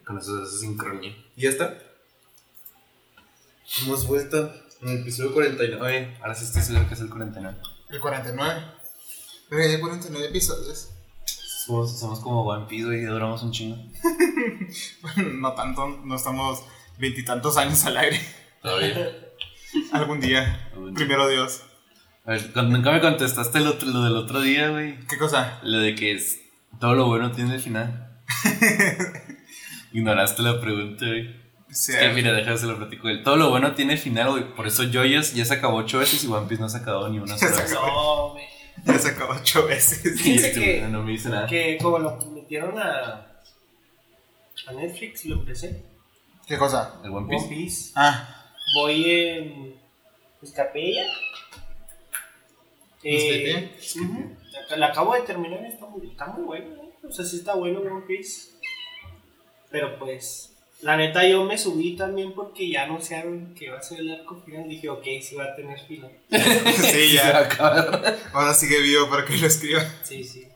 Con eso se sincronía. ¿Y ya está? Hemos vuelto en el episodio 49. Ahora sí estoy seguro que es el 49. El 49. Pero ya hay 49 episodios. Somos como One Piece, güey, y duramos un chingo. Bueno, no tanto, no estamos 20 y tantos años al aire. Todavía. Algún día. Primero Dios. A ver, nunca me contestaste lo del otro día, güey. ¿Qué cosa? Lo de que todo lo bueno tiene el final. Ignoraste la pregunta, güey. Sí, Es que mira, déjame se lo platico. Todo lo bueno tiene final, güey. Por eso JoJo's ya se acabó 8 veces y One Piece no se ha acabado ni una sola vez. No, güey. Ya se acabó 8 veces. Sí, Dice que- no me dice nada. Que como lo metieron a Netflix, lo empecé. ¿Qué cosa? El One One Piece. Piece. Ah, Voy en Escapella. ¿Escapella? Ujú. La acabo de terminar, está muy bueno, ¿eh? O sea, sí está bueno One Piece. Pero pues, la neta yo me subí también porque ya anunciaron que va a ser el arco final. Dije, ok, sí va a tener final. sí, Se va a ya. acabar. Ahora sigue vivo para que lo escriba. Sí, sí.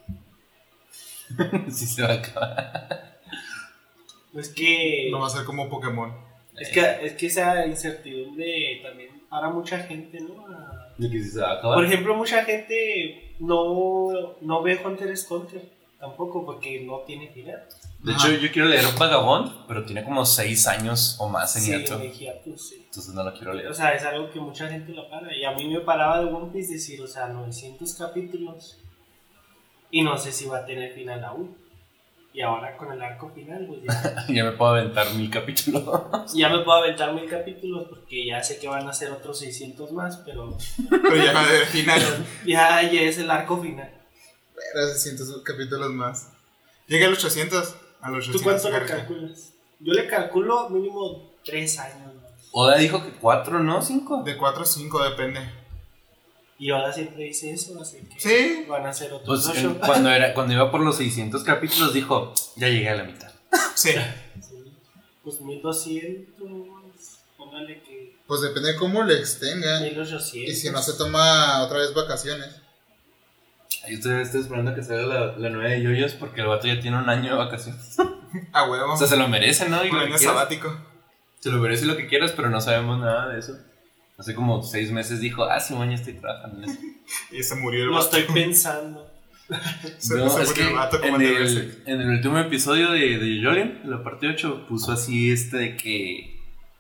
Sí, se va a acabar. Es que... No va a ser como Pokémon. Es que esa incertidumbre también para mucha gente, ¿no? De que sí se va a acabar. Por ejemplo, mucha gente no ve Hunter x Hunter tampoco porque no tiene final. De hecho, yo quiero leer Vagabond, pero tiene como 6 años o más en Sí, hiato. en hiatus, sí. Entonces no lo quiero leer. O sea, es algo que mucha gente lo para. Y a mí me paraba de One Piece decir, o sea, 900 capítulos. Y no sé si va a tener final aún. Y ahora con el arco final, pues ya, Ya me puedo aventar 1000 capítulos. ya me puedo aventar 1000 capítulos porque ya sé que van a ser otros 600 más, pero Pero ya va de final. ya es el arco final. Pero 600 capítulos más. Llega a los 800. A los 800. ¿Tú cuánto le García. calculas? Yo le calculo mínimo 3 años más. Oda dijo que 4, ¿no? 5. De 4 a 5 depende. Y ahora siempre dice eso, así que Sí. van a ser otros Pues 8. cuando iba por los 600 capítulos dijo, ya llegué a la mitad. Sí. Sí. Pues 1200, póngale que Pues depende de cómo le extenga. 1800. Y si no se toma otra vez vacaciones. Yo estoy esperando que salga la nueva de JoJo's porque el vato ya tiene un año de vacaciones. A huevo. O sea, se lo merece, ¿no? Y Un lo año que quieras. sabático. Se lo merece lo que quieras, pero no sabemos nada de eso. Hace como 6 meses dijo, sí, ya estoy trabajando en eso. Y se murió el Lo vato. estoy pensando. Se No, se es murió que el vato como en debe el, ser. en el último episodio de Jolien, la parte 8, puso así de que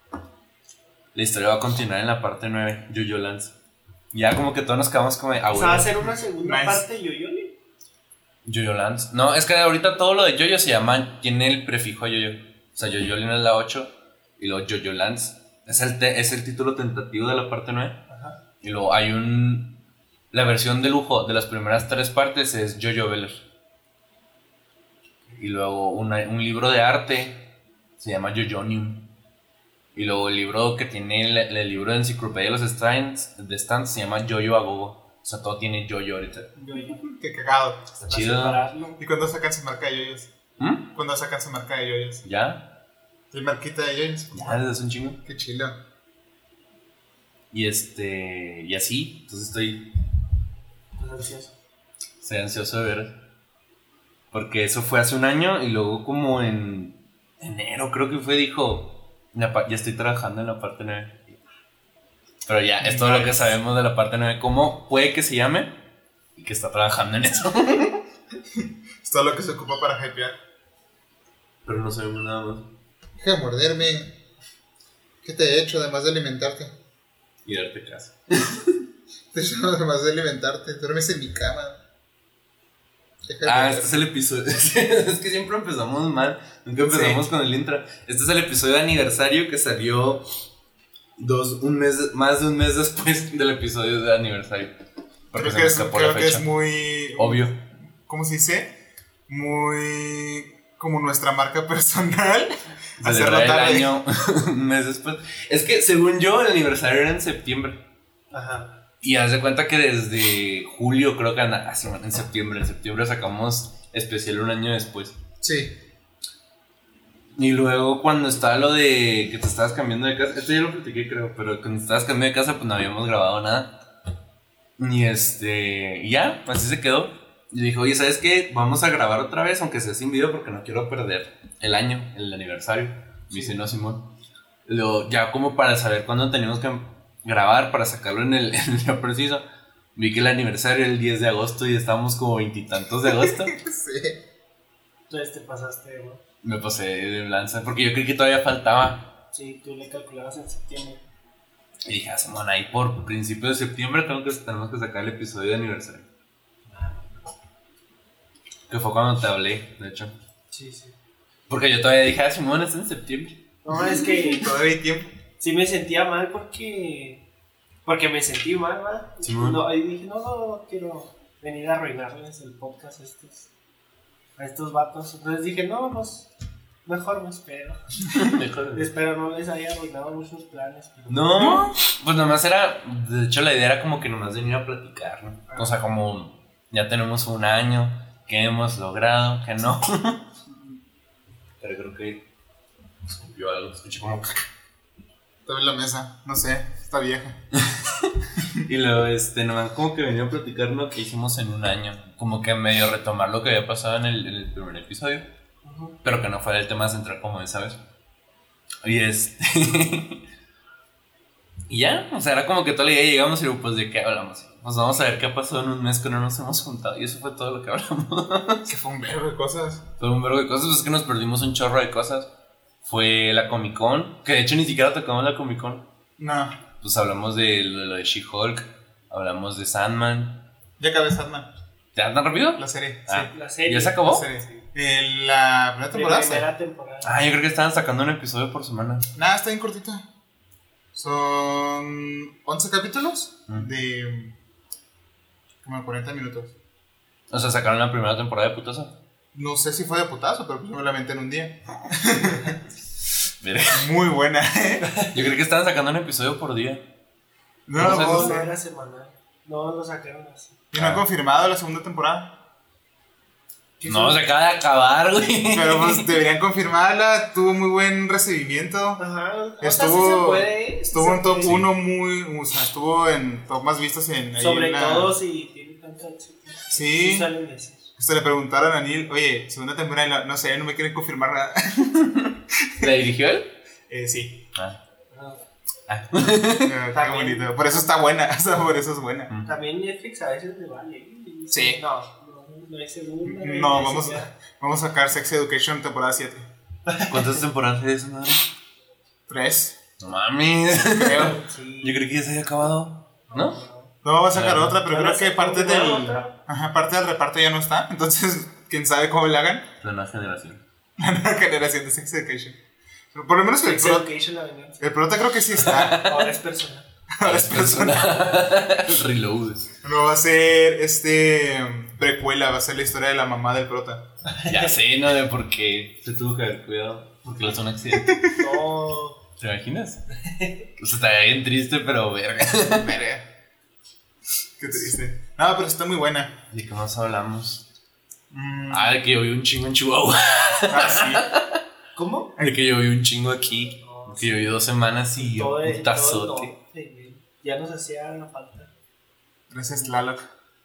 la historia va a continuar en la parte 9, Jojo Lance. Ya como que todos nos quedamos como de, O sea, va a bueno, ser una segunda Nice. parte de Yoyoli. Jojo Lance. No, es que ahorita todo lo de Jojo se llama, tiene el prefijo Jojo. O sea, Jojo Lien es la 8 y luego Jojo Lance. Es el título tentativo de la parte 9. Ajá. Y luego hay la versión de lujo de las primeras 3 partes es Jojo Beller. Y luego un libro de arte se llama Jojonium. Y luego el libro que tiene el libro de enciclopedia de los stands se llama Jojo Agogo. O sea, todo tiene Jojo ahorita. Yoyo. Qué cagado. Está Para chido. separarlo. ¿Y cuándo sacan su marca de yoyos? ¿Mm? ¿Cuándo sacan su marca de yoyos? ¿Ya? ¿El marquita de yoyos? Ya, desde hace un chingo. Qué chilo. Y y así. Entonces estoy Ansioso. ansioso de ver. Porque eso fue hace un año y luego como en enero creo que fue, dijo, ya estoy trabajando en la parte 9. Pero ya, es todo lo que sabemos de la parte 9. ¿Cómo puede que se llame? Y que está trabajando en eso. Es todo lo que se ocupa para hypear. Pero no sabemos nada más. Deja de morderme. ¿Qué te he hecho además de alimentarte? Y darte casa. Te he hecho además de alimentarte. Duermes en mi cama. Deja de Este morderme. es el episodio. Es que siempre empezamos mal. Nunca empezamos con el intro. Este es el episodio de aniversario que salió más de un mes después del episodio de aniversario. Porque Creo se que, me escapó la creo que fecha. es muy... Obvio. ¿Cómo se dice? Muy... Como nuestra marca personal. Hacerlo Celebrar el tarde. año un mes después. Es que según yo el aniversario era en septiembre. Ajá. Y haz de cuenta que desde julio creo que en septiembre. En septiembre sacamos especial un año después. Sí. Y luego cuando estaba lo de que te estabas cambiando de casa, esto ya lo platiqué creo, pero cuando estabas cambiando de casa pues no habíamos grabado nada. Y y ya, así se quedó. Y dijo, oye, ¿sabes qué? Vamos a grabar otra vez, aunque sea sin video, porque no quiero perder el año, el aniversario. Me dice, no, Simón. Luego, ya como para saber cuándo teníamos que grabar, para sacarlo en el día preciso, vi que el aniversario era el 10 de agosto y estábamos como 20 y tantos de agosto. Sí. Entonces te pasaste, ¿no? Me pasé de lanza, porque yo creí que todavía faltaba. Sí, tú le calculabas en septiembre. Y dije, Simón, ahí por principio de septiembre tenemos que sacar el episodio de aniversario. Que fue cuando te hablé, de hecho. Sí, sí. Porque yo todavía dije, Simón, es en septiembre. No, es que Todavía hay tiempo. sí me sentía mal porque me sentí mal, ¿verdad? Simón. No, y dije, no quiero venir a arruinarles el podcast a estos vatos. Entonces dije, no, pues mejor me espero. Espero no les haya arruinado muchos planes. Pero... No, pues nomás era, de hecho la idea era como que nomás venir a platicar, ¿no? O sea, como ya tenemos un año, que hemos logrado, que no. Pero creo que yo algo, escuché como... Estaba en la mesa, no sé, está vieja. Y luego, nomás como que venía a platicar lo que hicimos en un año. Como que medio retomar lo que había pasado en el primer episodio. Pero que no fuera el tema central como esa vez. Y y ya, o sea, era como que toda la idea llegamos y pues ¿de qué hablamos? Pues vamos a ver qué ha pasado en un mes que no nos hemos juntado. Y eso fue todo lo que hablamos. Que fue un verbo de cosas. Fue un verbo de cosas, pues es que nos perdimos un chorro de cosas. Fue la Comic Con, que de hecho ni siquiera tocamos la Comic Con. No, Pues hablamos de lo de She-Hulk, hablamos de Sandman. ya acabé Sandman, ¿Ya tan rápido? la serie. Ah, La serie. ¿ya se acabó? La serie. La primera temporada. Primera temporada. Ah, yo creo que estaban sacando un episodio por semana. Nada, está bien cortita. Son 11 capítulos Mm. de como 40 minutos. O sea, sacaron la primera temporada de putazo. No sé si fue de putazo, pero pues yo me la aventé en un día. Mire, Muy buena, yo creo que estaban sacando un episodio por día. No, No sé, pues, No era semanal. No lo sacaron así. y no han confirmado la segunda temporada. No, se acaba de acabar, güey. Pero pues deberían confirmarla. Tuvo muy buen recibimiento. Ajá. O sea, Estuvo, sí se puede, estuvo sí en se top puede. 1 muy. O sea, estuvo en top más vistos en. ahí Sobre en la- todo si tiene tanto éxito. Sí. Suelen decir. Se le preguntaron a Neil, oye, segunda temporada, y no sé, no me quieren confirmar nada. ¿La dirigió él? Sí. Ah. Ah. Qué bonito. Por eso está buena. O sea, por eso es buena. También Netflix a veces le vale. Sí. No hay segunda. No, hay vamos segunda. a sacar Sex Education temporada 7. ¿Cuántas temporadas es, madre? 3, No mames. creo. Sí. Yo creí que ya se había acabado. ¿No? No, va a sacar Ah. otra, pero Van a creo que sacar parte otra. parte del reparto ya no está. Entonces, quién sabe cómo le hagan. La nueva generación. La nueva generación de Sex Education. Por lo menos el Sex prota, Education, la venganza. el prota creo que sí está. Ahora es personal. Ahora es persona. Reload. No va a ser precuela, va a ser la historia de la mamá del prota. Ya sé, ¿no? De por qué se tuvo que haber cuidado. Porque le hizo un accidente. No. ¿Te imaginas? O sea, está bien triste, pero verga. Verga. Qué triste. No, pero está muy buena. ¿De qué más hablamos? Mm, Ah, de que yo vi un chingo en Chihuahua. sí. ¿Cómo? De que yo vi un chingo aquí. Que yo vi 2 semanas y Todo un el putazote. norte, ya nos hacía falta. Gracias, Tlaloc.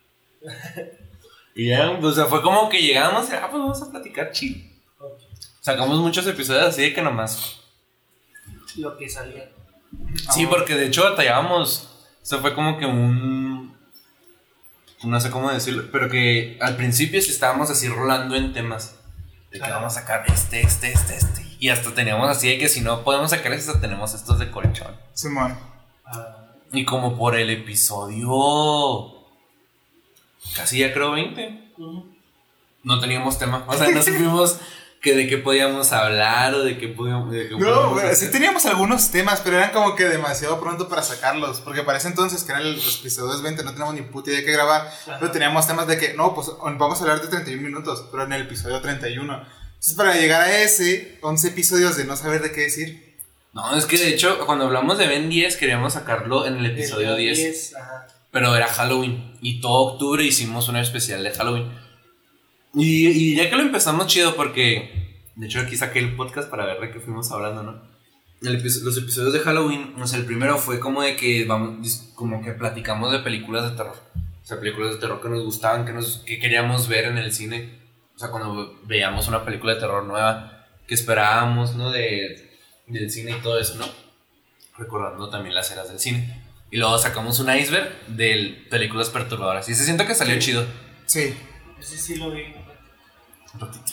Y ya, pues, o sea, fue como que llegamos y, pues vamos a platicar chill. Ok. Sacamos muchos episodios así de que nomás. Lo que salía. Sí, porque de hecho batallábamos. Eso fue como que no sé cómo decirlo, pero que al principio sí estábamos así rolando en temas. De que Ajá. vamos a sacar este. Y hasta teníamos así de que si no podemos sacar esto, tenemos estos de colchón. Simón. Y como por el episodio casi ya creo 20, no teníamos tema. O sea, no supimos que de qué podíamos hablar o de qué podíamos. No, güey, sí teníamos algunos temas, pero eran como que demasiado pronto para sacarlos. Porque para ese entonces, que eran los episodios 20, no teníamos ni puta idea de qué grabar. Ajá. Pero teníamos temas de que, no, pues vamos a hablar de 31 minutos, pero en el episodio 31. Entonces, para llegar a ese, 11 episodios de no saber de qué decir. No, es que de hecho, cuando hablamos de Ben 10, queríamos sacarlo en el episodio 10. Ajá. Pero era Halloween. Y todo octubre hicimos un especial de Halloween. Y ya que lo empezamos chido, porque de hecho aquí saqué el podcast para ver de qué fuimos hablando, ¿no? Los episodios de Halloween, o sea, el primero fue como de que como que platicamos de películas de terror. O sea, películas de terror que nos gustaban, que queríamos ver en el cine. O sea, cuando veíamos una película de terror nueva, que esperábamos, ¿no? Del cine y todo eso, ¿no? Recordando también las eras del cine. Y luego sacamos un iceberg de películas perturbadoras. Y se siente que salió chido. Sí. Ese sí lo vi. Un ratito.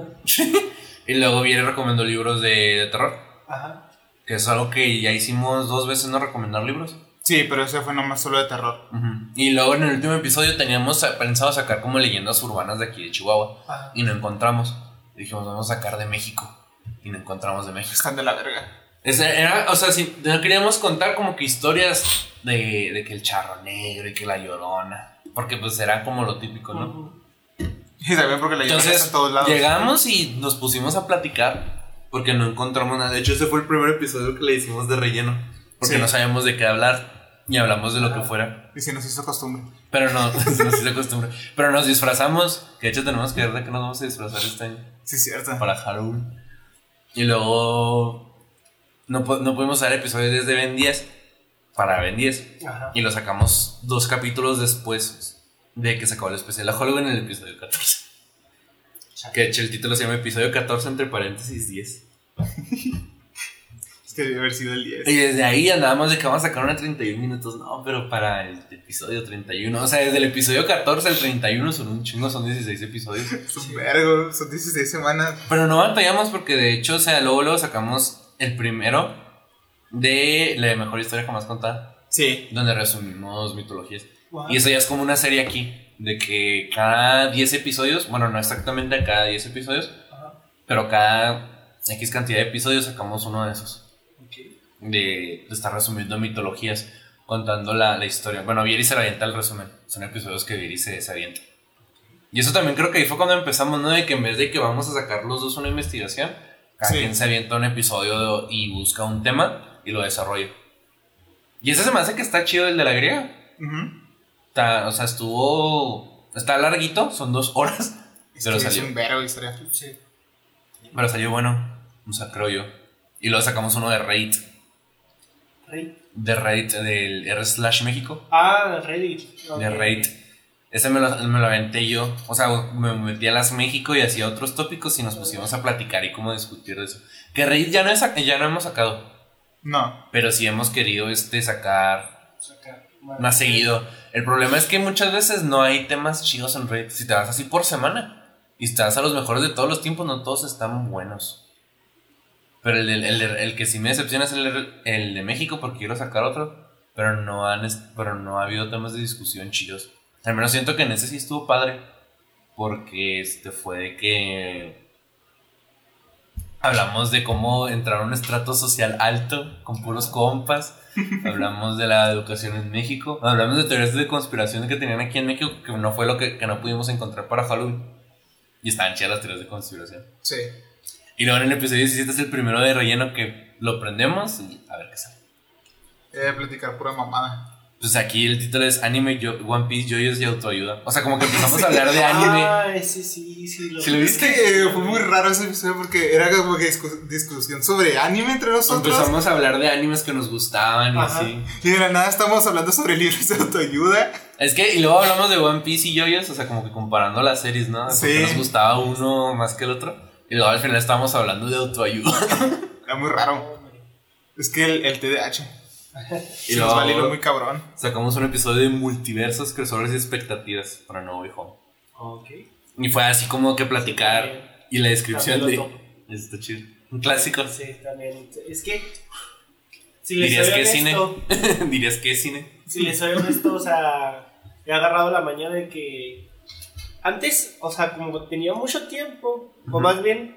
Y luego Vieri recomendó libros de terror. Ajá. Que es algo que ya hicimos 2 veces, ¿no? Recomendar libros. Sí, pero ese fue nomás solo de terror. Y luego en el último episodio teníamos pensado sacar como leyendas urbanas de aquí de Chihuahua. Ajá. Y no encontramos. Y dijimos, vamos a sacar de México. Y no encontramos de México. Están de la verga. O sea, si no queríamos contar como que historias de que el charro negro y que la llorona. Porque pues era como lo típico, ¿no? Uh-huh. Y también porque la llevamos Entonces a todos lados. llegamos y nos pusimos a platicar porque no encontramos nada. De hecho, ese fue el primer episodio que le hicimos de relleno. Porque Sí. no sabíamos de qué hablar. Y hablamos de lo que fuera. Y si nos hizo costumbre. Pero no, no se acostumbra. Pero nos disfrazamos. Que de hecho tenemos que ver de qué nos vamos a disfrazar este año. Sí, cierto. Para Halloween. Y luego no pudimos hacer episodios desde Ben 10 para Ben 10. Ajá. Y lo sacamos 2 capítulos después de que se acabó el especial de Halloween en el episodio 14. Que de hecho el título se llama episodio 14 entre paréntesis 10. Es que debe haber sido el 10. Y desde ahí andábamos de que vamos a sacar una 31 minutos. No, pero para el episodio 31. O sea, desde el episodio 14 al 31 son un chingo, son 16 episodios. Es un vergo, son 16 semanas. Pero no batallamos porque de hecho, o sea, luego sacamos el primero de la mejor historia jamás contada. Sí. Donde resumimos mitologías. Wow. Y eso ya es como una serie aquí. De que cada 10 episodios, bueno, no exactamente cada 10 episodios, Ajá. pero cada X cantidad de episodios sacamos uno de esos. Okay. De estar resumiendo mitologías, contando la historia. Bueno, Vieri se la avienta el resumen. Son episodios que Vieri se avienta. Y eso también creo que ahí fue cuando empezamos, ¿no? De que en vez de que vamos a sacar los dos una investigación, cada Sí. quien se avienta un episodio y busca un tema y lo desarrolla. Y ese se me hace que está chido el de la griega. Uh-huh. O sea, está larguito, son 2 horas. Pero Es salió. un vergo de historia. Sí. Pero salió bueno. O sea, creo yo. Y luego sacamos uno de Reddit. Reddit. De Reddit del r/México. Ah, Reddit. De Okay. Reddit. Ese me lo aventé yo. O sea, me metí a las México y hacía otros tópicos y nos pusimos a platicar y cómo discutir de eso. Que Reddit ya no hemos sacado. No. Pero sí hemos querido sacar Sacar. Bueno, más seguido. El problema es que muchas veces no hay temas chidos en Reddit. Si te vas así por semana y te vas a los mejores de todos los tiempos, no todos están buenos. Pero el que sí me decepciona es el de México porque quiero sacar otro. Pero no ha habido temas de discusión chidos. Al menos siento que en ese sí estuvo padre. Porque fue de que hablamos de cómo entrar a un estrato social alto con puros compas. Hablamos de la educación en México. Hablamos de teorías de conspiración que tenían aquí en México, que no fue lo que no pudimos encontrar para Halloween. Y estaban chidas las teorías de conspiración. Sí. Y luego en el episodio 17 es el primero de relleno que lo prendemos y a ver qué sale. Platicar pura mamada. Pues aquí el título es Anime, One Piece, Yoyos y Autoayuda. O sea, como que empezamos a hablar de anime. Ah, ese sí. ¿Sí lo Es viste? que fue muy raro ese episodio porque era como que discusión sobre anime entre nosotros. Empezamos a hablar de animes que nos gustaban y Ajá. así. Y de la nada estamos hablando sobre libros de autoayuda. Es que, y luego hablamos de One Piece y Yoyos, o sea, como que comparando las series, ¿no? Sí. Porque nos gustaba uno más que el otro. Y luego al final estábamos hablando de autoayuda. Era muy raro. Es que el TDAH. Y Y nos va al hilo luego muy cabrón. sacamos un episodio de multiversos, creadores y expectativas para No Way Home. Ok. Y fue así como que platicar y la descripción También de... lo topo. Está chido. Un clásico. Sí, también. Es que. Si les ¿Dirías soy que es honesto, cine? ¿Dirías que es cine? Si les soy honesto, o sea, he agarrado la mañana de que antes, o sea, como tenía mucho tiempo, o más bien,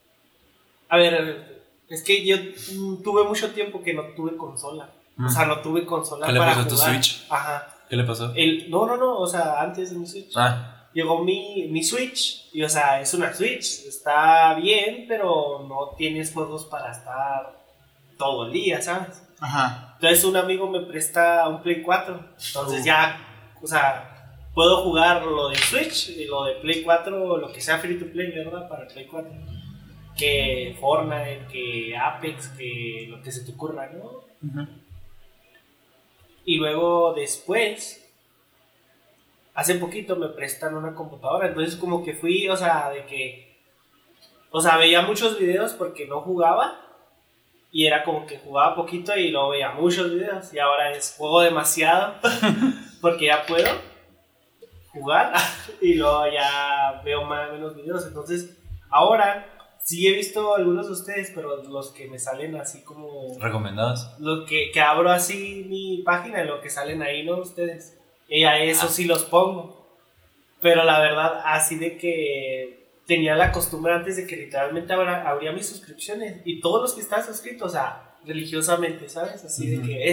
a ver, es que yo tuve mucho tiempo que no tuve consola. O sea, no tuve consola ¿Qué le para pasó a tu jugar. Switch? Ajá. ¿Qué le pasó? No, o sea, antes de mi Switch. Ah, Llegó mi Switch, y o sea, es una Switch, está bien, pero no tienes juegos para estar todo el día, ¿sabes? Ajá. Entonces un amigo me presta un Play 4. Entonces ya, o sea, puedo jugar lo de Switch y lo de Play 4, lo que sea free to play, ¿verdad? Para el Play 4. Que Fortnite, que Apex, que lo que se te ocurra, ¿no? Y luego después, hace poquito me prestan una computadora, entonces como que fui, o sea, veía muchos videos porque no jugaba. Y era como que jugaba poquito y luego veía muchos videos. Y ahora juego demasiado porque ya puedo jugar y luego ya veo más o menos videos. Entonces, ahora sí he visto algunos de ustedes, pero los que me salen así como... ¿Recomendados? Los que abro así mi página y lo que salen ahí, ¿no? Ustedes. Y a eso sí los pongo. Pero la verdad, así de que... tenía la costumbre antes de que literalmente abría mis suscripciones y todos los que estaban suscritos, o sea, religiosamente, ¿sabes? Así de que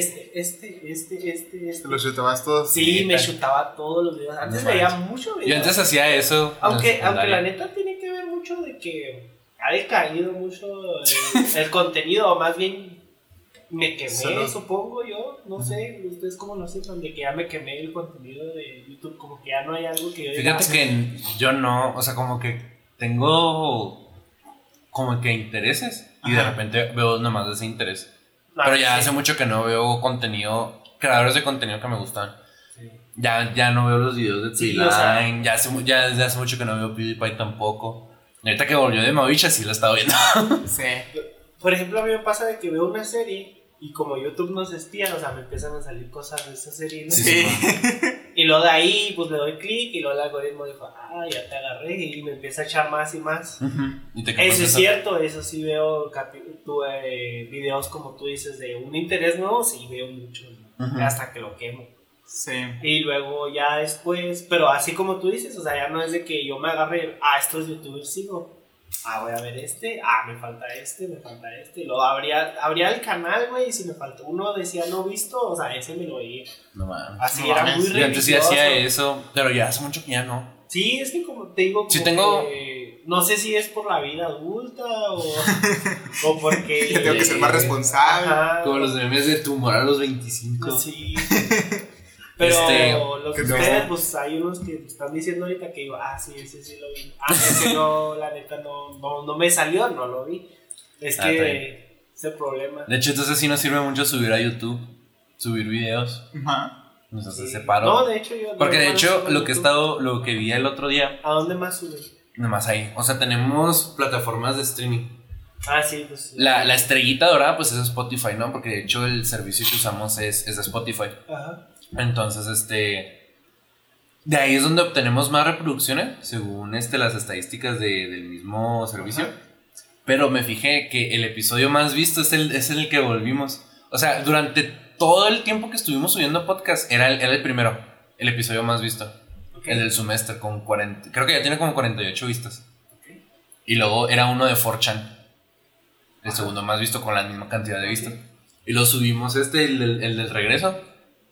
este. ¿Los chutabas todos? Sí, me chutaba todos los videos. Antes veía mucho videos. Yo antes hacía eso. Aunque la neta tiene que ver mucho de que ha decaído mucho el contenido, o más bien me quemé, supongo yo. No sé, ustedes cómo lo sepan, de que ya me quemé el contenido de YouTube, como que ya no hay algo que yo diga. Fíjate que yo no, o sea, como que tengo como que intereses y de repente veo nomás ese interés. Pero ya hace mucho que no veo creadores de contenido que me gustan. Sí. Ya no veo los videos de T-Line, o sea, ya desde hace mucho que no veo PewDiePie tampoco. Y ahorita que volvió de Mavicha sí lo he estado viendo. Sí. Por ejemplo, a mí me pasa de que veo una serie y como YouTube nos espía, o sea, me empiezan a salir cosas de esa serie, ¿no? Sí. Y luego de ahí, pues le doy clic y luego el algoritmo dijo, ya te agarré, y me empieza a echar más y más. ¿Y te eso es cierto, eso sí veo videos como tú dices de un interés nuevo, sí veo mucho, hasta que lo quemo. Sí. Y luego ya después, pero así como tú dices, o sea, ya no es de que yo me agarre, estos youtubers sigo. Voy a ver me falta este. Y luego abría el canal, güey, y si me faltó uno decía no visto, o sea, ese me lo veía. No mames. Así era muy religioso. Yo antes sí hacía eso, pero ya hace mucho que ya no. Sí, es que como te digo, no sé si es por la vida adulta o porque... Ya tengo que ser más responsable. Ajá, como los memes de tu humor a los 25. Sí. Pero los que ustedes, pues hay unos que están diciendo ahorita que digo, sí, ese sí lo vi. Ese no, la neta no me salió, no lo vi. Es que ese problema. De hecho, entonces sí nos sirve mucho subir a YouTube, subir videos. Nos hace separo. No, de hecho yo. Porque de hecho lo que vi el otro día. ¿A dónde más sube? Nomás ahí. O sea, tenemos plataformas de streaming. Sí, pues. La estrellita dorada, pues es Spotify, ¿no? Porque de hecho el servicio que usamos es de Spotify. Ajá. Entonces, de ahí es donde obtenemos más reproducciones, según las estadísticas del mismo servicio. Ajá. Pero me fijé que el episodio más visto es el que volvimos. O sea, durante todo el tiempo que estuvimos subiendo podcast, era el primero, el episodio más visto. Okay. El del semestre, con 40, creo que ya tiene como 48 vistas. Okay. Y luego era uno de 4chan, el segundo más visto con la misma cantidad de vistas. Y lo subimos el del regreso.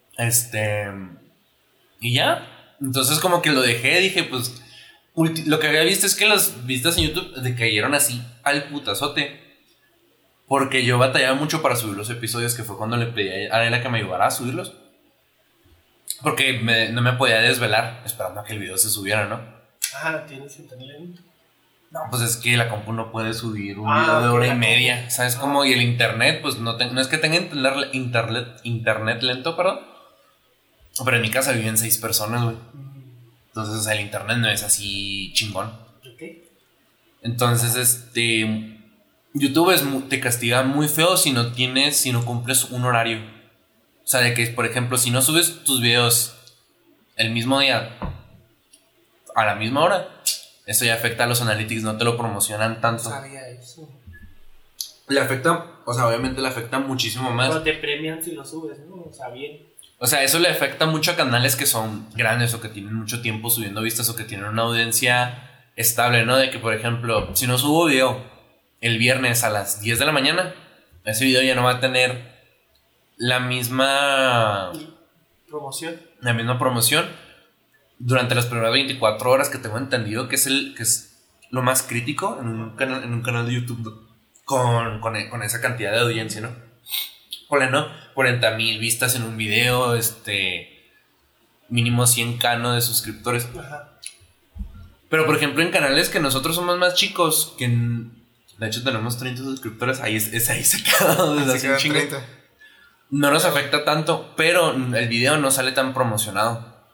Y ya. Entonces como que lo dejé, dije pues lo que había visto es que las vistas en YouTube decayeron así al putazote, porque yo batallaba mucho para subir los episodios, que fue cuando le pedí a Adela que me ayudara a subirlos, porque no me podía desvelar esperando a que el video se subiera, ¿no? ¿Tienes internet? No, pues es que la compu no puede subir un video de hora y media, ¿sabes cómo? Y el internet, pues no es que tenga internet lento, perdón. Pero en mi casa viven 6 personas, güey. Entonces, o sea, el internet no es así chingón. Okay. Entonces, YouTube te castiga muy feo si no cumples un horario. O sea, de que, por ejemplo, si no subes tus videos el mismo día a la misma hora, eso ya afecta a los analytics, no te lo promocionan tanto. No sabía eso. Le afecta, o sea, obviamente le afecta muchísimo más. Pero te premian si lo subes, ¿no? O sea, bien. O sea, eso le afecta mucho a canales que son grandes o que tienen mucho tiempo subiendo vistas o que tienen una audiencia estable, ¿no? De que, por ejemplo, si no subo video el viernes a las 10 de la mañana, ese video ya no va a tener la misma promoción durante las primeras 24 horas, que tengo entendido que es lo más crítico en un canal de YouTube con esa cantidad de audiencia, ¿no? ¿No? 40,000 vistas en un video, mínimo 100K de suscriptores. Ajá. Pero por ejemplo en canales que nosotros somos más chicos, que de hecho tenemos 30 suscriptores, ahí se quedó desde hace un chingo. 30. No nos afecta tanto, pero el video no sale tan promocionado.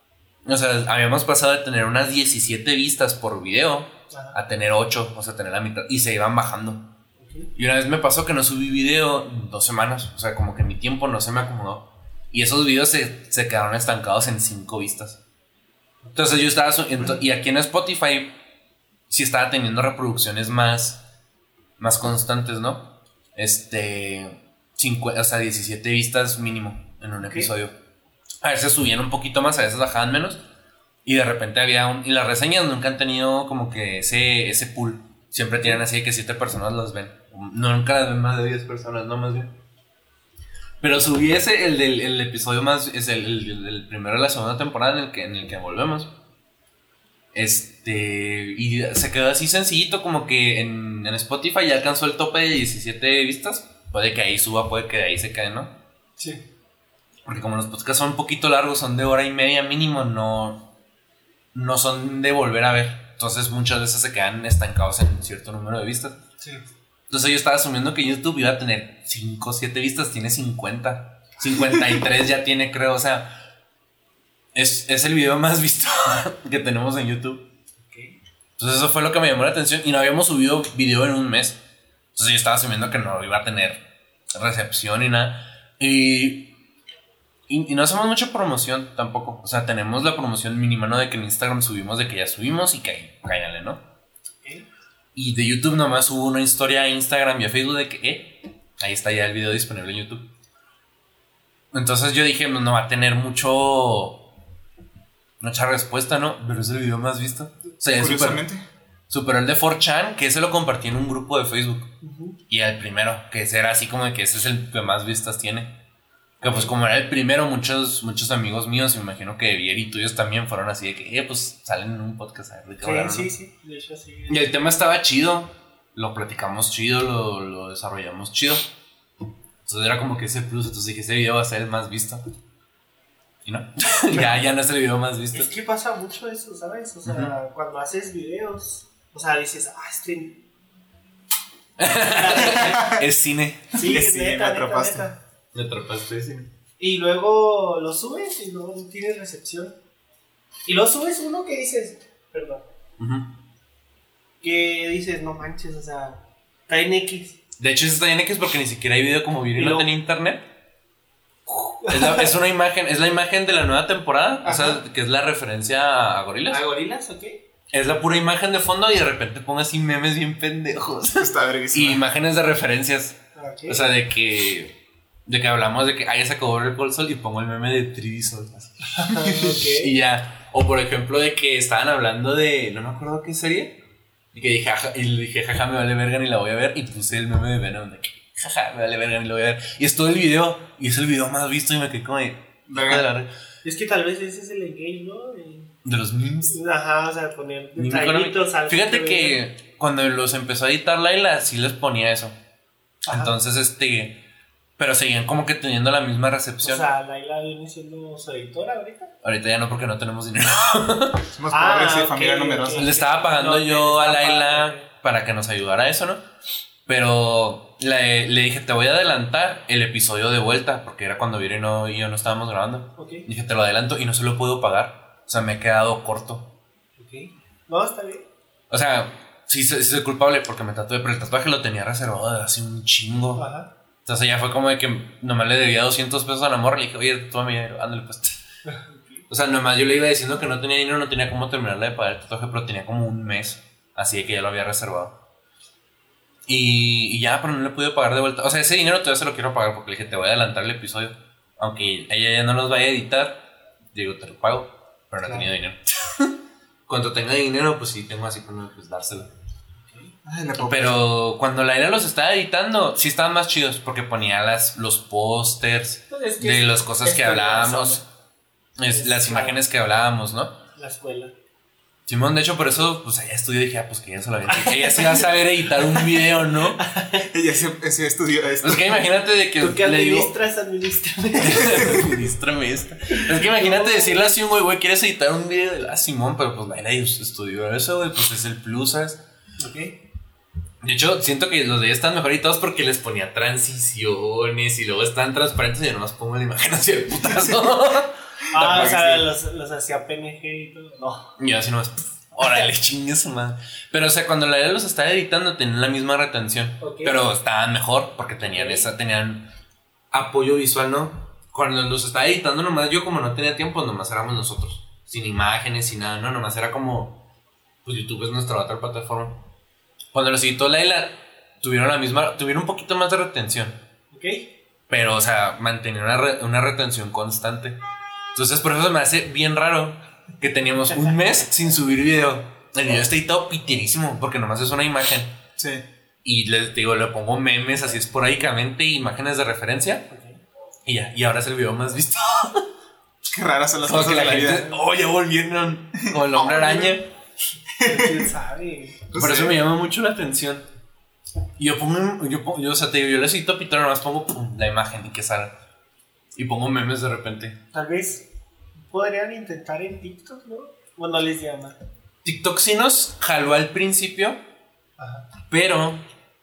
O sea, habíamos pasado de tener unas 17 vistas por video a tener 8, o sea, tener la mitad. Y se iban bajando. Y una vez me pasó que no subí video 2 semanas. O sea, como que mi tiempo no se me acomodó. Y esos videos se quedaron estancados en 5 vistas. Entonces yo estaba... Y aquí en Spotify sí estaba teniendo reproducciones más constantes, ¿no? 50, o sea, 17 vistas mínimo en un episodio. A veces subían un poquito más, a veces bajaban menos. Y de repente había y las reseñas nunca han tenido como que ese pool. Siempre tienen así de que 7 personas las ven. Nunca las ven más de 10 personas, no más bien. Pero subí el episodio más... Es el primero de la segunda temporada en el que volvemos. Y se quedó así sencillito, como que en Spotify ya alcanzó el tope de 17 vistas. Puede que ahí suba, puede que de ahí se quede, ¿no? Sí. Porque como los podcasts son un poquito largos, son de hora y media mínimo, no son de volver a ver. Entonces muchas veces se quedan estancados en cierto número de vistas. Sí. Entonces yo estaba asumiendo que YouTube iba a tener 5 o 7 vistas, tiene 50. 53 ya tiene, creo, o sea... Es el video más visto que tenemos en YouTube. Entonces eso fue lo que me llamó la atención. Y no habíamos subido video en un mes. Entonces yo estaba asumiendo que no iba a tener recepción ni nada. Y no hacemos mucha promoción tampoco. O sea, tenemos la promoción mínima, ¿no? De que en Instagram subimos, de que ya subimos y que ahí, cállale, ¿no? Y de YouTube nomás hubo una historia a Instagram y a Facebook de que ahí está ya el video disponible en YouTube. Entonces yo dije, no va a tener mucha respuesta, ¿no? Pero es el video más visto. O sea, curiosamente superó el de 4chan, que ese lo compartí en un grupo de Facebook. Y el primero, que ese era así como de que ese es el que más vistas tiene. Que pues como era el primero, muchos amigos míos, me imagino que Vier y tuyos también fueron así de que, pues salen en un podcast a ver de qué hablar, ¿no? Sí, de hecho sí. Y el tema estaba chido, lo platicamos chido, lo desarrollamos chido. Entonces era como que ese plus, entonces dije, ese video va a ser el más visto. Y no, ya no es el video más visto. Es que pasa mucho eso, ¿sabes? O sea, cuando haces videos, o sea, dices, es cine. Sí, es cine, neta. Me atrapaste, es cine. Y luego lo subes y no tienes recepción. Y luego subes uno que dices, perdón, que dices, no manches, o sea, está en X. De hecho, está en X porque ni siquiera hay video como vi y no tenía internet. Es una imagen, es la imagen de la nueva temporada. O sea, que es la referencia a Gorilas. ¿A Gorilas? Ok. Es la pura imagen de fondo y de repente pongo así memes bien pendejos. Está verguísima. Y imágenes de referencias. Okay. O sea, de que hablamos de que ya se acabó el Cold Soul y pongo el meme de 3D Soul. Okay. Y ya. O por ejemplo, de que estaban hablando de. No me acuerdo qué serie. Y que dije, jaja, me vale verga ni la voy a ver. Y puse el meme de Venom de que, jaja, me vale verga ni la voy a ver. Y es todo el video. Y es el video más visto. Y me quedé como de. Es que tal vez ese es el engage, ¿no? De los memes. Ajá, o sea, poner detallitos. Fíjate que cuando los empezó a editar Laila, sí les ponía eso. Ajá. Entonces, pero seguían como que teniendo la misma recepción. O sea, Laila viene siendo su editora ahorita. Ahorita ya no, porque no tenemos dinero. Somos pobres y familia numerosa. Le estaba pagando yo a Laila para que nos ayudara a eso, ¿no? Pero le dije, te voy a adelantar el episodio de vuelta, porque era cuando Viera y yo no estábamos grabando. Okay. Dije, te lo adelanto y no se lo puedo pagar. O sea, me he quedado corto. Ok. No, está bien. O sea, sí soy culpable porque me tatué, pero el tatuaje lo tenía reservado de hace un chingo. Ajá. Entonces ya fue como de que nomás le debía 200 pesos a la morra. Le dije, oye, toma mi dinero, ándale pues. O sea, nomás yo le iba diciendo que no tenía dinero, no tenía cómo terminarle de pagar el tatuaje, pero tenía como un mes. Así de que ya lo había reservado. Y ya, pero no le pude pagar de vuelta. O sea, ese dinero todavía se lo quiero pagar porque le dije, te voy a adelantar el episodio. Aunque ella ya no los vaya a editar, digo, te lo pago. Pero no he tenido dinero. Cuando tenga dinero, pues sí, tengo así como pues dárselo. Ay, pero cuando Laila los estaba editando, sí estaban más chidos porque ponía los pósters pues de las cosas que hablábamos, las imágenes que hablábamos, ¿no? La escuela. Simón, de hecho, por eso, pues ella estudió y dije, pues que ella solamente. Ella sí va a saber editar un video, ¿no? Ella sí estudió esto. Es que imagínate de que. ¿Tú qué administras? Administrame esta. Es que imagínate decirle así un güey, ¿quieres editar un video de Simón? Pero pues Laila estudió eso, güey, pues es el plus, ¿sabes? Ok. De hecho, siento que los de ella están mejor editados porque les ponía transiciones y luego están transparentes y yo nomás pongo la imagen hacia el putazo. O sea, los hacía PNG y todo. No. Y así nomás, órale, chingue su madre. Pero, o sea, cuando la los estaba editando tenían la misma retención. Okay. Pero estaban mejor porque tenían tenían apoyo visual, ¿no? Cuando los estaba editando nomás, yo como no tenía tiempo, nomás éramos nosotros. Sin imágenes, sin nada, ¿no? Nomás era como, pues YouTube es nuestra otra plataforma. Cuando los editó Laila, tuvieron un poquito más de retención. Ok. Pero, o sea, mantenía una retención constante. Entonces, por eso se me hace bien raro que teníamos un mes sin subir video. El video está editado pitirísimo porque nomás es una imagen. Sí. Y les digo, le pongo memes así esporádicamente, imágenes de referencia. Okay. Y ya, y ahora es el video más visto. Qué raras son las Como cosas que de la la gente, vida. oh, ya volvieron. Como el hombre araña. ¿Quién sabe? Por eso me llama mucho la atención. Y yo o sea, te digo, yo les edito pito, nomás pongo pum, la imagen y que salga. Y pongo memes de repente. Tal vez podrían intentar en TikTok, ¿no? Bueno, les llama. TikTok sí nos jaló al principio. Ajá. Pero.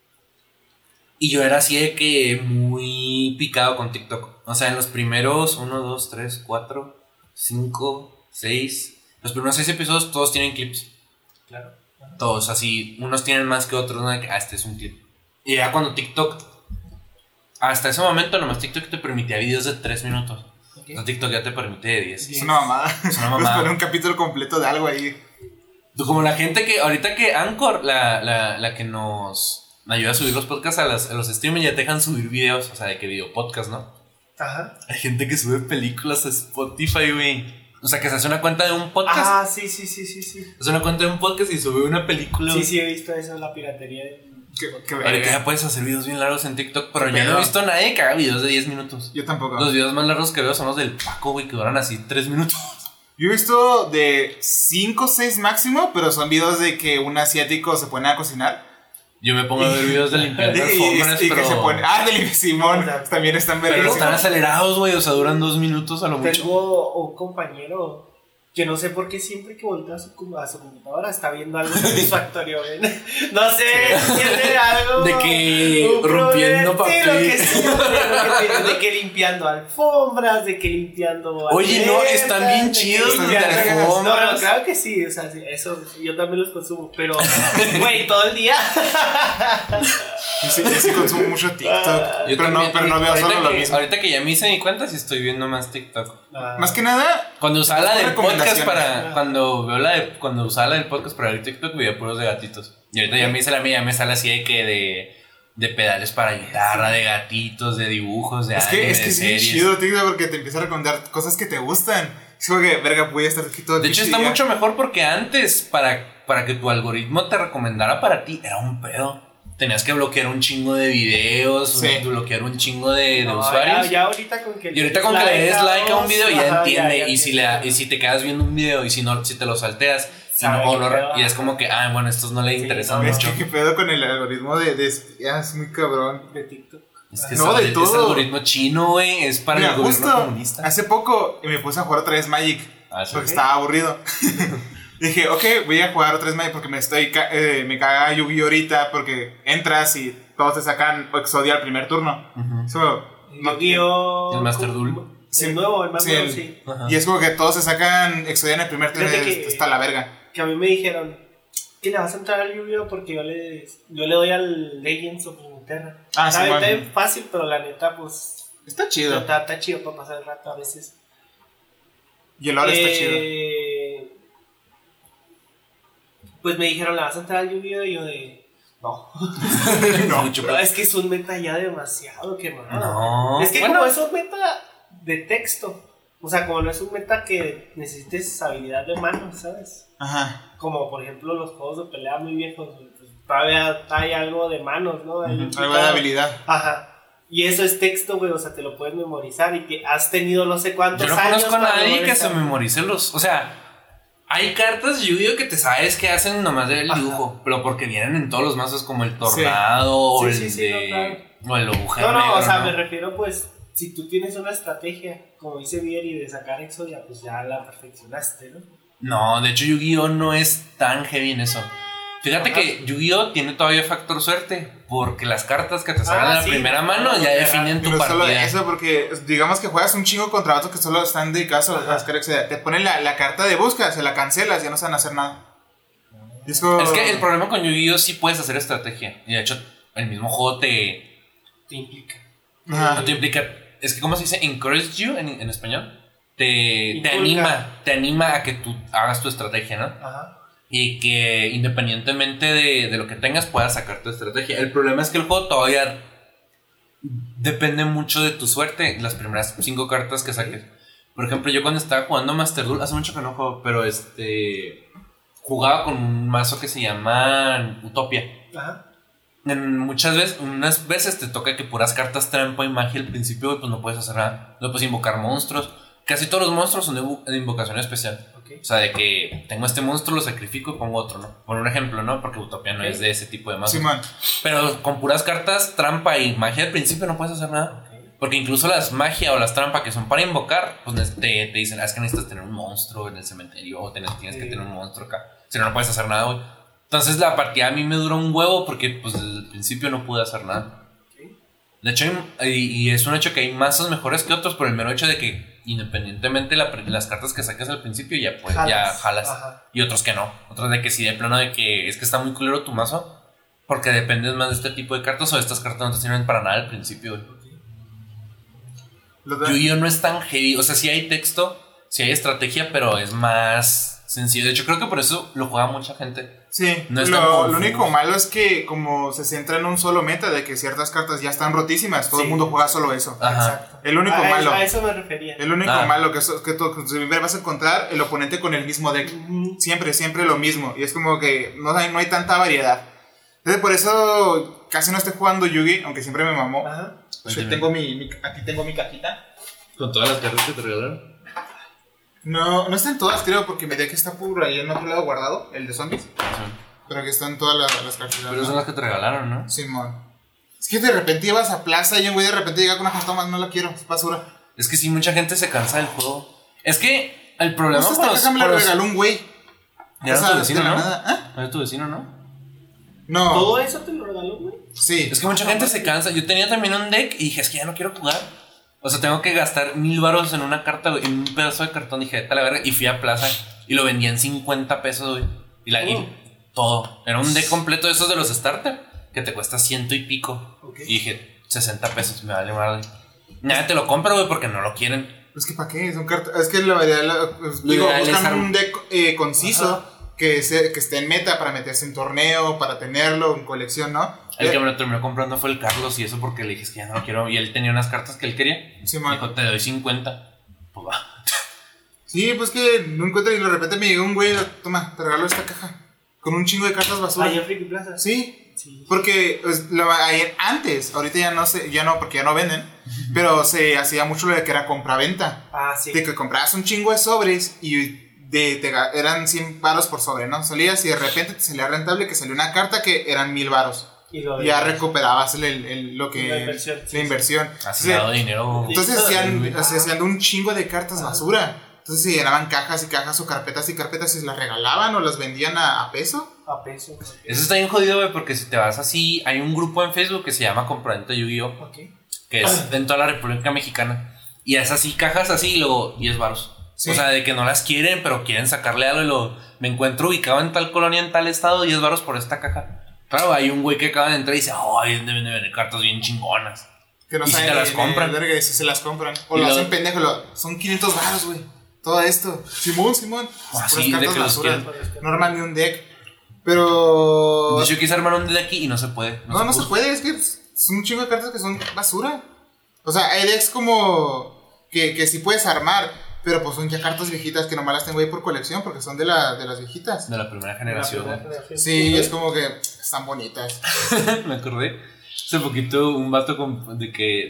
Y yo era así de que muy picado con TikTok. O sea, en los primeros 1, 2, 3, 4, 5, 6. Los primeros 6 episodios todos tienen clips. Claro. Todos así. Unos tienen más que otros. ¿No? De que, este es un clip. Y ya cuando TikTok. Hasta ese momento nomás TikTok te permitía videos de 3 minutos. Okay. No, TikTok ya te permite de 10. Es una mamada. Es una Puedes mamada. poner un capítulo completo de algo ahí. Como la gente que. Ahorita que Anchor, la que nos ayuda a subir los podcasts a los streaming, ya te dejan subir videos. O sea, de que video podcast, ¿no? Ajá. Hay gente que sube películas a Spotify, güey. O sea, que se hace una cuenta de un podcast. Ah, sí. Hace una cuenta de un podcast y sube una película. Sí, he visto eso, la piratería. Qué Ahorita verga. ya puedes hacer videos bien largos en TikTok, pero Qué yo no pedo. he visto a nadie que haga videos de 10 minutos. Yo tampoco. Los videos más largos que veo son los del Paco, güey, que duran así 3 minutos. Yo he visto de 5 o 6 máximo, pero son videos de que un asiático se pone a cocinar. Yo me pongo a ver videos de limpiar alfombras, y pero... que se pone. De Simón. También están Pero verdes. están acelerados, güey, o sea, duran 2 minutos a lo mucho. Tengo un compañero que no sé por qué siempre que voltea a su computadora está viendo algo satisfactorio, güey. No sé, tiene algo. De que un rompiendo problema, sí, lo papel. que sea, de que limpiando alfombras, de que limpiando. Oye, no, están bien de que chidos los de limpiando- alfombras. No, claro que sí, o sea, sí, eso yo también los consumo, pero, güey, todo el día. Sí, consumo mucho TikTok. Yo Pero no veo ahorita solo lo que- mismo. Ahorita que ya me hice mi cuenta, sí estoy viendo más TikTok. Más que nada, Cuando usaba la del podcast Recomendaciones. cuando usaba la del podcast para ver TikTok, veía puros de gatitos. Y ahorita ya me hice la mía, ya me sale así de que de pedales para guitarra, de gatitos, de dibujos, de es anime, que de es bien series. chido TikTok porque te empieza a recomendar cosas que te gustan. Es como que, verga, voy a estar aquí todo el De hecho, pinche está día. mucho mejor porque antes, para que tu algoritmo te recomendara para ti, era un pedo. Tenías que bloquear un chingo de videos, Sí. bloquear un chingo de No, usuarios. ya ahorita con que Y ahorita con que le des like a un video ya ajá, entiende. ya y si te quedas viendo un video y si te lo salteas, Sabe qué pedo, y es como que, bueno, estos no le Sí, interesan no, Es mucho. que qué pedo con el algoritmo de es muy cabrón. de TikTok. Es que No, de es todo. algoritmo chino, güey. Es para Mira, el gobierno justo comunista. hace poco me puse a jugar otra vez Magic Sí. porque estaba aburrido. Dije, ok, voy a jugar otra vez Magic porque me caga Yu-Gi-Oh ahorita porque entras y todos te sacan Exodia al primer turno. Ujú. So, no- Yu-Gi-Oh! El Master Duel. Sí, El nuevo, el más sí, nuevo, el- sí. Ajá. Y es como que todos se sacan Exodia en el primer turno. Fíjate que- Está la verga. Que a mí me dijeron que le vas a entrar al Yu-Gi-Oh! Porque yo le doy al Legends of Runeterra. Ah, Está sí, bien, bueno. está bien fácil, pero la neta, pues. Está chido. Está chido para pasar el rato a veces. Y el lore está chido. Pues me dijeron, ¿le vas a entrar al Yu-Gi-Oh! Y yo de. No. No. Mucho No, es que es un meta ya demasiado quemado. No. Es que Bueno, como es un meta de texto. O sea, como no es un meta que necesites habilidad de mano, ¿sabes? Ajá. Como por ejemplo los juegos de pelea muy viejos, pues, todavía hay algo de manos, ¿no? Ahí Algo de implicado. habilidad. Ajá. Y eso es texto, güey, o sea, te lo puedes memorizar y que has tenido no sé cuántos yo no años. conozco a para nadie que memorizar. se memorice los. O sea, hay cartas de Yu-Gi-Oh! Que te sabes que hacen nomás del Ajá. dibujo. Pero porque vienen en todos los mazos como el tornado o el Sí, de. no, claro. O el agujero. No, o negro, sea, ¿no? me refiero, pues, si tú tienes una estrategia, como dice Vieri, de sacar Exodia, pues ya la perfeccionaste, ¿no? No, de hecho Yu-Gi-Oh! No es tan heavy en eso. Fíjate que Yu-Gi-Oh tiene todavía factor suerte, porque las cartas que te salen en la sí, primera mano ya definen tu no solo partida. eso, porque digamos que juegas un chingo contra otros que solo están dedicados a las cartas. Te ponen la carta de busca, se la cancelas, ya no saben hacer nada. Y es como... Es que el problema con Yu-Gi-Oh sí puedes hacer estrategia. Y de hecho, el mismo juego te implica. Ajá. no te implica. Es que, ¿cómo se dice? Encourage you en español. Te Inculca. anima a que tú hagas tu estrategia, ¿no? Ajá. Y que independientemente de lo que tengas, puedas sacar tu estrategia. El problema es que el juego todavía depende mucho de tu suerte. Las primeras 5 cartas que saques. Por ejemplo, yo cuando estaba jugando Master Duel, hace mucho que no juego, pero jugaba con un mazo que se llama Utopia. Ajá. Unas veces te toca que puras cartas trampa y magia al principio, pues no puedes hacer nada. No puedes invocar monstruos. Casi todos los monstruos son de invocación especial. Okay. O sea, de que tengo este monstruo, lo sacrifico y pongo otro, ¿no? Por un ejemplo, ¿no? Porque Utopia no es de ese tipo de mazos. Simón. Pero con puras cartas trampa y magia al principio no puedes hacer nada. Okay. Porque incluso las magia o las trampas que son para invocar, pues te dicen, es que necesitas tener un monstruo en el cementerio o tienes que tener un monstruo acá. Si no, no puedes hacer nada, güey. Entonces la partida a mí me duró un huevo porque pues desde el principio no pude hacer nada. Okay. De hecho, y es un hecho que hay mazos mejores que otros por el mero hecho de que independientemente las cartas que saques al principio ya pues ya jalas. Ajá. Y otros que no. Otros de que sí, de plano de que es que está muy culero tu mazo porque dependes más de este tipo de cartas o estas cartas no te sirven para nada al principio, güey. Yu-Gi-Oh no es tan heavy, o sea, sí hay texto, sí hay estrategia, pero es más sencillo. De hecho, creo que por eso lo juega mucha gente. Sí, No es tan lo confuso. único malo es que como se centra en un solo meta de que ciertas cartas ya están rotísimas, todo el mundo juega solo eso. Ajá. Exacto. El único malo. A eso me refería. El único malo que tú siempre vas a encontrar el oponente con el mismo deck. Ujú. Siempre lo mismo. Y es como que no hay tanta variedad. Entonces por eso casi no estoy jugando Yugi, aunque siempre me mamó. Ajá. Aquí tengo mi cajita. Con todas las cartas que te regalaron. No están todas, creo, porque mi deck está por ahí en otro lado guardado, el de zombies. Pero aquí están todas las cartas. Pero son las que te regalaron, ¿no? Simón. Es que de repente ibas a plaza y un güey de repente llega con una carta más, no la quiero, es basura. Es que sí, mucha gente se cansa del juego. Es que el problema Pues esta caja me la regaló un güey. Ya O era sea, tu vecino, de la ¿no? nada. ¿Ah? Era tu vecino, ¿no? No. ¿Todo eso te lo regaló, güey? Sí. Es que mucha gente se cansa. Yo tenía también un deck y dije, es que ya no quiero jugar. O sea, tengo que gastar 1000 varos en una carta, güey, en un pedazo de cartón. Dije, vete a la verga. Y fui a plaza y lo vendía en 50 pesos, güey. Y todo. Era un deck completo de esos de los starter que te cuesta 100 y pico. Okay. Y dije, 60 pesos, me vale madre. Nadie te lo compra, güey, porque no lo quieren. Es que ¿para qué? Son cartas. Es que la variedad. Lo ideal es Buscan un deck conciso. Ajá. Que esté en meta para meterse en torneo, para tenerlo en colección, ¿no? El que me lo terminó comprando fue el Carlos y eso porque le dije, es que ya no lo quiero. Y él tenía unas cartas que él quería. Sí, man. Dijo, te doy 50. Pues va. Sí, pues que no encuentro y de repente me llegó un güey, toma, te regalo esta caja. Con un chingo de cartas basura. Allá en Friki Plaza. Sí. Sí. Porque pues, ayer, antes, ahorita ya no sé, ya no, porque ya no venden. Pero se hacía mucho lo de que era compra-venta. Ah, sí. De que comprabas un chingo de sobres y eran 100 varos por sobre, ¿no? Salías y de repente te salía rentable que salió una carta que eran 1000 varos. Y lo Y ya de- recuperabas lo que La inversión, sí, la inversión. Así Sí. dado dinero. Entonces Sí, hacían un chingo de cartas basura. Entonces se llenaban cajas y cajas o carpetas y carpetas y se las regalaban o las vendían a peso. A peso. Eso está bien jodido, güey, porque si te vas así, hay un grupo en Facebook que se llama Compraventa Yu-Gi-Oh, Ok. que es en toda la República Mexicana. Y es así, cajas así y luego 10 varos. Sí. O sea, de que no las quieren, pero quieren sacarle algo y me encuentro ubicado en tal colonia, en tal estado, 10 varos por esta caja. Claro, hay un güey que acaba de entrar y dice, ay, deben de vender cartas bien chingonas. Que no ¿Y si saben te las ni compran? verga, y si se las compran. O Y lo lo- hacen pendejo. Son 500 varos, güey. Todo esto. Simón. Ah, Puras sí, de cartas que los basura. quieren. No arman ni un deck. Pero. De hecho, yo quise armar un de aquí y no se puede. No se pudo. puede. Es que son un chingo de cartas que son basura. O sea, hay decks como. Que sí puedes armar. Pero pues son ya cartas viejitas que nomás las tengo ahí por colección. Porque son de las viejitas. De la primera generación. La primera generación. Sí, es como que están bonitas. Me acordé hace poquito un vato de que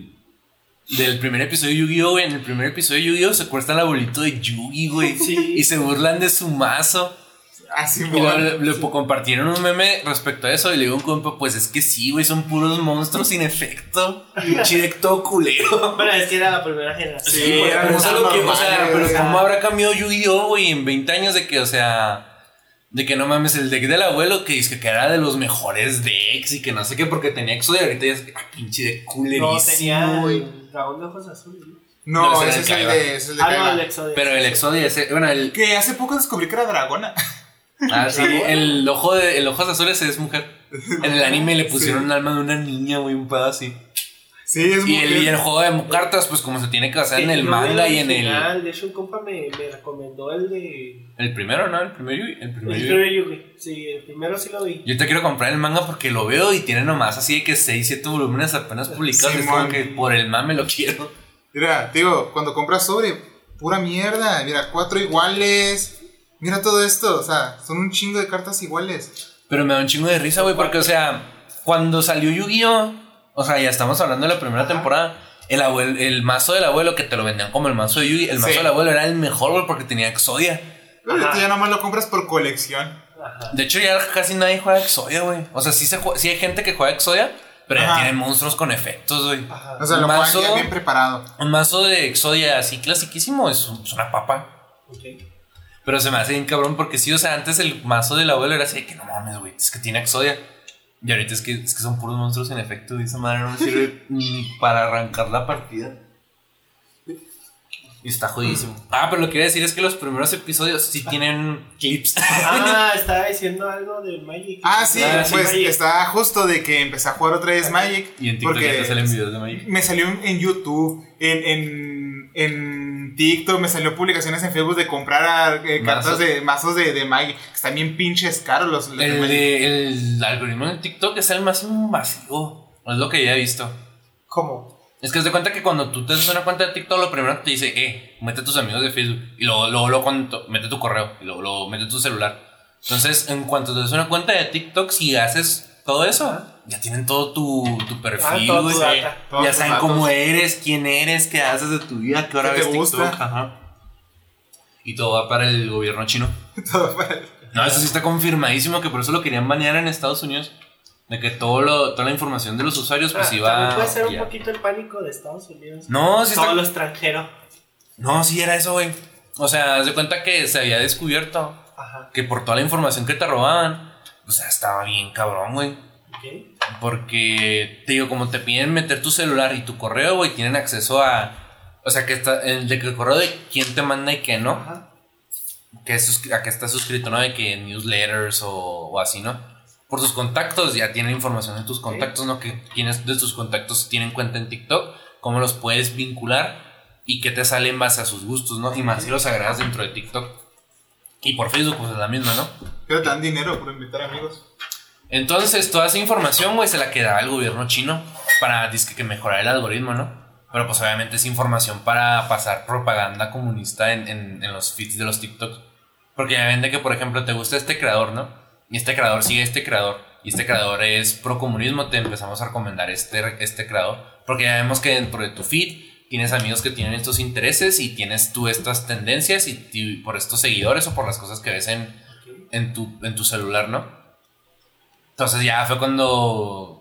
del primer episodio de Yu-Gi-Oh, güey. En el primer episodio de Yu-Gi-Oh secuestran al abuelito de Yugi, güey. Sí. Y se burlan de su mazo. Así, Y luego le compartieron un meme respecto a eso. Y le digo a un compa, pues es que sí, güey, son puros monstruos sin efecto. Chidek todo culero. Bueno, es que era la primera generación. Sí, Pero eso es lo que, o sea, normal, pero o sea. ¿cómo habrá cambiado Yu-Gi-Oh, güey, en 20 años de que, o sea, De que no mames, el deck del abuelo que dice que era de los mejores decks y que no sé qué, porque tenía Exodia. Ahorita ya es pinche de culerísimo, güey. El dragón de ojos azules. No, ese es el de Kaiba. el Exodia. Pero el Exodia, ese, bueno, el. Que hace poco descubrí que era dragona. Ah, sí, el ojos azules es mujer. En el anime le pusieron un alma de una niña, güey, un pedo así. Sí, es mujer. Y el juego de cartas, pues como se tiene que basar en el manga y en el. De hecho, un compa me recomendó el de. El primero, ¿no? El primer Yugi. El primer Yugi. Sí, el primero sí lo vi. Yo te quiero comprar el manga porque lo veo y tiene nomás así de que 6, 7 volúmenes apenas publicados. Sí, es como que por el mame lo quiero. Mira, digo, cuando compras sobre, pura mierda. Mira, 4 iguales. Mira todo esto, o sea, son un chingo de cartas iguales. Pero me da un chingo de risa, güey, porque, o sea, cuando salió Yu-Gi-Oh! O sea, ya estamos hablando de la primera temporada. El mazo del abuelo, que te lo vendían como el mazo de Yu-Gi, el mazo del abuelo era el mejor, güey, porque tenía Exodia. Pero tú ya nomás lo compras por colección. Ajá. De hecho, ya casi nadie juega Exodia, güey. O sea, sí hay gente que juega Exodia, pero ya tienen monstruos con efectos, güey. O sea, lo juegan ya bien preparado. Un mazo de Exodia así clasiquísimo es una papa. Ok. Pero se me hace bien cabrón porque sí, o sea, antes el mazo del abuelo era así de que no mames, güey, es que tiene Exodia. Y ahorita es que son puros monstruos en efecto y esa madre no me sirve ni para arrancar la partida. Y está jodidísimo. Pero lo que iba a decir es que los primeros episodios sí tienen clips. Estaba diciendo algo de Magic. Sí, pues Magic. Estaba justo de que empecé a jugar otra vez Magic. Y en TikTok te salen videos de Magic. Me salió en YouTube, en TikTok, me salió publicaciones en Facebook de comprar cartas de mazos de Magic. Están bien pinches caros los el algoritmo de TikTok es el más invasivo. Es lo que ya he visto. ¿Cómo? Es que te das cuenta que cuando tú te haces una cuenta de TikTok, lo primero que te dice, mete a tus amigos de Facebook. Y luego cuando mete tu correo. Y luego mete tu celular. Entonces, en cuanto te haces una cuenta de TikTok, si haces todo eso, ya tienen todo tu perfil, güey. Ya saben cómo eres, quién eres, qué haces de tu vida, qué hora ves TikTok. Ajá. Y todo va para el gobierno chino. Todo para el... No, eso sí está confirmadísimo, que por eso lo querían banear en Estados Unidos. De que toda la información de los usuarios pues iba... También puede ser un poquito el pánico de Estados Unidos. No, sí todo lo extranjero. No, sí era eso, güey. O sea, haz de cuenta que se había descubierto que por toda la información que te robaban, o sea, estaba bien cabrón, güey. Okay. Porque, te digo, como te piden meter tu celular y tu correo, güey, tienen acceso a... O sea, que está el correo de quién te manda y qué no. Ajá. A qué está suscrito, ¿no? De que newsletters o así, ¿no? Por tus contactos, ya tienen información de tus contactos, ¿no? Que quiénes de tus contactos tienen cuenta en TikTok, cómo los puedes vincular y qué te sale en base a sus gustos, ¿no? Y más si los agregas dentro de TikTok. Y por Facebook, pues es la misma, ¿no? Pero te dan dinero por invitar amigos. Entonces, toda esa información, güey, se la quedaba el gobierno chino para que mejorar el algoritmo, ¿no? Pero pues obviamente es información para pasar propaganda comunista en los feeds de los TikToks. Porque ya ven de que, por ejemplo, te gusta este creador, ¿no? Y este creador sigue a este creador. Y este creador es pro comunismo. Te empezamos a recomendar este creador. Porque ya vemos que dentro de tu feed tienes amigos que tienen estos intereses. Y tienes tú estas tendencias. Y por estos seguidores o por las cosas que ves en tu celular, ¿no? Entonces ya fue cuando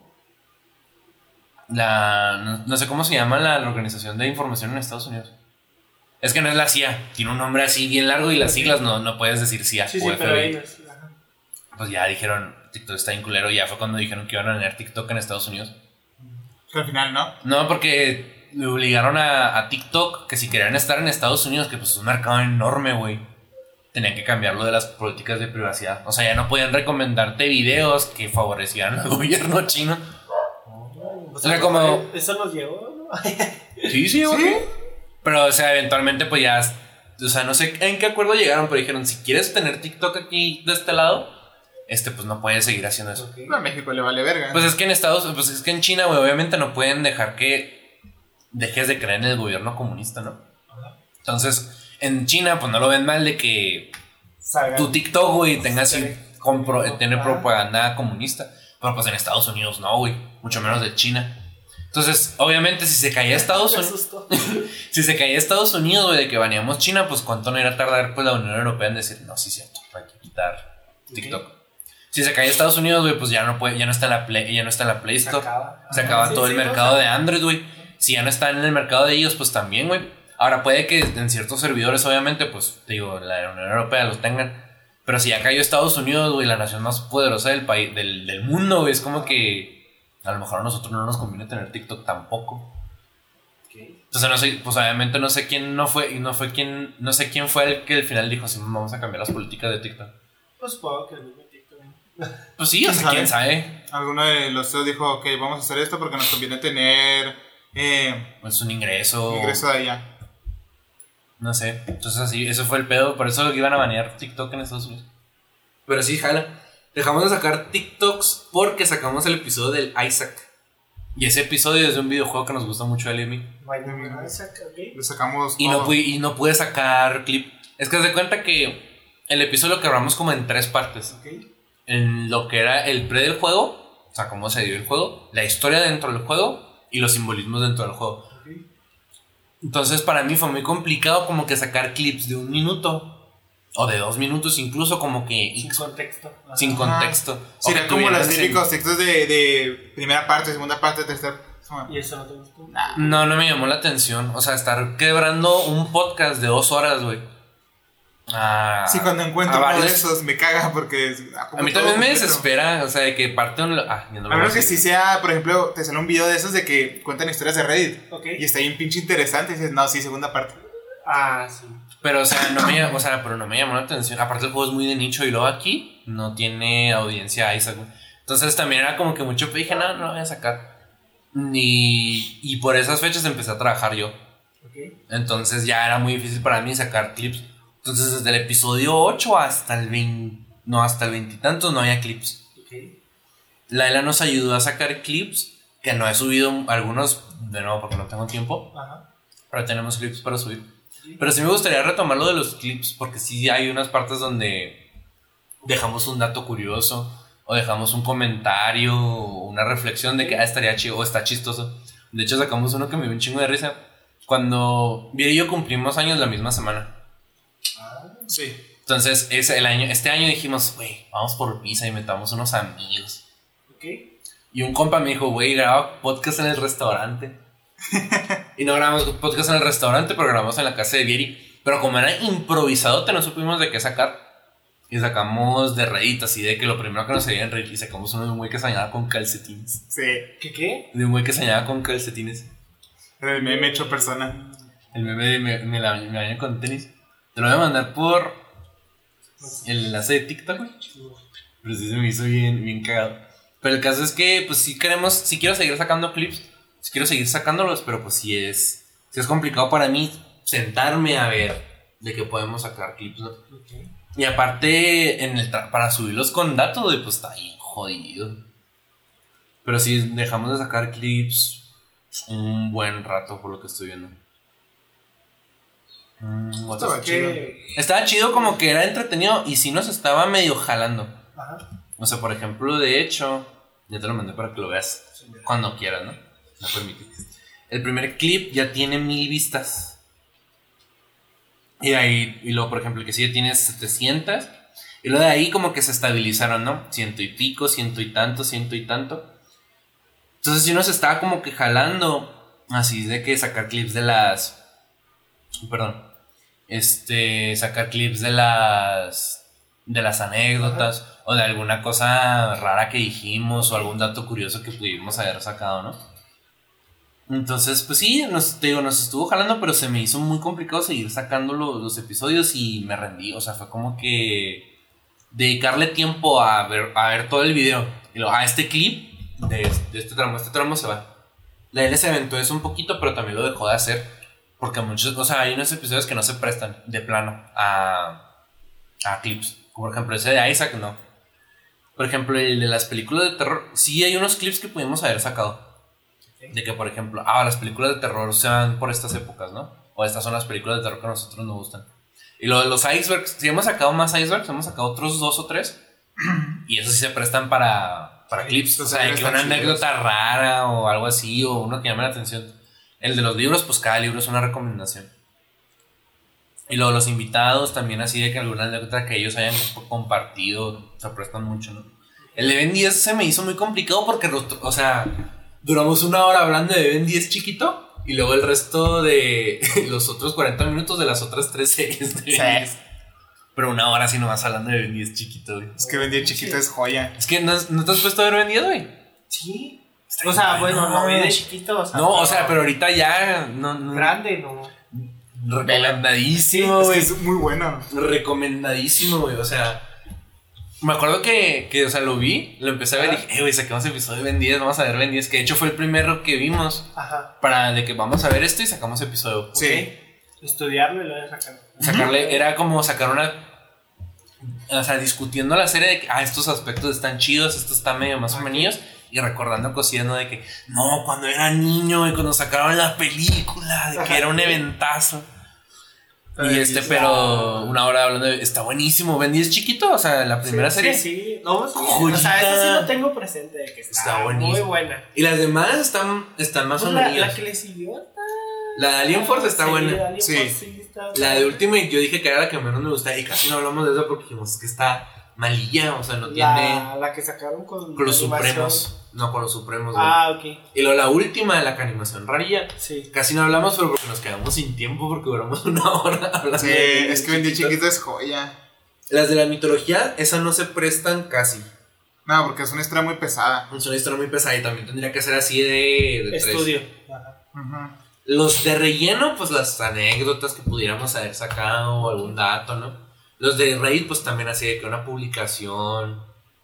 no sé cómo se llama la Organización de Información en Estados Unidos. Es que no es la CIA. Tiene un nombre así bien largo. Y las siglas no puedes decir CIA. Sí, pero ellos... Pues ya dijeron, TikTok está bien culero. Ya fue cuando dijeron que iban a tener TikTok en Estados Unidos. Pero al final no. No, porque le obligaron a TikTok que si querían estar en Estados Unidos, que pues es un mercado enorme, güey, tenían que cambiarlo de las políticas de privacidad. O sea, ya no podían recomendarte videos que favorecieran al gobierno chino. O sea, como... Eso nos llegó, ¿no? Sí, güey. Pero, o sea, eventualmente pues ya... O sea, no sé en qué acuerdo llegaron, pero dijeron, si quieres tener TikTok aquí de este lado... pues no puedes seguir haciendo eso. No, a México le vale verga. Pues es que en China, güey, obviamente no pueden dejar que dejes de creer en el gobierno comunista, ¿no? Entonces, en China, pues no lo ven mal de que tu TikTok, güey, tenga así, tiene propaganda comunista. Pero pues en Estados Unidos no, güey, mucho menos de China. Entonces, obviamente, si se caía Estados Unidos, si se caía Estados Unidos, güey, de que baneamos China, pues cuánto no irá a tardar pues la Unión Europea en decir, no, sí, cierto, hay que quitar TikTok. Si se cae Estados Unidos, güey, pues ya no está en la Play Store. Se acaba todo el mercado de Android, güey. Si ya no está en el mercado de ellos, pues también, güey. Ahora puede que en ciertos servidores, obviamente, pues te digo, la Unión Europea los tengan. Pero si ya cayó Estados Unidos, güey, la nación más poderosa del país, del mundo, güey, es como que a lo mejor a nosotros no nos conviene tener TikTok tampoco. Entonces no sé, pues obviamente no sé quién no sé quién fue el que al final dijo así, vamos a cambiar las políticas de TikTok. Pues supongo que el mismo TikTok. Pues sí, o sea, quién sabe. Alguno de los CEOs dijo, ok, vamos a hacer esto porque nos conviene tener Pues un ingreso de allá. No sé, entonces así, eso fue el pedo, por eso iban a banear TikTok en Estados Unidos. Pero sí, jala. Dejamos de sacar TikToks porque sacamos el episodio del Isaac. Y ese episodio es de un videojuego que nos gusta mucho a él y a mí. Le sacamos y todo. no pude sacar clip. Es que se cuenta que el episodio lo quebramos como en 3 partes. En lo que era el pre del juego, o sea, cómo se dio el juego, la historia dentro del juego y los simbolismos dentro del juego. Entonces para mí fue muy complicado como que sacar clips de 1 minuto o de 2 minutos, incluso como que sin contexto. Sin contexto. Sí, eran como los típicos textos de primera parte, segunda parte, tercera. ¿Y eso no te gustó? No me llamó la atención. O sea, estar quebrando un podcast de 2 horas, güey. Sí, cuando encuentro uno de esos me caga porque a mí también me desespera, o sea, de que parte un... a menos que si sea, por ejemplo, te sale un video de esos de que cuentan historias de Reddit y está bien pinche interesante y dices, no, sí, segunda parte. Sí. Pero, o sea, pero no me llamó la atención. Aparte el juego es muy de nicho y luego aquí no tiene audiencia Isaac, güey. Entonces también era como que mucho, dije, no lo voy a sacar. Y por esas fechas empecé a trabajar yo. Entonces ya era muy difícil para mí sacar clips. Entonces desde el episodio 8 hasta el 20... No, hasta el 20 y tantos no había clips. Laila nos ayudó a sacar clips, que no he subido algunos, de nuevo porque no tengo tiempo. Pero tenemos clips para subir. Pero sí me gustaría retomar lo de los clips, porque sí hay unas partes donde dejamos un dato curioso, o dejamos un comentario, o una reflexión de que estaría chido, o está chistoso. De hecho sacamos uno que me dio un chingo de risa. Cuando Viera y yo cumplimos años la misma semana. Sí. Entonces, este año dijimos, güey, vamos por pizza y metamos unos amigos. Y un compa me dijo, güey, graba podcast en el restaurante. Y no grabamos podcast en el restaurante, pero grabamos en la casa de Vieri. Pero como era improvisado, no supimos de qué sacar. Y sacamos de Reddit, así de que lo primero que nos salía en Reddit. Y sacamos uno de un güey que se bañaba con calcetines. Sí. ¿Qué? De un güey que se bañaba con calcetines. El meme hecho persona. El meme de me baño con tenis. Te lo voy a mandar por el enlace de TikTok, güey. Pero sí se me hizo bien cagado. Pero el caso es que, pues sí quiero seguir sacando clips. Sí quiero seguir sacándolos, pero pues sí es complicado para mí sentarme a ver de qué podemos sacar clips, ¿no? Y aparte, para subirlos con datos, pues está bien jodido. Pero sí, dejamos de sacar clips un buen rato por lo que estoy viendo. Estaba chido, como que era entretenido y sí nos estaba medio jalando. O sea, por ejemplo, de hecho, ya te lo mandé para que lo veas cuando quieras, ¿no? No permite. El primer clip ya tiene 1000 vistas. Y luego, por ejemplo, el que sigue tiene 700. Y luego de ahí como que se estabilizaron, ¿no? 100 y pico, 100 y tanto, 100 y tanto. Entonces sí nos estaba como que jalando. Así de que sacar clips de las... Perdón. Sacar clips de las anécdotas. O de alguna cosa rara que dijimos. O algún dato curioso que pudimos haber sacado, ¿no? Entonces, pues sí, nos estuvo jalando, pero se me hizo muy complicado seguir sacando los episodios y me rendí. O sea, fue como que dedicarle tiempo a ver todo el video. Y luego, este clip de este tramo se va. La L se aventó eso un poquito, pero también lo dejó de hacer. Porque hay unos episodios que no se prestan de plano a clips. Como por ejemplo ese de Isaac, no. Por ejemplo, el de las películas de terror, sí hay unos clips que pudimos haber sacado. De que, por ejemplo, las películas de terror se van por estas épocas, ¿no? O estas son las películas de terror que a nosotros nos gustan. Y lo de los icebergs, si hemos sacado más icebergs, hemos sacado otros 2 o 3. Y esos sí se prestan para clips. O sea, de que una anécdota rara o algo así, o uno que llame la atención. El de los libros, pues cada libro es una recomendación. Y luego los invitados también, así de que alguna anécdota que ellos hayan compartido, se prestan mucho, ¿no? El de Ben 10 se me hizo muy complicado porque, o sea, duramos 1 hora hablando de Ben 10 chiquito y luego el resto de los otros 40 minutos de las otras 3 series de Ben 10. Pero una hora así nomás hablando de Ben 10 chiquito, güey. Es que Ben 10 chiquito es joya. Es que no te has puesto a ver Ben 10, güey. Sí. O sea, bueno, no vi de chiquito. O sea, no, o sea, pero ahorita ya. Grande, no. Recomendadísimo, güey. Es muy bueno. Recomendadísimo, güey. O sea, me acuerdo que o sea, lo vi, lo empecé a ver y dije, güey, saquemos episodio de Ben 10, vamos a ver Ben 10. Que de hecho fue el primero que vimos. Ajá. Para de que vamos a ver esto y sacamos episodio. Sí. Okay. Estudiarlo y lo voy a sacar. Sacarle, era como sacar una. O sea, discutiendo la serie de que, estos aspectos están chidos, estos están medio más o menos. Y recordando cosillas, ¿no? De que, no, cuando era niño y cuando sacaron la película, de que era un eventazo. Y pero una hora hablando de, está buenísimo. Ben 10 chiquito, o sea, la primera serie. Sí. No, sí. Joyita. O sea, esa sí lo tengo presente, de que está buenísimo. Muy buena. Y las demás están más o menos. La que le siguió. La de Alien Force está buena. Sí. Force, está la de Ultimate yo dije que era la que menos me gusta y casi no hablamos de eso porque dijimos que está malilla, o sea, no tiene. La que sacaron con los Supremos. No, con los Supremos. Ok. Y luego la última de la animación rarilla. Sí. Casi no hablamos, pero porque nos quedamos sin tiempo porque duramos una hora hablando. Sí, es que Ben 10 chiquito es joya. Las de la mitología, esas no se prestan casi. No, porque es una historia muy pesada. Es una historia muy pesada y también tendría que ser así de estudio. Ajá. Los de relleno, pues las anécdotas que pudiéramos haber sacado o algún dato, ¿no? Los de Reddit, pues también así de que una publicación.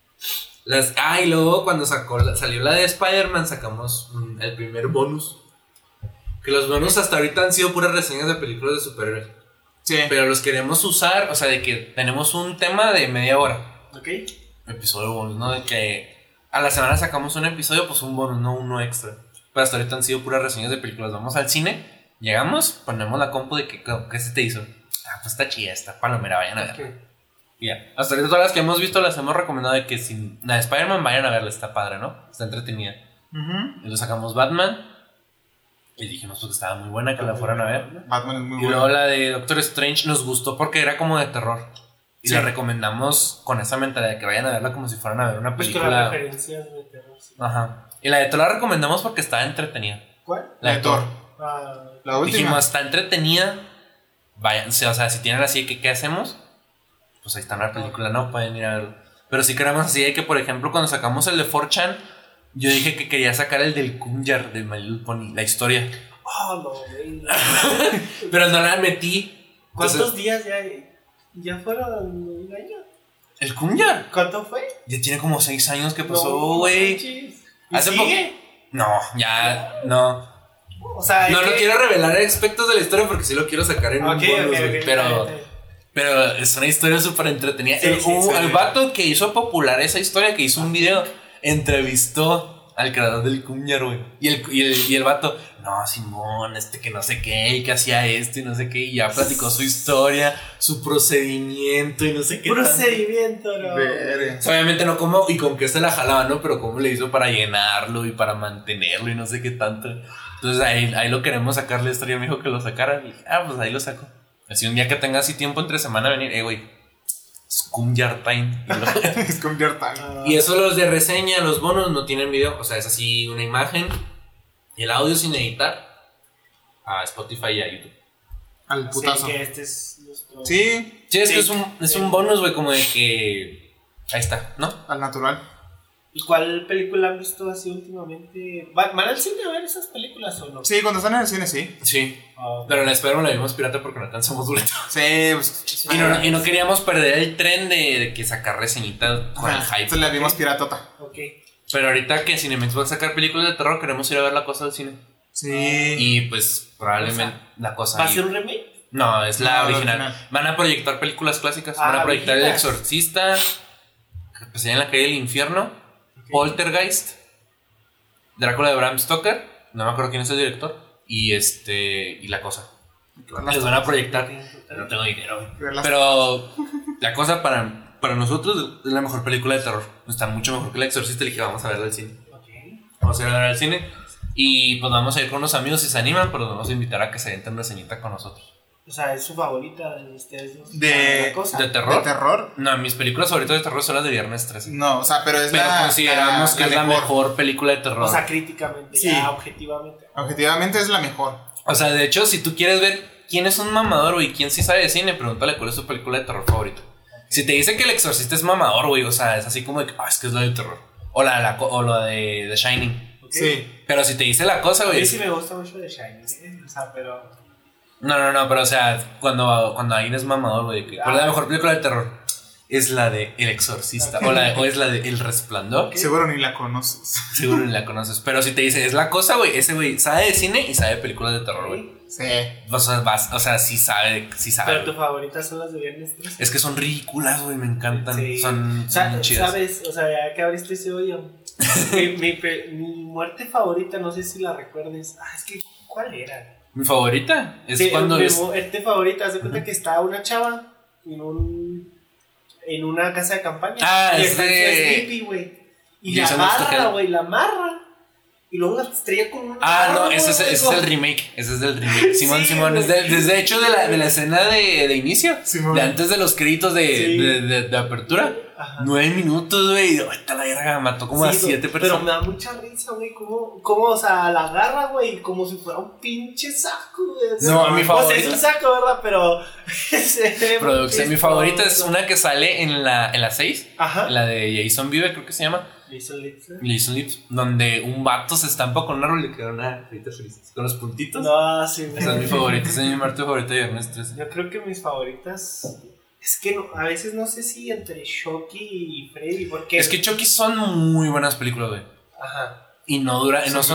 Y luego cuando salió la de Spider-Man, sacamos el primer bonus. Que los bonus hasta ahorita han sido puras reseñas de películas de superhéroes. Sí. Pero los queremos usar, o sea, de que tenemos un tema de media hora. Ok. Episodio bonus, ¿no? De que a la semana sacamos un episodio, pues un bonus, no uno extra. Pero hasta ahorita han sido puras reseñas de películas. Vamos al cine, llegamos, ponemos la compu de que, ¿qué se te hizo? Pues está chida, está palomera, vayan a verla. Okay. Ya. Hasta ahorita todas las que hemos visto las hemos recomendado de que si la de Spider-Man vayan a verla, está padre, ¿no? Está entretenida. Y luego sacamos Batman. Y dijimos pues que estaba muy buena, que la fueran a ver. Batman es muy bueno. Y luego la de Doctor Strange nos gustó porque era como de terror. Y la recomendamos con esa mentalidad de que vayan a verla como si fueran a ver una película. Pues con las referencias de terror. Sí. Ajá. Y la de Thor la recomendamos porque estaba entretenida. ¿Cuál? La de Thor. La última. Dijimos, está entretenida. Vayan, o sea, si tienen así que, ¿qué hacemos? Pues ahí está la película, ¿no? Pueden ir a verlo. Pero si queremos así de que, por ejemplo, cuando sacamos el de 4chan, yo dije que quería sacar el del Kumyar de My Little Pony, la historia. No, pero no la metí. ¿Cuántos días ya fueron un año? ¿El Kumyar? ¿Cuánto fue? Ya tiene como 6 años que pasó, güey. ¿Hace poco? No, ya, no. O sea, no quiero revelar aspectos de la historia porque sí lo quiero sacar en un bonus, pero es una historia súper entretenida. El vato que hizo popular esa historia, que hizo un video, entrevistó al creador del Kumyar, güey. Y el vato, no, Simón, que no sé qué, y que hacía esto y no sé qué, y ya platicó su historia, su procedimiento y no sé qué. Procedimiento, no. Obviamente no cómo y con qué se la jalaba, ¿no? Pero cómo le hizo para llenarlo y para mantenerlo y no sé qué tanto. Entonces ahí lo queremos sacar la historia, me dijo que lo sacara. Y dije, pues ahí lo saco. Así un día que tenga así tiempo entre semana venir, güey, es Kumyar Time. Es Kumyar Time. Y eso los de reseña, los bonos no tienen video. O sea, es así una imagen y el audio sin editar a Spotify y a YouTube. Al putazo. Sí, que este es nuestro... Sí, es que es un bonus, güey, como de que ahí está, ¿no? Al natural. ¿Y cuál película han visto así últimamente? ¿Van al cine a ver esas películas o no? Sí, cuando están en el cine, sí. Sí. Pero la Spider-Man la vimos pirata porque no alcanzamos boleto. Sí, pues. Y no queríamos perder el tren de que sacar reseñitas con el hype. Entonces la vimos piratota. Ok. Pero ahorita que Cinemex va a sacar películas de terror, queremos ir a ver La Cosa del cine. Sí. Y pues probablemente La Cosa. ¿Va a ser un remake? No, es la original. Van a proyectar películas clásicas. Van a proyectar El Exorcista, pues en la calle del infierno. Poltergeist, Drácula de Bram Stoker, no me acuerdo quién es el director, y La Cosa. Les van a proyectar. No tengo dinero, pero La Cosa para nosotros es la mejor película de terror. Está mucho mejor que El Exorcista. Le dije, vamos a verla al cine. Vamos a ir a ver al cine. Y pues vamos a ir con unos amigos si se animan, pero nos vamos a invitar a que se entren una ceñita con nosotros. O sea, ¿es su favorita de ustedes dos? ¿De Cosa? ¿De terror? ¿De terror? No, mis películas favoritas de terror son las de Viernes 13. No, o sea, pero consideramos que es la mejor película de terror. O sea, críticamente, sí. ya objetivamente. Objetivamente es la mejor. O sea, de hecho, si tú quieres ver quién es un mamador, güey, quién sí sabe de cine, pregúntale cuál es su película de terror favorita. Si te dice que El Exorcista es mamador, güey, o sea, es así como de que, es que es la de terror. O la de The Shining. Okay. Sí. Pero si te dice la cosa, A güey. mí sí me gusta mucho The Shining, o sea, pero... No, pero o sea, cuando alguien es mamador, güey, ¿cuál es la mejor película de terror? Es la de El Exorcista, okay. o es la de El Resplandor. Okay. Seguro ni la conoces. Seguro ni la conoces. Pero si te dice, es la cosa, güey, ese güey sabe de cine y sabe de películas de terror, güey. Sí. O sea, sí sabe. Pero tus favoritas son las de Viernes 13. Es que son ridículas, güey, me encantan. Sí. Son chidas. ¿Sabes? O sea, ya que abriste ese hoyo. mi muerte favorita, no sé si la recuerdes. Es que, ¿cuál era? Mi favorita es sí, cuando mi muerte favorita, haz de cuenta que está una chava en una casa de campaña. Y está Sleepy, güey. Y la agarra, güey, la amarra. Y luego la estrella con una. No, ese es el remake. Ese es del remake. Simón, es de hecho de la escena de inicio. Simón. De antes de los créditos de apertura. Ajá. 9 minutos, güey. Ahorita la verga mató como a 7 personas. Pero me da mucha risa, güey. ¿Cómo, o sea, la agarra, güey, como si fuera un pinche saco, güey. No, mi favorita. O sea, es un saco, ¿verdad? Pero. Producción. Mi favorita es una que sale en la 6. Ajá. La de Jason Vive, creo que se llama. Jason Lips, donde un vato se estampa con un árbol y le queda una carita feliz con los puntitos. No, sí. Esa es mi favorita, esa es mi muerte favorita de Viernes 13. Yo creo que mis favoritas. Es que a veces no sé si entre Chucky y Freddy, porque... Es que Chucky son muy buenas películas, güey. Ajá. Y no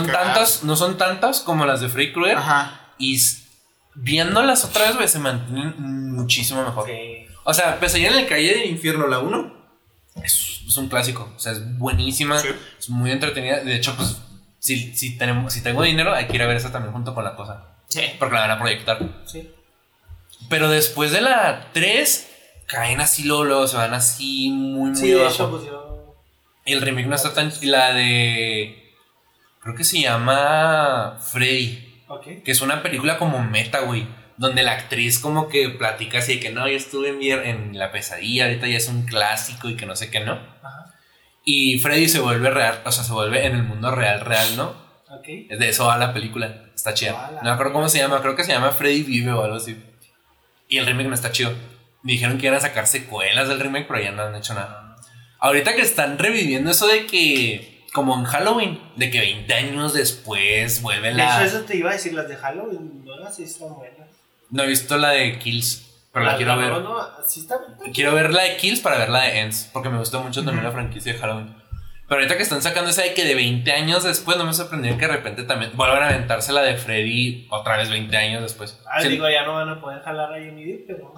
son tantas como las de Freddy Krueger. Ajá. Y viéndolas otra vez, güey, se mantienen muchísimo mejor. Sí. O sea, Pesadilla en el Calle del Infierno, la 1, es un clásico. O sea, es buenísima, sí. Es muy entretenida. De hecho, pues, si tengo dinero, hay que ir a ver esa también junto con la cosa. Sí. Porque la van a proyectar. Sí. Pero después de la 3... caen así luego se van así muy sí, abajo. De hecho, pues yo... El remake no está tan... La de... creo que se llama Freddy. Okay. Que es una película como meta, güey. Donde la actriz como que platica así de que no, yo estuve en la pesadilla, ahorita ya es un clásico y que no sé qué, ¿no? Ajá. Y Freddy se vuelve real, o sea, se vuelve en el mundo real, ¿no? Okay. Es de eso va la película. Está chida. No me acuerdo cómo se llama, creo que se llama Freddy Vive o algo así. Y el remake no está chido. Me dijeron que iban a sacar secuelas del remake, pero ya no han hecho nada. Ahorita que están reviviendo eso de que, como en Halloween, de que 20 años después vuelve la... De hecho, eso te iba a decir, las de Halloween, no las sí están buenas. No he visto la de Kills, pero la quiero ver. No, sí está bien. Quiero ver la de Kills para ver la de Ends, porque me gustó mucho también la franquicia de Halloween. Pero ahorita que están sacando esa de que de 20 años después, no me sorprendería que de repente también vuelvan a aventarse la de Freddy otra vez 20 años después. Sí. Digo, ya no van a poder jalar a Johnny Depp, pero...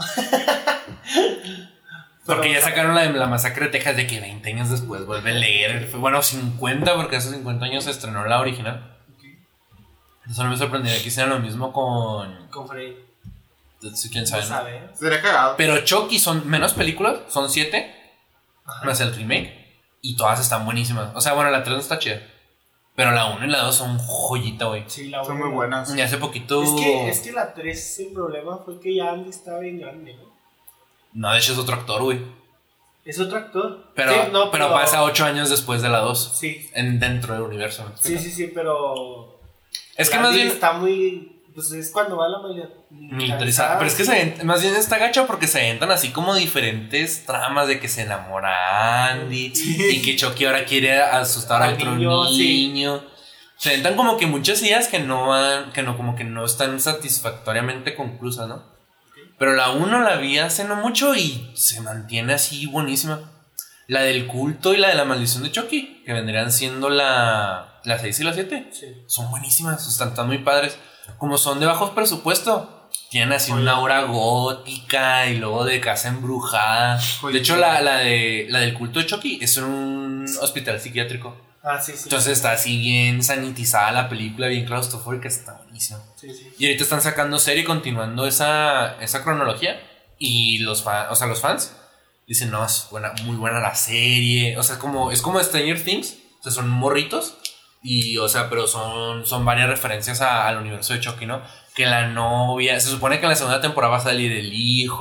Porque ya sacaron la de la masacre de Texas de que 20 años después vuelve a leer. Bueno, 50, porque hace 50 años se estrenó la original. Okay. Entonces no me sorprendería que hicieran lo mismo con Freddy. ¿Quién sabe? No sabe. Sería cagado. Pero Chucky son menos películas, son 7. Más el remake. Y todas están buenísimas. O sea, bueno, la 3 no está chida. Pero la 1 y la 2 son joyita, güey. Sí, la 1. Son muy buenas. Y hace poquito... Es que la 3, el problema fue que ya Andy estaba bien grande, ¿no? No, de hecho es otro actor, güey. Es otro actor. Pero, sí, pero pasa 8 años después de la 2. Sí. Dentro del universo. Sí, pero... Es que más bien... está muy... Pues es cuando va la militarizada. Pero es que más bien está gacho porque se aventan así como diferentes tramas de que se enamora Andy y que Chucky ahora quiere asustar a otro niño. Sí. Se aventan como que muchas ideas que no están satisfactoriamente conclusas, ¿no? Okay. Pero la 1 la vi hace no mucho y se mantiene así buenísima. La del culto y la de la maldición de Chucky, que vendrían siendo la 6 y la 7, sí. Son buenísimas, están muy padres. Como son de bajos presupuesto, tienen así una aura gótica y luego de casa embrujada. De hecho, la del culto de Chucky es un hospital psiquiátrico. Sí. Entonces está así bien sanitizada la película, bien claustrofóbica, está buenísima. Sí. Y ahorita están sacando serie continuando esa cronología. Y los fans dicen, no, es muy buena la serie. O sea, es como Stranger Things. O sea, son morritos. Y, o sea, pero son varias referencias al universo de Chucky, ¿no? Que la novia... Se supone que en la segunda temporada va a salir el hijo.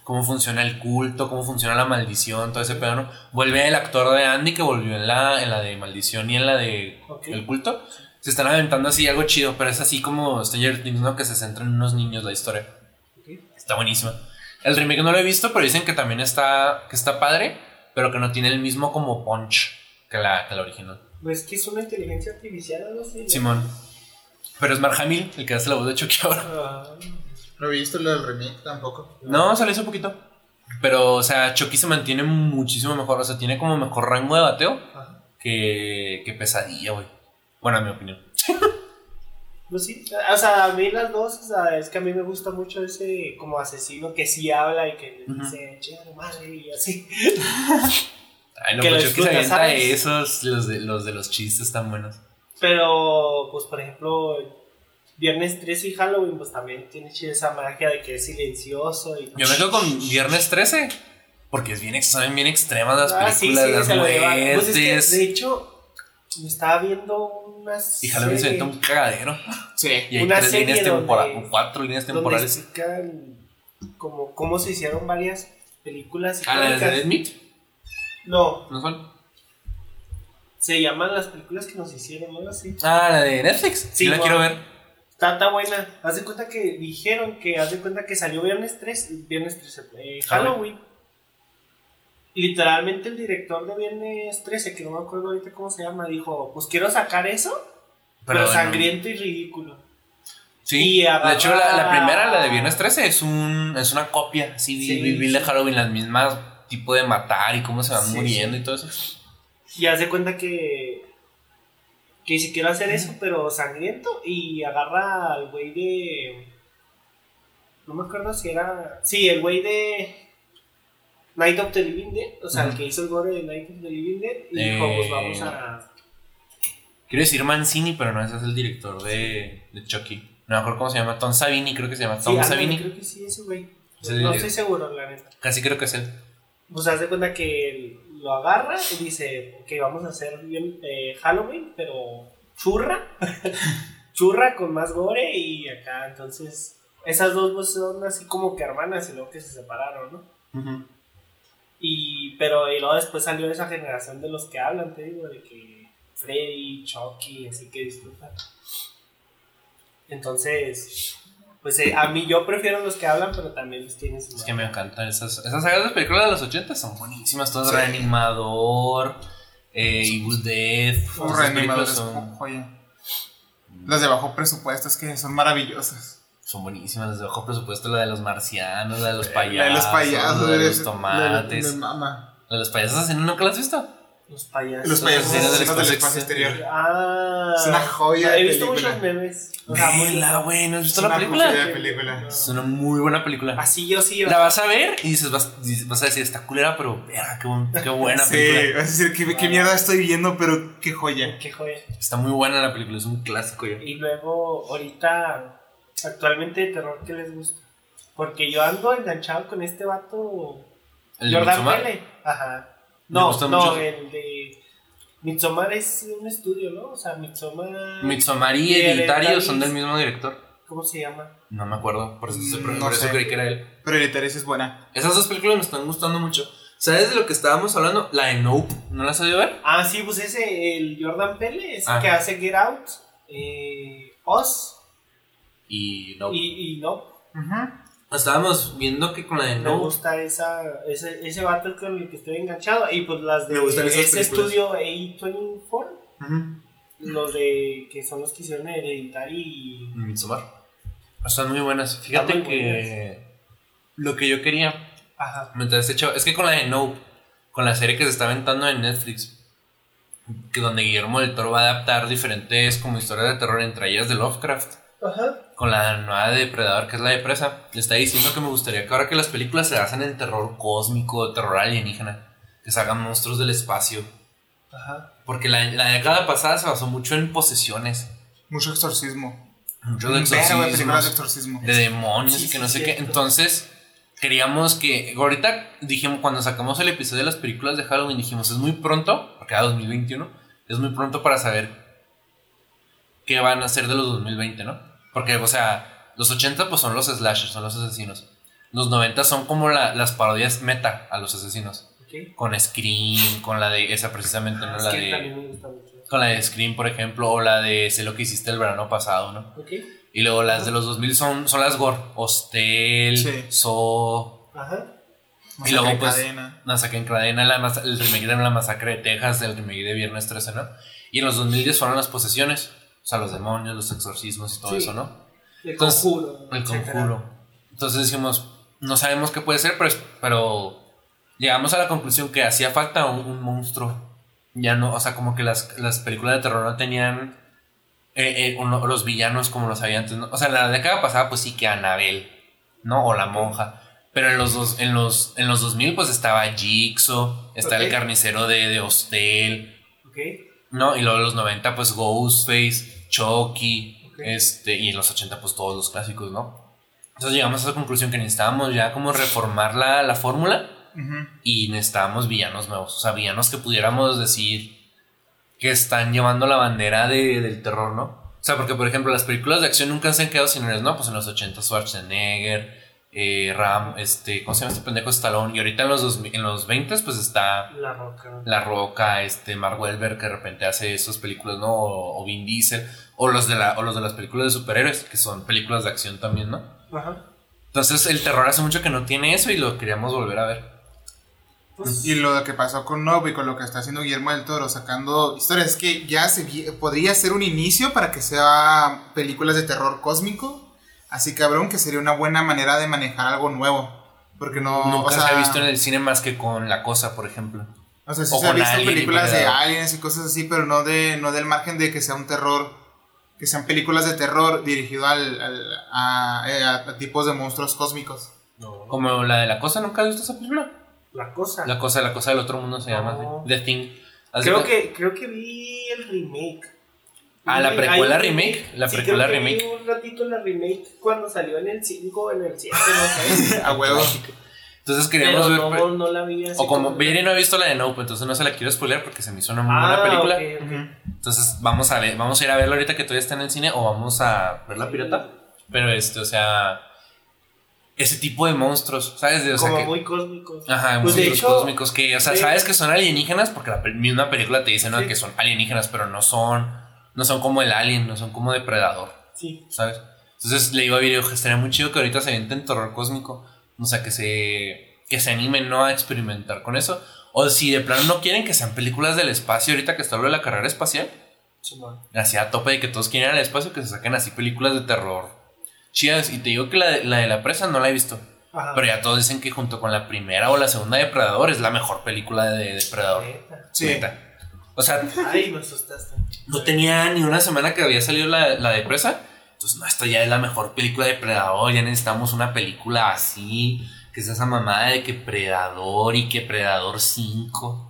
cómo funciona el culto, cómo funciona la maldición, todo ese pedo, ¿no? Vuelve el actor de Andy que volvió en la de maldición y en la de el culto. Se están aventando así algo chido, pero es así como Stranger Things, ¿no? Que se centra en unos niños la historia. Está buenísima. El remake no lo he visto, pero dicen que también está padre, pero que no tiene el mismo como punch que la original. Pues que es una inteligencia artificial, no sé. Simón. Pero es Mark Hamill el que hace la voz de Chucky ahora. No he visto lo del remake tampoco. No, salió hace poquito. Pero, o sea, Chucky se mantiene muchísimo mejor. O sea, tiene como mejor rango de bateo que Pesadilla, güey. Bueno, en mi opinión. Pues sí, o sea, a mí las dos, o sea, es que a mí me gusta mucho ese como asesino que sí habla y que dice, chinga de madre y así. Ay, no, que pues lo Chucky se disfruta, avienta ¿sabes? esos, los de los chistes tan buenos. Pero, pues por ejemplo, Viernes 13 y Halloween, pues también tiene chida esa magia de que es silencioso. Y... Yo me quedo con Viernes 13, porque son bien extremas las películas, sí, las se lo llevan. muertes. Pues es que, de hecho, me estaba viendo unas. Y Halloween se mete un cagadero. Sí. Y hay Una 3 serie líneas donde- temporales, 4 líneas donde temporales. explican como cómo se hicieron varias películas. ¿Ah, la de icónicas. Dead Meat? No, ¿No son? se llaman las películas que nos hicieron, ¿no? Así. Ah, la de Netflix. Sí, la wow. quiero ver. Está buena. Haz de cuenta que dijeron que haz de cuenta que salió Viernes 13, Halloween. Y literalmente el director de Viernes 13, que no me acuerdo ahorita cómo se llama, dijo, pues quiero sacar eso, pero sangriento y ridículo. Sí, Y de hecho la primera, la de Viernes 13, es una copia así vil de Halloween, las mismas tipo de matar y cómo se van muriendo y todo eso. Y haz de cuenta que si quiero hacer eso, pero sangriento, y agarra al güey de... No me acuerdo si era... Sí, el güey de Night of the Living Dead, o sea, el que hizo el gore de Night of the Living Dead, y dijo, pues vamos a... Quiero decir Mancini, pero no, ese es el director de Chucky. No me acuerdo cómo se llama, Tom Savini, creo que se llama Tom Savini. Creo que sí, ese güey. Es No estoy seguro, la neta. Casi creo que es él. Pues haz de cuenta que él lo agarra y dice, ok, vamos a hacer bien Halloween, pero churra. Churra con más gore y acá, entonces... Esas dos pues, son así como que hermanas y luego que se separaron, ¿no? Y luego después salió esa generación de los que hablan, te digo, de que Freddy, Chucky, así que disfrutan. Entonces, pues a mí yo prefiero los que hablan, pero también los tienen su... Es que me encantan esas sagas de películas de los 80 son buenísimas, todas. Sí. Reanimador, Evil Dead. Reanimador es joya. Las de bajo presupuesto es que son maravillosas. Son buenísimas, las de bajo presupuesto, la de los marcianos, la de los payasos, La de los payasos, la de los tomates. Me mama. La de los payasos así, ¿nunca la has visto? Los payasos. Los payasos Del del espacio espacio exterior. Es una joya de He visto película. muchos memes. O sea, Vela, güey, ¿no has visto Es la una película? joya de película. Es una muy buena película. Así yo sí. La vas a ver y dices, vas a decir, está culera, pero verga, qué buena Sí, película. vas a decir, qué mierda estoy viendo, pero qué joya. Qué joya. Está muy buena la película, es un clásico ya. Y luego, ahorita, actualmente de terror, ¿qué les gusta? Porque yo ando enganchado con este vato. ¿El de Jordan Midsommar? Peele. Ajá. Me No, gusta mucho. el de Midsommar es un estudio, ¿no? O sea, Midsommar y Hereditario son del mismo director. ¿Cómo se llama? No me acuerdo, por eso, No por eso sé. creí que era él. Pero Hereditario sí es buena. Esas dos películas me están gustando mucho. ¿Sabes de lo que estábamos hablando? La de Nope, ¿no la has oído ver? Ah, sí, pues ese, el Jordan Peele, es el Ah. que hace Get Out, Us Y Nope. y No. Estábamos viendo que con la de Me Nope. gusta ese vato con el que estoy enganchado. Y pues las de Me gustan esas ese películas. estudio A24, los de que son los que hicieron Hereditary y... Midsommar. Están muy buenas. Fíjate Están muy que lo que yo quería Ajá. mientras hecho es que con la de Nope, con la serie que se está aventando en Netflix, que donde Guillermo del Toro va a adaptar diferentes como historias de terror, entre ellas de Lovecraft, Ajá. con la nueva de Depredador, que es la de Presa, le está diciendo que me gustaría que ahora que las películas se basan en terror cósmico, terror alienígena, que se hagan monstruos del espacio. Ajá. Porque la década pasada se basó mucho en posesiones, Mucho exorcismo. mucho de Un vergo de películas de exorcismos, exorcismo. de demonios Sí, y que sí, no sé qué. cierto. Entonces, queríamos que. Ahorita dijimos, cuando sacamos el episodio de las películas de Halloween, dijimos, es muy pronto, porque era 2021, es muy pronto para saber qué van a hacer de los 2020, ¿no? Porque, o sea, los 80 pues son los slashers, son los asesinos. los 90 son como las parodias meta a los asesinos. Ok. Con Scream, con la de esa precisamente, ¿no? Es La que de, también me gusta mucho. con la de Scream, por ejemplo, o la de Sé lo que hiciste el verano pasado, ¿no? Ok. Y luego las de los 2000 son las gore. Hostel, Sí. Saw. Ajá. Y luego Masacre en pues Cadena. Masacre en Cadena, el remake de La Masacre de Texas, el remake de Viernes 13, ¿no? Y en los 2010 fueron las posesiones, o sea, los demonios, los exorcismos y todo Sí. eso, ¿no? El Entonces, Conjuro. El etcétera. Conjuro. Entonces dijimos, no sabemos qué puede ser, pero llegamos a la conclusión que hacía falta un monstruo. Ya no, o sea, como que las películas de terror no tenían los villanos como los había antes, ¿no? O sea, en la década pasada pues sí que Annabelle, ¿no? O la monja. Pero en los 2000 pues estaba Jigsaw, está el Ok. carnicero de Hostel, Ok. ¿no? Y luego en los 90 pues Ghostface, Chucky, Ok. y en los 80 pues todos los clásicos, ¿no? Entonces llegamos a esa conclusión que necesitábamos ya como reformar la fórmula Ujú. y necesitábamos villanos nuevos, o sea, villanos que pudiéramos decir que están llevando la bandera del terror, ¿no? O sea, porque por ejemplo las películas de acción nunca se han quedado sin héroes, ¿no? Pues en los 80 Schwarzenegger, ¿cómo se llama este pendejo? Stallone. Y ahorita en los 20 pues está La Roca. La Roca, Mark Wahlberg que de repente hace esas películas, ¿no? O Vin Diesel, o los de las películas de superhéroes, que son películas de acción también, ¿no? Ajá. Entonces el terror hace mucho que no tiene eso y lo queríamos volver a ver. Pues, Y lo que pasó con Nope y con lo que está haciendo Guillermo del Toro sacando historias es que ya podría ser un inicio para que sea películas de terror cósmico. Así cabrón, que sería una buena manera de manejar algo nuevo. Porque no. Nunca o sea, se ha visto en el cine más que con La Cosa, por ejemplo. O sea, sí o se ha con visto Alien y películas de Predador. aliens y cosas así, pero no del margen de que sea un terror. Que sean películas de terror dirigido a tipos de monstruos cósmicos. no. Como la de La Cosa, ¿nunca has visto esa película? La Cosa. La cosa del otro mundo se llama No. así. The Thing. Haz Creo de cu- que vi el remake. Ah, la precuela Ahí- remake. La sí, precuela creo que remake. vi un ratito la remake cuando salió en el 5 o en el 7, no sé. A huevo. Entonces queríamos Pero ver. no la vi así. O como Vieri no ha visto la de Nope, entonces no se la quiero spoiler porque se me hizo una muy Ah, buena película. ok, ok. Ujú. Entonces vamos a ir a verla ahorita que todavía está en el cine o vamos a ver la pirata. Pero o sea, ese tipo de monstruos, ¿sabes? O sea, Como que, muy cósmicos. ajá, Pues, de monstruos hecho, cósmicos que, o sea, de- sabes que son alienígenas porque la misma película te dice, ¿no? Sí. Que son alienígenas, pero no son como el alien, no son como depredador, Sí. ¿sabes? Entonces le digo a Vieri, que estaría muy chido que ahorita se avienten terror cósmico, o sea, que se animen, ¿no? A experimentar con eso. O si de plano no quieren que sean películas del espacio, ahorita que está lo de la carrera espacial, Simón. así a tope de que todos quieren ir al espacio, que se saquen así películas de terror chidas. Y te digo que la de la presa no la he visto. Ajá. Pero ya todos dicen que junto con la primera o la segunda de Depredador es la mejor película de Depredador. Neta. Sí. Neta. O sea, Ay, me asustaste. no tenía ni una semana que había salido la de presa. Entonces, no, esta ya es la mejor película de Depredador. Ya necesitamos una película así. Que es esa mamada de que Predador y que Predador 5.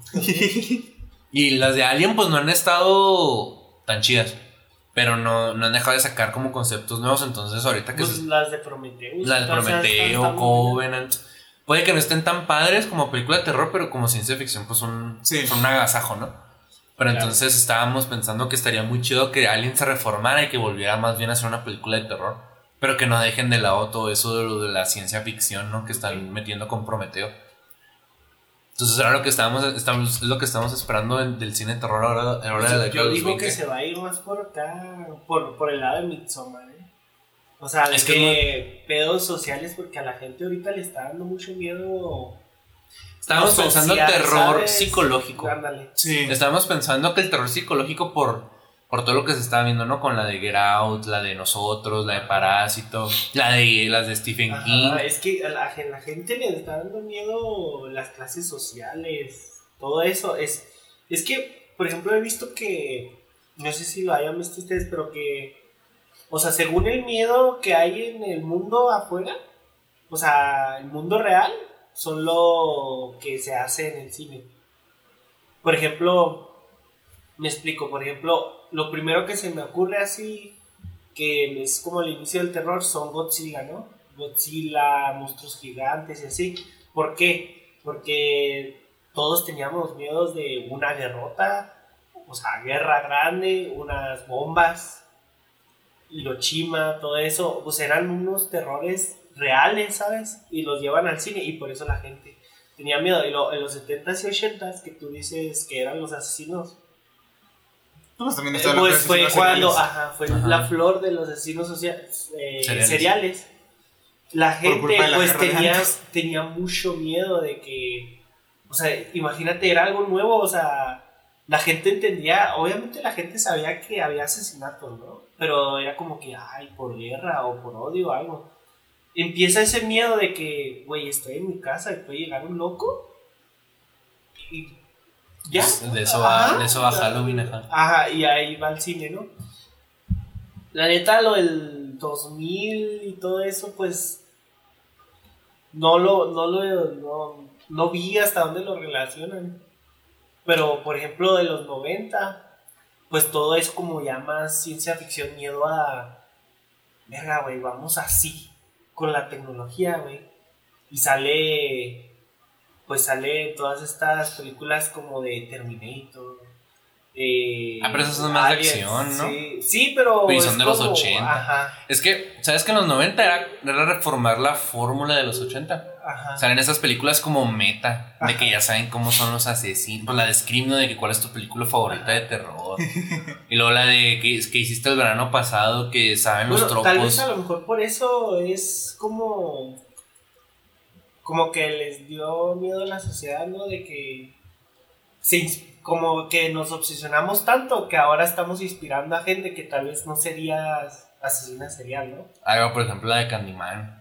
Y las de Alien, pues no han estado tan chidas. Pero no han dejado de sacar como conceptos nuevos. Entonces, ahorita que Pues las de Prometheus. las de o sea, Prometeo, están Covenant. Puede que no estén tan padres como película de terror, pero como ciencia ficción, pues Sí. son un agasajo, ¿no? Pero Claro. entonces estábamos pensando que estaría muy chido que Alien se reformara y que volviera más bien a ser una película de terror. Pero que no dejen de lado todo eso de lo de la ciencia ficción, ¿no? Que están metiendo con Prometeo. Entonces era lo que es lo que estamos esperando del cine de terror ahora de la Pues década yo de los digo 20. que se va a ir más por acá, por el lado de Midsommar, ¿eh? O sea, de Es que que pedos sociales, porque a la gente ahorita le está dando mucho miedo. Estábamos pensando social, terror ¿sabes? psicológico. Ándale. Sí. Estábamos pensando que el terror psicológico por todo lo que se estaba viendo, ¿no? Con la de Get Out, la de Nosotros, la de Parásito, las de Stephen Ajá, King. es que a la gente le está dando miedo las clases sociales, todo eso. Es que, por ejemplo, he visto que, no sé si lo hayan visto ustedes, pero que, o sea, según el miedo que hay en el mundo afuera, o sea, el mundo real, son lo que se hace en el cine. Por ejemplo, me explico, por ejemplo, lo primero que se me ocurre así, que es como el inicio del terror, son Godzilla, ¿no? Godzilla, monstruos gigantes y así. ¿Por qué? Porque todos teníamos miedos de una guerrota, o sea, guerra grande, unas bombas, Hiroshima, todo eso, pues eran unos terrores reales, ¿sabes? Y los llevan al cine y por eso la gente tenía miedo. Y en los 70s y 80s, que tú dices que eran los asesinos, Pues también está pues fue cuando fue Ajá. la flor de los asesinos seriales. La gente culpa de la pues guerra de antes. tenía mucho miedo de que, o sea, imagínate, era algo nuevo, o sea, la gente entendía, obviamente la gente sabía que había asesinatos, ¿no? Pero era como que, ay, por guerra o por odio o algo. Empieza ese miedo de que, güey, estoy en mi casa y puede llegar un loco y ya. Pues de eso va Halloween, ajá. Ajá, y ahí va el cine, ¿no? La neta, lo del 2000 y todo eso, pues no vi hasta dónde lo relacionan. Pero, por ejemplo, de los 90, pues todo es como ya más ciencia ficción, miedo a... Verga, güey, vamos así, con la tecnología, güey. Y sale todas estas películas como de Terminator. Pero esas son más de acción, ¿no? Sí, pero Y son es de los como, 80. Ajá, Es que, ¿sabes que en los 90 era reformar la fórmula de los 80? ajá. Salen esas películas como meta, de Ajá. que ya saben cómo son los asesinos. Pues la de Scream, ¿no? De que cuál es tu película favorita de terror. Y luego la de que hiciste el verano pasado, que saben los tropos. Tal vez a lo mejor por eso es como que les dio miedo a la sociedad, ¿no? De que como que nos obsesionamos tanto que ahora estamos inspirando a gente que tal vez no sería asesina serial, ¿no? Algo, por ejemplo, la de Candyman.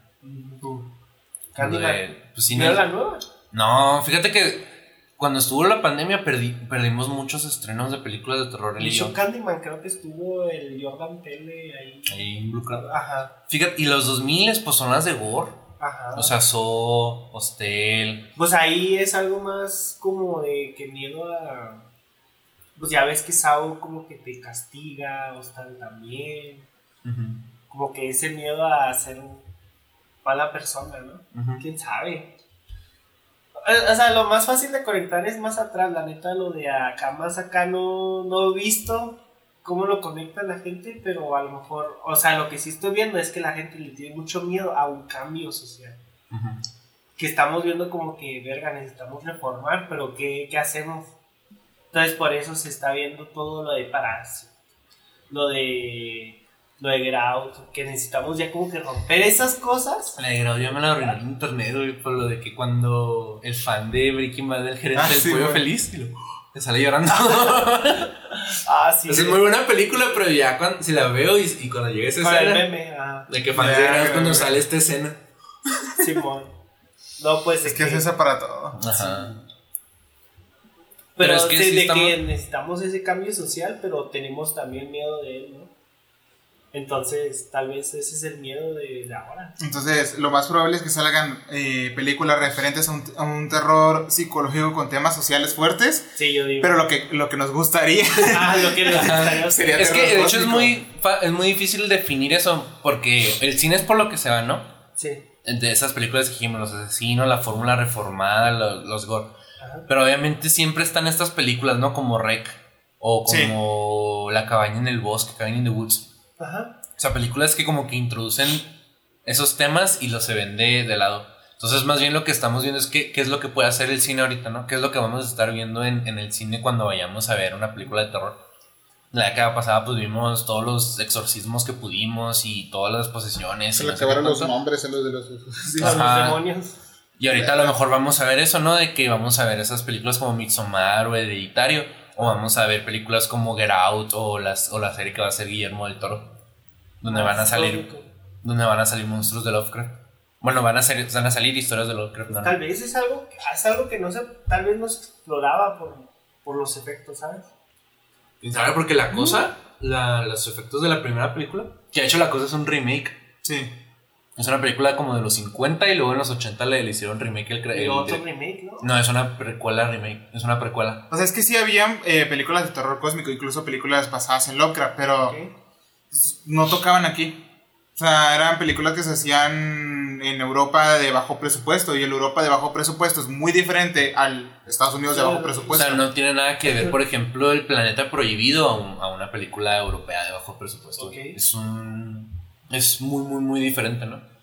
Candyman. Pues sí, ¿Vieron la nueva? No, fíjate que cuando estuvo la pandemia perdimos muchos estrenos de películas de terror. Él y yo. Candyman, creo que estuvo el Jordan Peele Ahí involucrado. Ajá, Fíjate, y los 2000 pues son las de gore. ajá. O sea, Saw, Hostel. Pues ahí es algo más como de que miedo a... Pues ya ves que Saw como que te castiga, Hostal también. Como que ese miedo a ser mala persona, ¿no? ¿Quién sabe? O sea, lo más fácil de conectar es más atrás, la neta, lo de acá no he visto cómo lo conecta la gente, pero a lo mejor, o sea, lo que sí estoy viendo es que la gente le tiene mucho miedo a un cambio social. Que estamos viendo como que, verga, necesitamos reformar, pero ¿qué hacemos? Entonces por eso se está viendo todo lo de Parásito, lo de Get Out, que necesitamos ya como que romper esas cosas. La de Grau ya me la arruinó en internet, güey, por lo de que cuando el fan de Breaking Bad del gerente del sí, pollo güey. feliz y le sale llorando. Sí. Es muy buena película, pero ya si la veo y cuando llegue esa Con el escena meme, de que fan de Grau es cuando sale esta escena. Simón. No, pues Es que es esa para todo. Ajá. Pero es que sí, sí de estamos- que necesitamos ese cambio social, pero tenemos también miedo de él, ¿no? Entonces, tal vez ese es el miedo de ahora. Entonces, lo más probable es que salgan películas referentes a un terror psicológico con temas sociales fuertes. Sí, yo digo. Pero lo que nos gustaría Lo que necesitaría sería Es que terror de hecho es cósmico. muy difícil definir eso, porque el cine es por lo que se va, ¿no? Sí. De esas películas que dijimos, los asesinos, la fórmula reformada, los gore. Ajá. Pero obviamente siempre están estas películas, ¿no? Como Rec o como La cabaña en el bosque, Cabin in the Woods. Ajá. O sea, películas que como que introducen esos temas y los se ven de lado. Entonces, más bien lo que estamos viendo es qué es lo que puede hacer el cine ahorita, ¿no? ¿Qué es lo que vamos a estar viendo en el cine cuando vayamos a ver una película de terror? La década pasada pues vimos todos los exorcismos que pudimos y todas las posesiones. Se y le no sé qué acabaron los tanto. nombres en los de los... Sí, los Ajá. demonios. Y ahorita a lo mejor vamos a ver eso, ¿no? De que vamos a ver esas películas como Midsommar o Hereditario. O vamos a ver películas como Get Out o la serie que va a ser Guillermo del Toro. Donde van a salir monstruos de Lovecraft. Bueno, van a salir historias de Lovecraft, ¿no? Tal vez es algo que no se, tal vez no se exploraba por los efectos, ¿sabes? ¿Y sabes? Porque la cosa, los efectos de la primera película, que de hecho la cosa es un remake. Sí. Es una película como de los 50 y luego en los 80 le hicieron remake Y otro remake, ¿no? No, es una precuela remake, es una precuela. O sea, es que sí habían películas de terror cósmico, incluso películas basadas en Lovecraft, pero Ok. no tocaban aquí. O sea, eran películas que se hacían en Europa de bajo presupuesto, y el Europa de bajo presupuesto es muy diferente al Estados Unidos de bajo O presupuesto. sea, no tiene nada que ver, por ejemplo, El Planeta Prohibido a una película europea de bajo presupuesto. Ok. Es muy, muy, muy diferente, ¿no?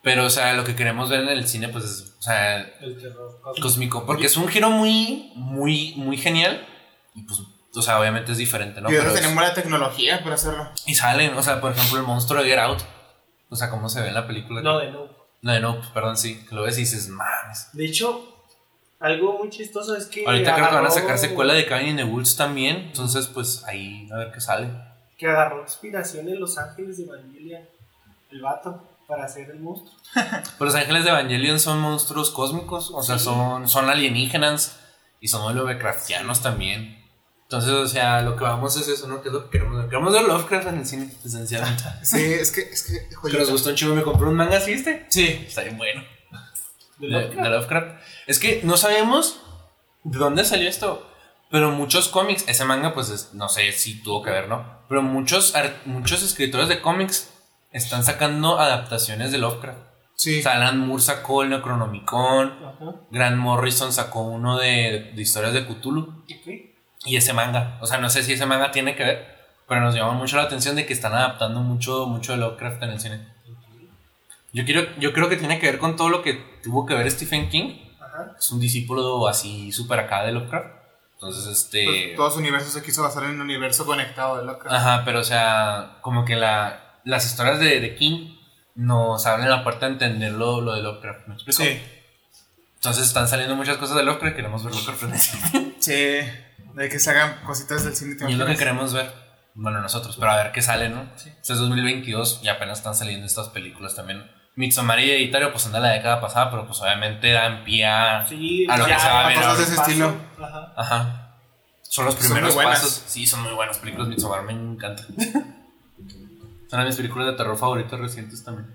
Pero, o sea, lo que queremos ver en el cine, pues es, o sea, El terror cósmico. Porque es un giro muy genial. Y pues, o sea, obviamente es diferente, ¿no? Y ahora Pero tenemos la tecnología para hacerlo. y salen, o sea, por ejemplo, el monstruo de Get Out. O sea, cómo se ve en la película. No, de no. No, de Nope, perdón, sí. Que lo ves y dices, mames. De hecho, algo muy chistoso es que Ahorita creo que van a sacar secuela de Cabin in the Woods también. Entonces, pues ahí a ver qué sale. que agarró inspiración en Los Ángeles de Evangelion, el vato, para hacer el monstruo. Pero los ángeles de Evangelion son monstruos cósmicos. O sea, Sí. son alienígenas. Y son muy Lovecraftianos también. Entonces, o sea, lo que vamos es eso, ¿no? Que es lo que queremos ver. Queremos ver Lovecraft en el cine, esencialmente. Sí, es que Que joyita. nos gustó un chivo. Me compré un manga, ¿sí viste? Sí. Está bien bueno. ¿De De Lovecraft? Lovecraft. Es que no sabemos de dónde salió esto. Pero muchos cómics, ese manga, pues no sé si tuvo que ver, ¿no? Pero muchos escritores de cómics están sacando adaptaciones de Lovecraft. Sí. O sea, Alan Moore sacó el Necronomicon. Ajá. Grant Morrison sacó uno de historias de Cthulhu. Ok. Y ese manga. O sea, no sé si ese manga tiene que ver. Pero nos llama mucho la atención de que están adaptando mucho de Lovecraft en el cine. Yo creo que tiene que ver con todo lo que tuvo que ver Stephen King. Ajá. Es un discípulo así súper acá de Lovecraft. Entonces, Pues, todo su universo se quiso basar en un universo conectado de Lovecraft. Ajá, pero o sea, como que las historias de King nos abren la puerta a entender lo de Lovecraft. ¿Me explico? Sí. Entonces están saliendo muchas cosas de Lovecraft. Queremos ver Lovecraft en el cine. Sí. De que se hagan cositas del cine. ¿te Y es lo que imaginas? queremos ver. Bueno, nosotros, pero a ver qué sale, ¿no? Sí. Este es 2022 y apenas están saliendo estas películas también. Midsommar y Hereditario, pues son de la década pasada, pero pues obviamente dan pie a Sí, lo que se va a ver cosas de ahora. ese estilo. Ajá. Ajá. Son los Son primeros muy buenas. pasos. Sí, son muy buenas películas. Midsommar me encanta. Son de mis películas de terror favoritas recientes también.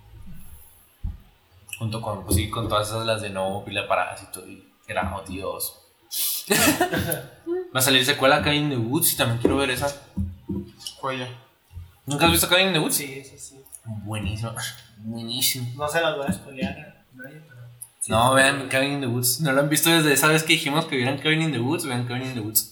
Junto con, pues sí, con todas esas, las de Nope y la Parásito y era, oh Dios. Va a salir secuela Cabin in the Woods y también quiero ver esa. Joya. ¿Nunca has visto Cabin in the Woods? Sí, sí, sí. Buenísimo. Buenísimo. No se las voy a spoilear a nadie, pero... sí. No, vean Cabin in the Woods. No lo han visto desde esa vez que dijimos que vieran Cabin in the Woods. Vean Cabin in the Woods.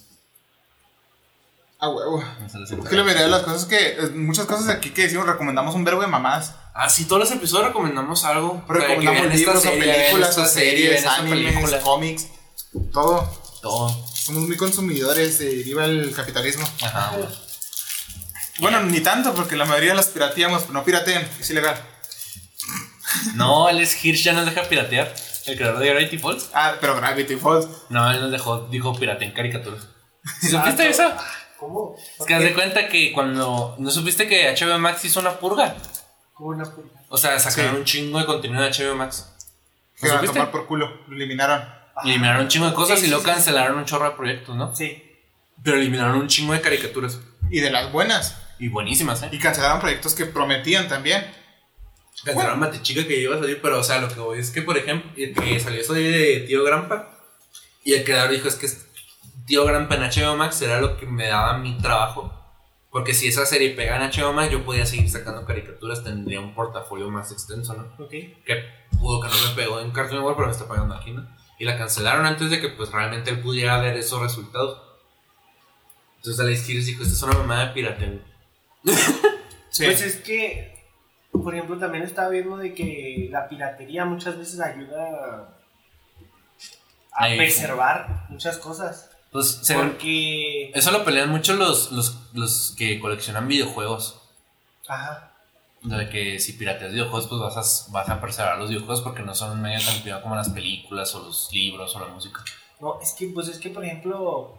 A huevo. No se les Es que la mayoría de las cosas muchas cosas aquí que decimos, recomendamos un verbo de mamadas. Ah, sí, todos los episodios recomendamos algo. Recomendamos libros o películas o series, animes, animes, cómics, todo. Todo. Somos muy consumidores, viva el capitalismo. Ajá. Bueno, ni tanto, porque la mayoría las pirateamos, pero no pirateen, es ilegal. No, Alex Hirsch ya nos deja piratear. El creador de Gravity Falls. Ah, pero Gravity Falls. No, él nos dijo pirateen caricaturas. ¿Sí supiste eso? ¿Cómo? Es que haz de cuenta que cuando... ¿No supiste que HBO Max hizo una purga? ¿Cómo una purga? O sea, sacaron Sí. un chingo de contenido de HBO Max. Que ¿No van a supiste? tomar por culo, lo eliminaron. Eliminaron un chingo de cosas Sí, y sí, luego sí. cancelaron un chorro de proyectos, ¿no? Sí. Pero eliminaron un chingo de caricaturas. Y de las buenas. Y buenísimas, ¿eh? Y cancelaron proyectos que prometían también. Cancelaron Matechica que iba a salir, pero o sea, lo que voy es que, por ejemplo, que salió eso de Tío Grampa. Y el creador dijo, es que Tío Grampa en HBO Max era lo que me daba mi trabajo. Porque si esa serie pega en HBO Max, yo podía seguir sacando caricaturas, tendría un portafolio más extenso, ¿no? Ok. Que pudo que no me pegó en Cartoon Network, pero me está pagando aquí, ¿no? Y la cancelaron antes de que pues realmente él pudiera ver esos resultados. Entonces Alex Hirsch dijo, esta es una mamada de pirateo. Sí. Pues es que, por ejemplo, también estaba viendo de que la piratería muchas veces ayuda a Ahí. preservar muchas cosas. Pues Porque... eso lo pelean mucho los que coleccionan videojuegos. Ajá. De que si pirateas videojuegos, pues vas a preservar los videojuegos porque no son un medio tan cuidado como las películas o los libros o la música. No, es que, por ejemplo,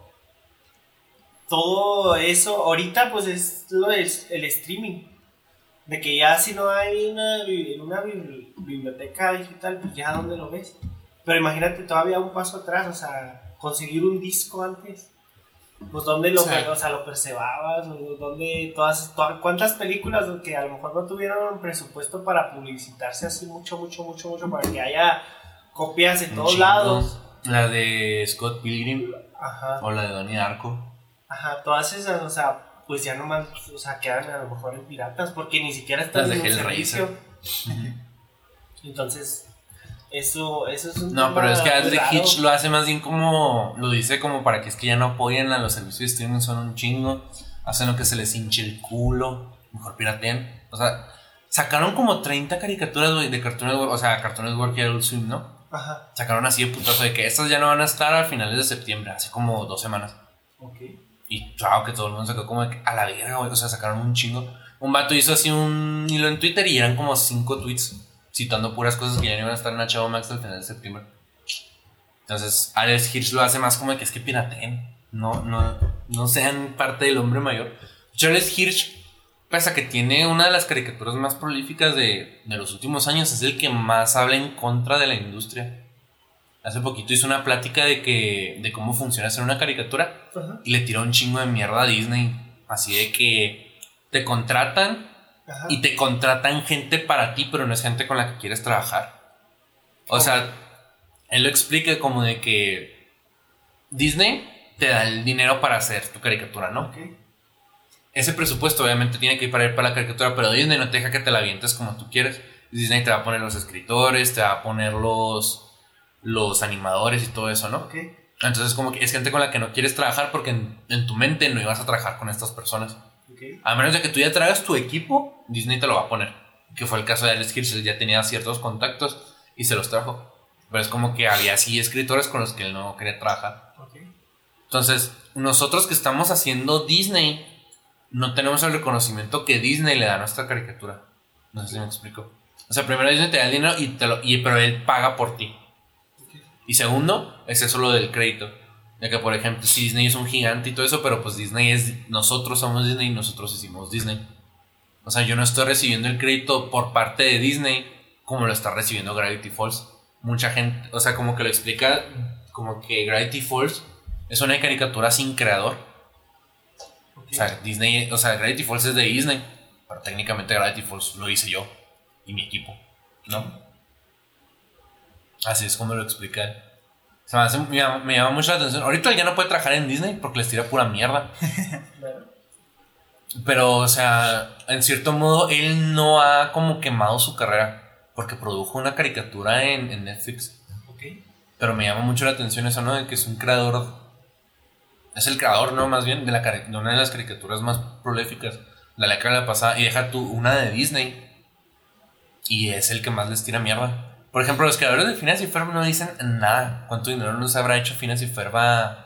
todo eso, ahorita, pues es lo del el streaming. De que ya si no hay en una biblioteca digital, pues ya dónde lo ves. Pero imagínate todavía un paso atrás, o sea, conseguir un disco antes. Pues dónde lo, Sí. o sea, lo preservabas, o dónde cuántas películas que a lo mejor no tuvieron presupuesto para publicitarse así mucho, para que haya copias de Un todos chingo. lados. La de Scott Pilgrim Ajá. o la de Donnie Darko. Ajá, todas esas, o sea, pues ya nomás, o sea, quedan a lo mejor en piratas porque ni siquiera están Las en de un Hellraiser. servicio. Entonces, eso es un No, pero es que tema Alex raro. Hitch lo hace más bien como... Lo dice como para que es que ya no apoyen a los servicios de streaming, son un chingo. Hacen lo que se les hinche el culo. Mejor pirateen. O sea, Sacaron como 30 caricaturas, güey, de Cartoon Network, o sea, Cartoon Network y Adult Swim, ¿no? Ajá. Sacaron así de putazo de que estas ya no van a estar a finales de septiembre, hace como 2 semanas. Ok. Y claro que todo el mundo sacó como de que a la verga, güey, o sea, sacaron un chingo. Un vato hizo así un hilo en Twitter y eran como 5 tweets citando puras cosas que ya no iban a estar en HBO Max al final de septiembre. Entonces, Alex Hirsch lo hace más como de que es que pirateen, no sean parte del hombre mayor. Alex Hirsch, pese a que tiene una de las caricaturas más prolíficas de los últimos años, es el que más habla en contra de la industria. Hace poquito hizo una plática de cómo funciona hacer una caricatura. Ajá. Y le tiró un chingo de mierda a Disney. Así de que te contratan. Ajá. Y te contratan gente para ti, pero no es gente con la que quieres trabajar. O sea, él lo explica como de que Disney te da el dinero para hacer tu caricatura, ¿no? Okay. Ese presupuesto obviamente tiene que ir para la caricatura, pero Disney no te deja que te la avientes como tú quieres. Disney te va a poner los escritores, te va a poner los animadores y todo eso, ¿no? Okay. Entonces como que es gente con la que no quieres trabajar porque en tu mente no ibas a trabajar con estas personas. Okay. A menos de que tú ya traigas tu equipo, Disney te lo va a poner. Que fue el caso de Alex Hirsch, ya tenía ciertos contactos y se los trajo. Pero es como que había así escritores con los que él no quería trabajar. Okay. Entonces, nosotros que estamos haciendo Disney, no tenemos el reconocimiento que Disney le da a nuestra caricatura. No sé si me explico. O sea, primero Disney te da el dinero pero él paga por ti. Okay. Y segundo, es eso lo del crédito. De que, por ejemplo, si Disney es un gigante y todo eso, pero pues Disney es... Nosotros somos Disney y nosotros hicimos Disney. O sea, yo no estoy recibiendo el crédito por parte de Disney como lo está recibiendo Gravity Falls. Mucha gente, o sea, como que lo explica como que Gravity Falls es una caricatura sin creador. Okay. O sea, Disney, o sea, Gravity Falls es de Disney, pero técnicamente Gravity Falls lo hice yo y mi equipo, ¿no? Así es como lo explica él. O sea, me llama mucho la atención. Ahorita él ya no puede trabajar en Disney porque les tira pura mierda. Pero, o sea, en cierto modo, él no ha como quemado su carrera porque produjo una caricatura en Netflix. Okay. Pero me llama mucho la atención eso, ¿no? De que es un creador. Es el creador, ¿no? Más bien, de una de las caricaturas más prolíficas. La década pasada. Y deja tú una de Disney. Y es el que más les tira mierda. Por ejemplo, los creadores de Phineas y Ferb no dicen nada. ¿Cuánto dinero nos habrá hecho Phineas y Ferb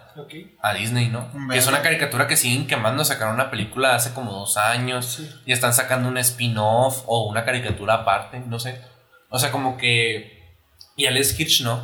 a Disney, no? Que es una caricatura que siguen quemando. Sacaron una película hace como 2 años. Sí. Y están sacando un spin-off o una caricatura aparte, no sé. O sea, como que... Y Alex Hirsch no.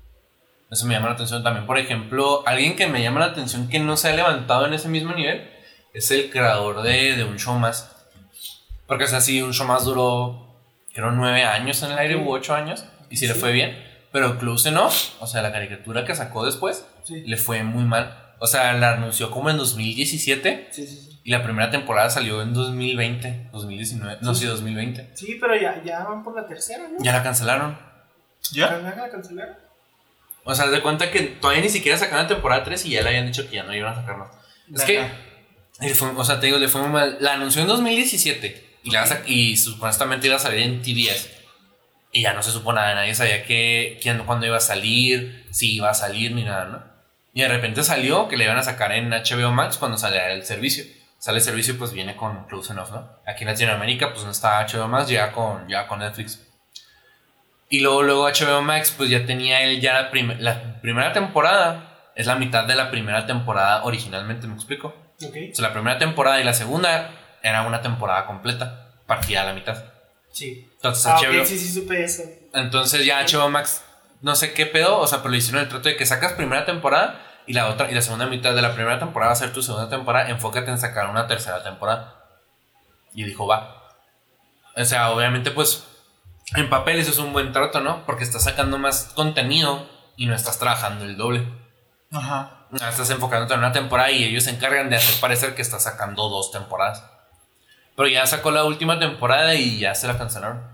Eso me llama la atención también. Por ejemplo, alguien que me llama la atención que no se ha levantado en ese mismo nivel es el creador de Un Show Más. Porque, o sea, sí, Un Show Más duró, creo, 9 años en el aire, u 8 años. Y sí le fue bien. Pero Close Enough, o sea, la caricatura que sacó después, le fue muy mal. O sea, la anunció como en 2017. Sí. Y la primera temporada salió en 2020, 2019, no, sí, 2020. Sí, pero ya van por la tercera, ¿no? Ya la cancelaron. ¿Ya? ¿La cancelaron? O sea, de cuenta que todavía ni siquiera sacaron la temporada 3 y ya le habían dicho que ya no iban a sacar más. Es que, o sea, te digo, le fue muy mal. La anunció en 2017 y supuestamente iba a salir en TBS. Y ya no se supo nada, nadie sabía cuándo iba a salir, si iba a salir ni nada, ¿no? Y de repente salió que le iban a sacar en HBO Max cuando saliera el servicio. Sale el servicio, pues viene con Close Enough, ¿no? Aquí en Latinoamérica, pues no está HBO Max, llega con Netflix. Y luego HBO Max, pues ya tenía él ya la primera temporada. Es la mitad de la primera temporada originalmente, ¿me explico? Okay. O sea, la primera temporada y la segunda era una temporada completa, partida a la mitad. Sí. Entonces HBO... Okay, sí, supe eso. Entonces ya HBO Max, no sé qué pedo, o sea, pero le hicieron el trato de que sacas primera temporada y la segunda mitad de la primera temporada va a ser tu segunda temporada, enfócate en sacar una tercera temporada. Y dijo, va. O sea, obviamente, pues, en papel eso es un buen trato, ¿no? Porque estás sacando más contenido y no estás trabajando el doble. Ajá. Estás enfocándote en una temporada y ellos se encargan de hacer parecer que estás sacando 2 temporadas. Pero ya sacó la última temporada y ya se la cancelaron.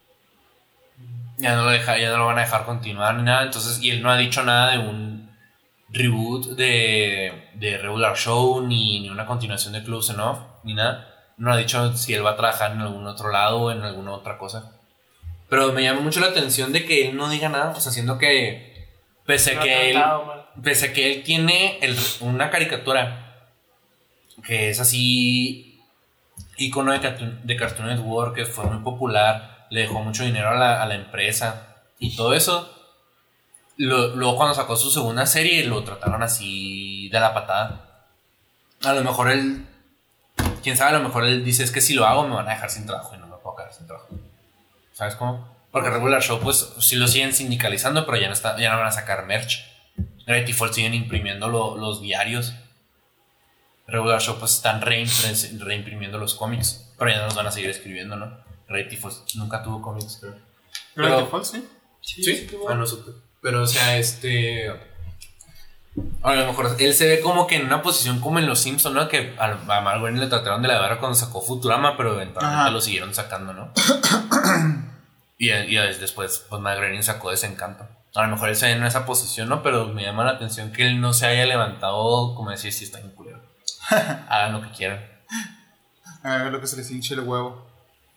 Ya no lo van a dejar continuar ni nada. Entonces, y él no ha dicho nada de un reboot de Regular Show ni una continuación de Close Enough ni nada. No ha dicho si él va a trabajar en algún otro lado o en alguna otra cosa. Pero me llama mucho la atención de que él no diga nada. O sea, siendo que pese a que él tiene una caricatura que es así ícono de Cartoon Network, que fue muy popular, le dejó mucho dinero a la empresa y todo eso. Luego cuando sacó su segunda serie lo trataron así de la patada. A lo mejor él, quién sabe, a lo mejor él dice, es que si lo hago me van a dejar sin trabajo y no me puedo quedar sin trabajo. ¿Sabes cómo? Porque Regular Show pues sí lo siguen sindicalizando, pero ya no van a sacar merch. Gravity Falls siguen imprimiendo los diarios. Regular Show pues están reimprimiendo los cómics, pero ya no los van a seguir escribiendo, ¿no? Gravity Falls nunca tuvo cómics, creo. Gravity Falls, sí. ¿Sí? No supe. Pero, o sea, a lo mejor él se ve como que en una posición como en Los Simpsons, ¿no? Que a Mark Groening le trataron de la verga cuando sacó Futurama, pero eventualmente lo siguieron sacando, ¿no? y después, pues Mark Groening sacó Desencanto. A lo mejor él se ve en esa posición, ¿no? Pero me llama la atención que él no se haya levantado como decir, sí, está en culero. Hagan lo que quieran. Hagan lo que se les hinche el huevo.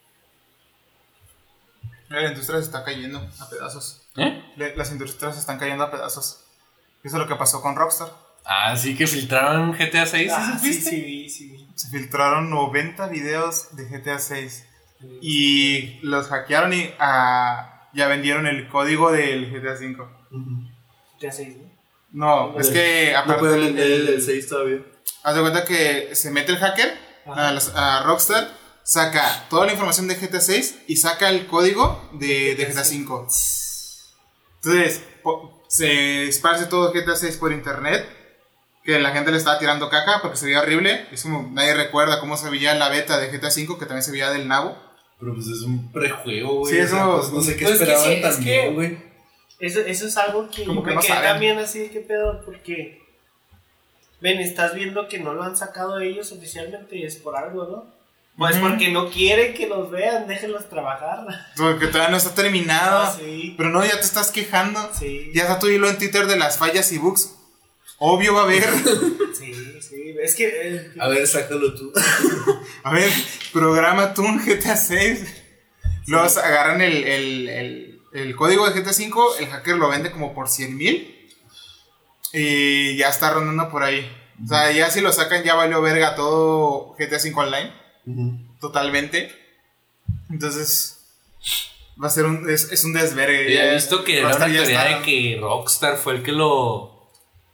La industria se está cayendo a pedazos. Las industrias se están cayendo a pedazos. Eso es lo que pasó con Rockstar. Ah, sí, que filtraron GTA 6. Sí. Se filtraron 90 videos de GTA 6. Y los hackearon y ya vendieron el código del GTA 5. GTA 6, ¿no? No, es que aparte del 6 todavía. Haz de cuenta que se mete el hacker a Rockstar, saca toda la información de GTA 6 y saca el código de GTA 5. Entonces, se esparce todo GTA 6 por internet, que la gente le estaba tirando caca porque se veía horrible. Eso nadie recuerda cómo se veía la beta de GTA 5, que también se veía del nabo. Pero pues es un prejuego, güey. Sí, eso, o sea, pues, no sé qué esperaban también, güey. Eso es algo que como que me quedé saben. también así de qué pedo, porque ven, estás viendo que no lo han sacado ellos oficialmente, es por algo, ¿no? Pues porque no quieren que los vean, déjenlos trabajar. Porque todavía no está terminado. Sí. Pero no, ya te estás quejando. Sí. Ya está tu hilo en Twitter de las fallas y bugs. Obvio va a haber. Sí, es que... A ver, sácalo tú. A ver, programa tú un GTA 6. Luego agarran el código de GTA 5, el hacker lo vende como por 100,000 y ya está rondando por ahí. O sea, ya si lo sacan ya valió verga todo GTA 5 Online. Totalmente. Entonces va a ser es un desvergue. Ya he visto que era una teoría de que Rockstar fue el que lo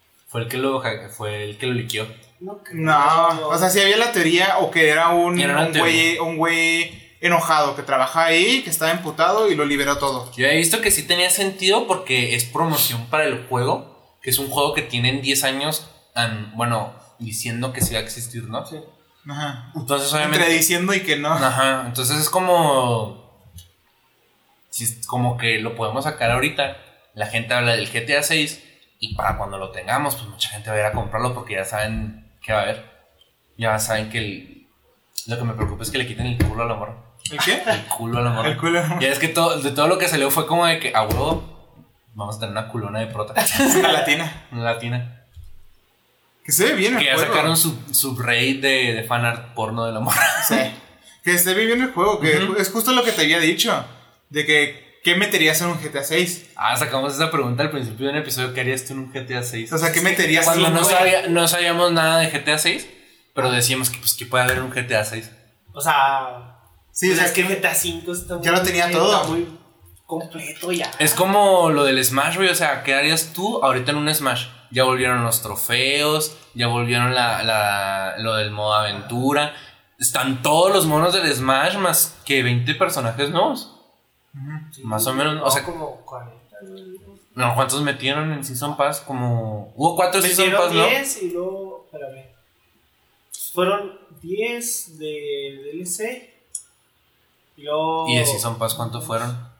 liqueó. No, o sea, si había la teoría o que era un güey enojado que trabaja ahí, que estaba emputado y lo liberó todo. Yo he visto que sí tenía sentido porque es promoción para el juego, que es un juego que tienen 10 años, diciendo que sí va a existir, ¿no? Sí. Ajá. Entonces, obviamente. Entre diciendo y que no. Ajá. Entonces es como. Como que lo podemos sacar ahorita. La gente habla del GTA 6. Y para cuando lo tengamos, pues mucha gente va a ir a comprarlo porque ya saben qué va a haber. Ya saben que lo que me preocupa es que le quiten el culo al amor. ¿El qué? El culo al amor. El culo. Ya es que de todo lo que salió fue como de que a huevo vamos a tener una culona de prota. Una latina. Una latina. Que se ve bien el juego. Que ya juego. sacaron su raid de fanart porno del amor. Sí. Que se ve bien el juego. Que es justo lo que te había dicho. De que ¿qué meterías en un GTA 6? Sacamos esa pregunta al principio de un episodio. ¿Qué harías tú en un GTA 6? O sea, ¿qué meterías tú? Cuando no sabíamos nada de GTA 6, pero decíamos que pues que puede haber en un GTA 6. O sea, sí, o sea, es que GTA 5 está ya lo tenía todo. Está muy completo ya. Es como lo del Smash, güey. O sea, ¿qué harías tú ahorita en un Smash? Ya volvieron los trofeos, ya volvieron lo del modo aventura. Están todos los monos del Smash más que 20 personajes nuevos. Sí, más o menos, o sea, como 40. No, ¿cuántos metieron en Season Pass? Como hubo 4 Season Pass, ¿no? 10 y luego, espérame. Fueron 10 de DLC. Y luego ¿Y de Season Pass cuántos fueron?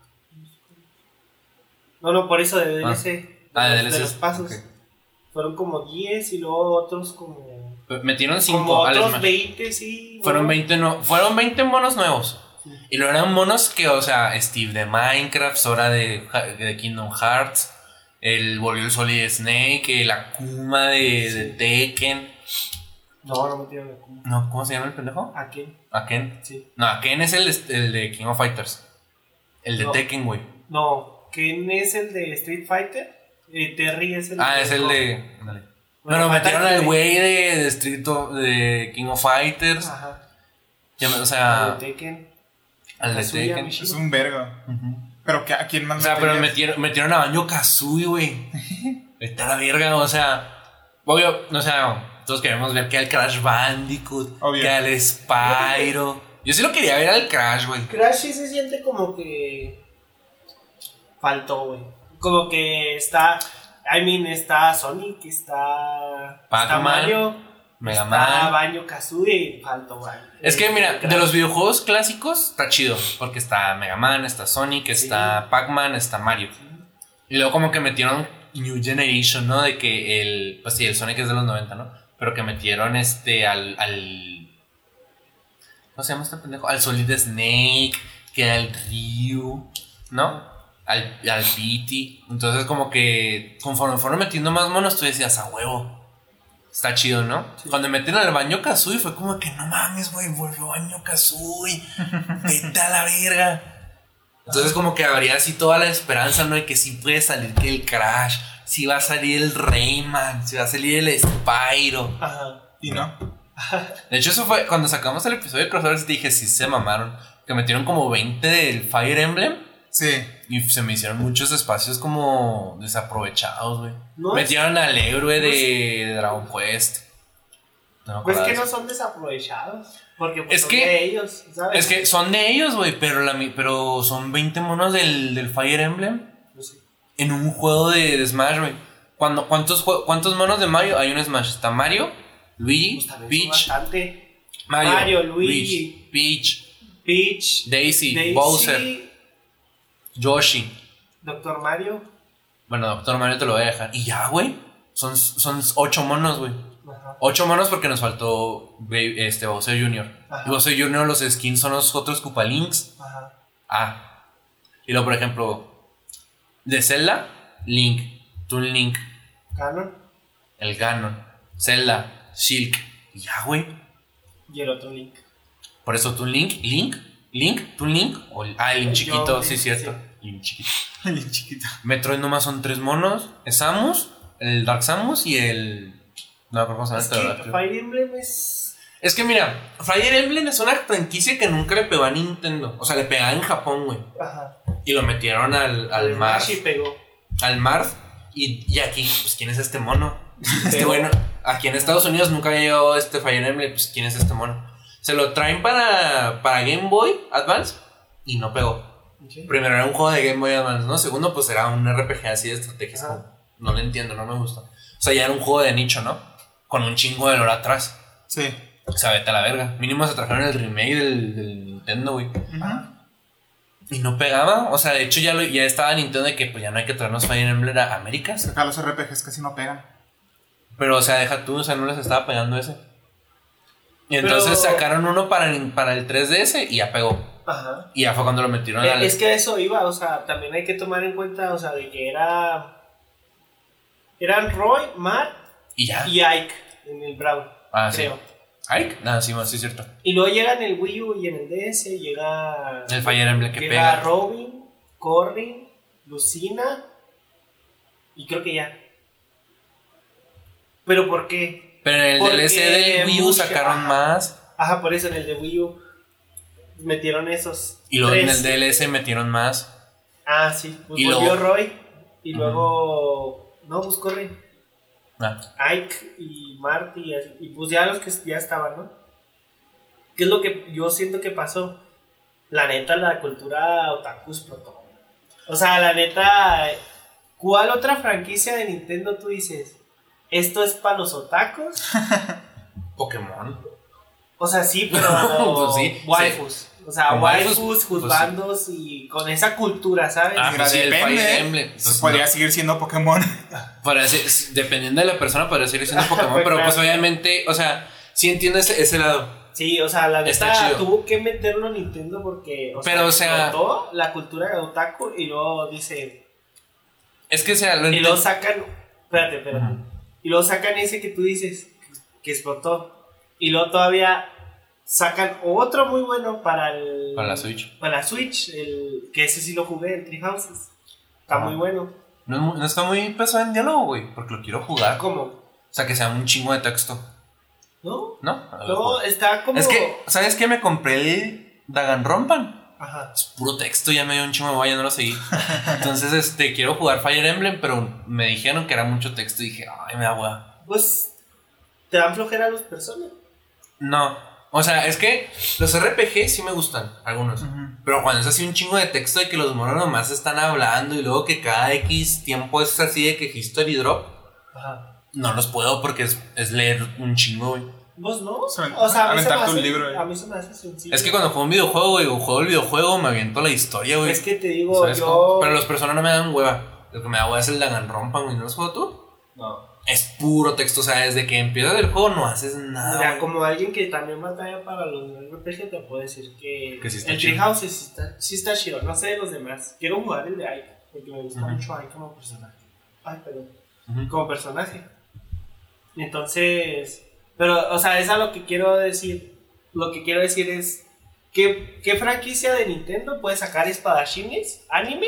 No, por eso de DLC. De DLC. De los pasos. Okay. Fueron como 10 y luego otros como metieron 5 como otros 20, sí. Fueron 20 monos nuevos. Y luego eran monos que, o sea, Steve de Minecraft, Sora de Kingdom Hearts, volvió el Solid Snake, el Akuma de Tekken. No metieron Akuma. No, ¿cómo se llama el pendejo? Ken. Sí. No, Ken es el de King of Fighters. El de Tekken, güey. No, Ken es el de Street Fighter. Terry es el es el de. Dale. Bueno, metieron al güey de King of Fighters. Ajá. O sea, El de Tekken. al de Kazuya Tekken. Mishima. Es un vergo. Pero ¿a quién más O sea, pero meterías? metieron a Banjo-Kazooie, güey. Está la verga, o sea, obvio, o sea, todos queremos ver que al Crash Bandicoot, Obvio. que al Spyro. Yo sí lo quería ver al Crash, güey. Crash sí se siente como que faltó, güey. Como que está, está Sonic, está Pac-Man, Mario, Mega está Man. Banjo-Kazooie y faltó, güey. Es que mira, Crash. de los videojuegos clásicos está chido, porque está Mega Man, está Sonic, está Pac-Man, está Mario. Y luego como que metieron New Generation, ¿no? De que pues sí, el Sonic es de los 90, ¿no? Pero que metieron ¿cómo se llama este pendejo? Al Solid Snake, que al Ryu, ¿no? Al Pity. Entonces como que conforme fueron metiendo más monos, tú decías, a huevo. Está chido, ¿no? Sí. Cuando metieron al Banjo-Kazooie fue como que no mames, güey, volvió Banjo-Kazooie. Vete a la verga. Entonces como que habría así toda la esperanza, ¿no? De que sí puede salir que el Crash, sí va a salir el Rayman, sí va a salir el Spyro. Ajá. Y no. De hecho eso fue, cuando sacamos el episodio de Crossovers dije, sí se mamaron. Que metieron como 20 del Fire Emblem. Sí. Y se me hicieron muchos espacios como desaprovechados, güey. No metieron al héroe de Dragon Quest. No, pues que no son desaprovechados. Porque pues es son que, de ellos, ¿sabes? Es que son de ellos, güey, pero son 20 monos del Fire Emblem No sé. en un juego de Smash, güey. ¿Cuántos monos de Mario hay en Smash? Está Mario, Luigi, Pues Peach, bastante. Mario, Luigi, Peach, Daisy, Bowser, Yoshi. Doctor Mario. Bueno, Doctor Mario te lo voy a dejar. Y ya, güey. Son 8 monos, güey. Ajá. 8 monos porque nos faltó Bowser Jr. Ajá. Y Bowser Jr. los skins son los otros Koopalinks. Ajá. Y luego, por ejemplo, de Zelda, Link, Toon Link, Ganon. el Ganon, Zelda, Shulk. Y ya, güey. Y el otro Link. Por eso Toon Link, Toon Link. El Link chiquito, sí, cierto. Link chiquito. El chiquito. Metroid nomás son 3 monos. Es Samus, el Dark Samus y el... No, ¿cómo se llama? Es que Fire Emblem es... Es que mira, Fire Emblem es una franquicia que nunca le pegó a Nintendo. O sea, le pegaba en Japón, güey. Ajá. Y lo metieron al mar. Sí pegó. Al mar. Y aquí, pues, ¿quién es este mono? Bueno, aquí en Estados Unidos nunca llegó Fire Emblem. Pues, ¿quién es este mono? Se lo traen para Game Boy Advance y no pegó. Okay. Primero era un juego de Game Boy Advance, ¿no? Segundo, pues era un RPG así de estrategias. No lo entiendo, no me gusta. O sea, ya era un juego de nicho, ¿no? Con un chingo de lore atrás. Sí. O sea, vete a la verga. Mínimo se trajeron el remake del Nintendo, güey. Y no pegaba. O sea, de hecho ya estaba Nintendo de que pues ya no hay que traernos Fire Emblem a Américas. Acá los RPGs casi no pegan. Pero, o sea, deja tú, o sea, no les estaba pegando ese. Y entonces sacaron uno para el 3DS y ya pegó. Ajá. Y ya fue cuando lo metieron al... Es que a eso iba, o sea, también hay que tomar en cuenta, o sea, de que eran Roy, Matt y ya. Y Ike en el Brawl, creo. Sí. ¿Ike? No, sí, es cierto. Y luego llega en el Wii U y en el DS llega... El Fire Emblem que llega pega. Robin, Corrin, Lucina y creo que ya. ¿Pero por qué? Pero en el DLC del Wii U sacaron más. Ajá, por eso en el de Wii U metieron esos. Y luego 3. en el DLC metieron más. Ah, sí. Pues y volvió luego... Roy. Y luego... No, pues Corrin. Ike y Marty y pues ya los que ya estaban, ¿no? ¿Qué es lo que yo siento que pasó? La neta, la cultura otaku explotó. O sea, la neta, ¿cuál otra franquicia de Nintendo tú dices? ¿Esto es para los otakus? Pokémon. O sea, sí, pero pues sí, waifus. Sí. O sea, waifus, juzbandos pues sí. Y con esa cultura, ¿sabes? Pues sí, depende. el Fire Emblem. Pues podría seguir siendo Pokémon. Dependiendo de la persona, podría seguir siendo Pokémon. Pues pero claro. pues obviamente, o sea, sí entiendo ese lado. Sí, o sea, la Está neta chido. tuvo que meterlo Nintendo porque explotó la cultura de otaku y luego dice... Es que, o sea, y luego sacan... Espérate. Y luego sacan ese que tú dices que explotó. Y luego todavía sacan otro muy bueno para la Switch. Para la Switch, que ese sí lo jugué, el Three Houses. Está muy bueno. No está muy pesado en diálogo, güey, porque lo quiero jugar. ¿Cómo? O sea, que sea un chingo de texto. ¿No? ¿No? No, está como... Es que, ¿sabes qué? Me compré el Danganronpa. Ajá. Es puro texto, ya me dio un chingo de ya no lo seguí. Entonces, quiero jugar Fire Emblem, pero me dijeron que era mucho texto y dije, ay, me da hueá. Pues, ¿te dan flojera los personas? No. O sea, es que los RPG sí me gustan, algunos. Pero cuando es así un chingo de texto de que los monos nomás están hablando y luego que cada X tiempo es así de que history drop, Ajá. no los puedo porque es leer un chingo, güey. ¿Vos no? O sea, a mí se me aventarte un hace, libro, a mí se me hace sencillo. Es que cuando juego un videojuego, güey, o juego el videojuego, me aviento la historia, güey. Es que te digo, ¿Sabes yo... cómo? Pero los personas no me dan hueva. Lo que me da hueva es el Danganronpa, güey. ¿No los juego tú? No. Es puro texto, o sea, desde que empiezas el juego no haces nada. Mira, güey. como alguien que también batalla para los RPG, te puedo decir que sí está el chido. Treehouse sí está chido. No sé de los demás. Quiero jugar el de Ike, porque me gusta mucho Ike como personaje. Ay, perdón. Como personaje. Entonces, pero, o sea, es a lo que quiero decir. Lo que quiero decir es, ¿qué franquicia de Nintendo puede sacar espadachines, anime?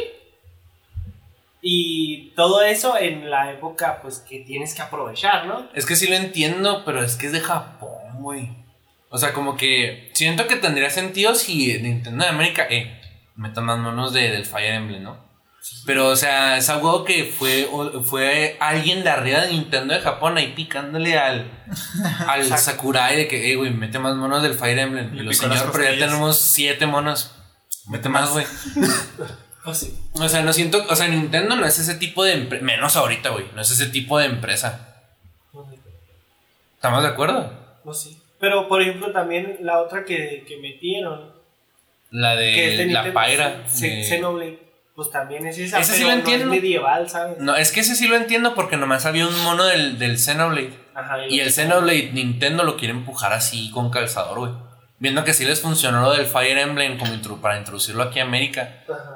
Y todo eso en la época, pues, que tienes que aprovechar, ¿no? Es que sí lo entiendo, pero es que es de Japón, güey. O sea, como que siento que tendría sentido si Nintendo de América, metan más monos del Fire Emblem, ¿no? Pero, o sea, es algo que fue alguien de arriba de Nintendo de Japón ahí picándole al Sakurai de que, güey, mete más monos del Fire Emblem. Y Le los picó las señores, pero ya costillas. tenemos 7 monos. Mete más, güey. Oh, sí. O sea, no siento, o sea, Nintendo no es ese tipo de empresa, menos ahorita, güey, no es ese tipo de empresa. ¿Estamos de acuerdo? No sé. Pero, por ejemplo, también la otra que metieron, La que es de de la Nintendo, Pyra. Xenoblade, pues también es esa, Ese sí pero lo no entiendo. es medieval, ¿sabes? No, es que ese sí lo entiendo porque nomás había un mono del Xenoblade. Ajá, Y el Xenoblade Nintendo lo quiere empujar así con calzador, güey. Viendo que sí les funcionó lo del Fire Emblem como para introducirlo aquí a América. Ajá.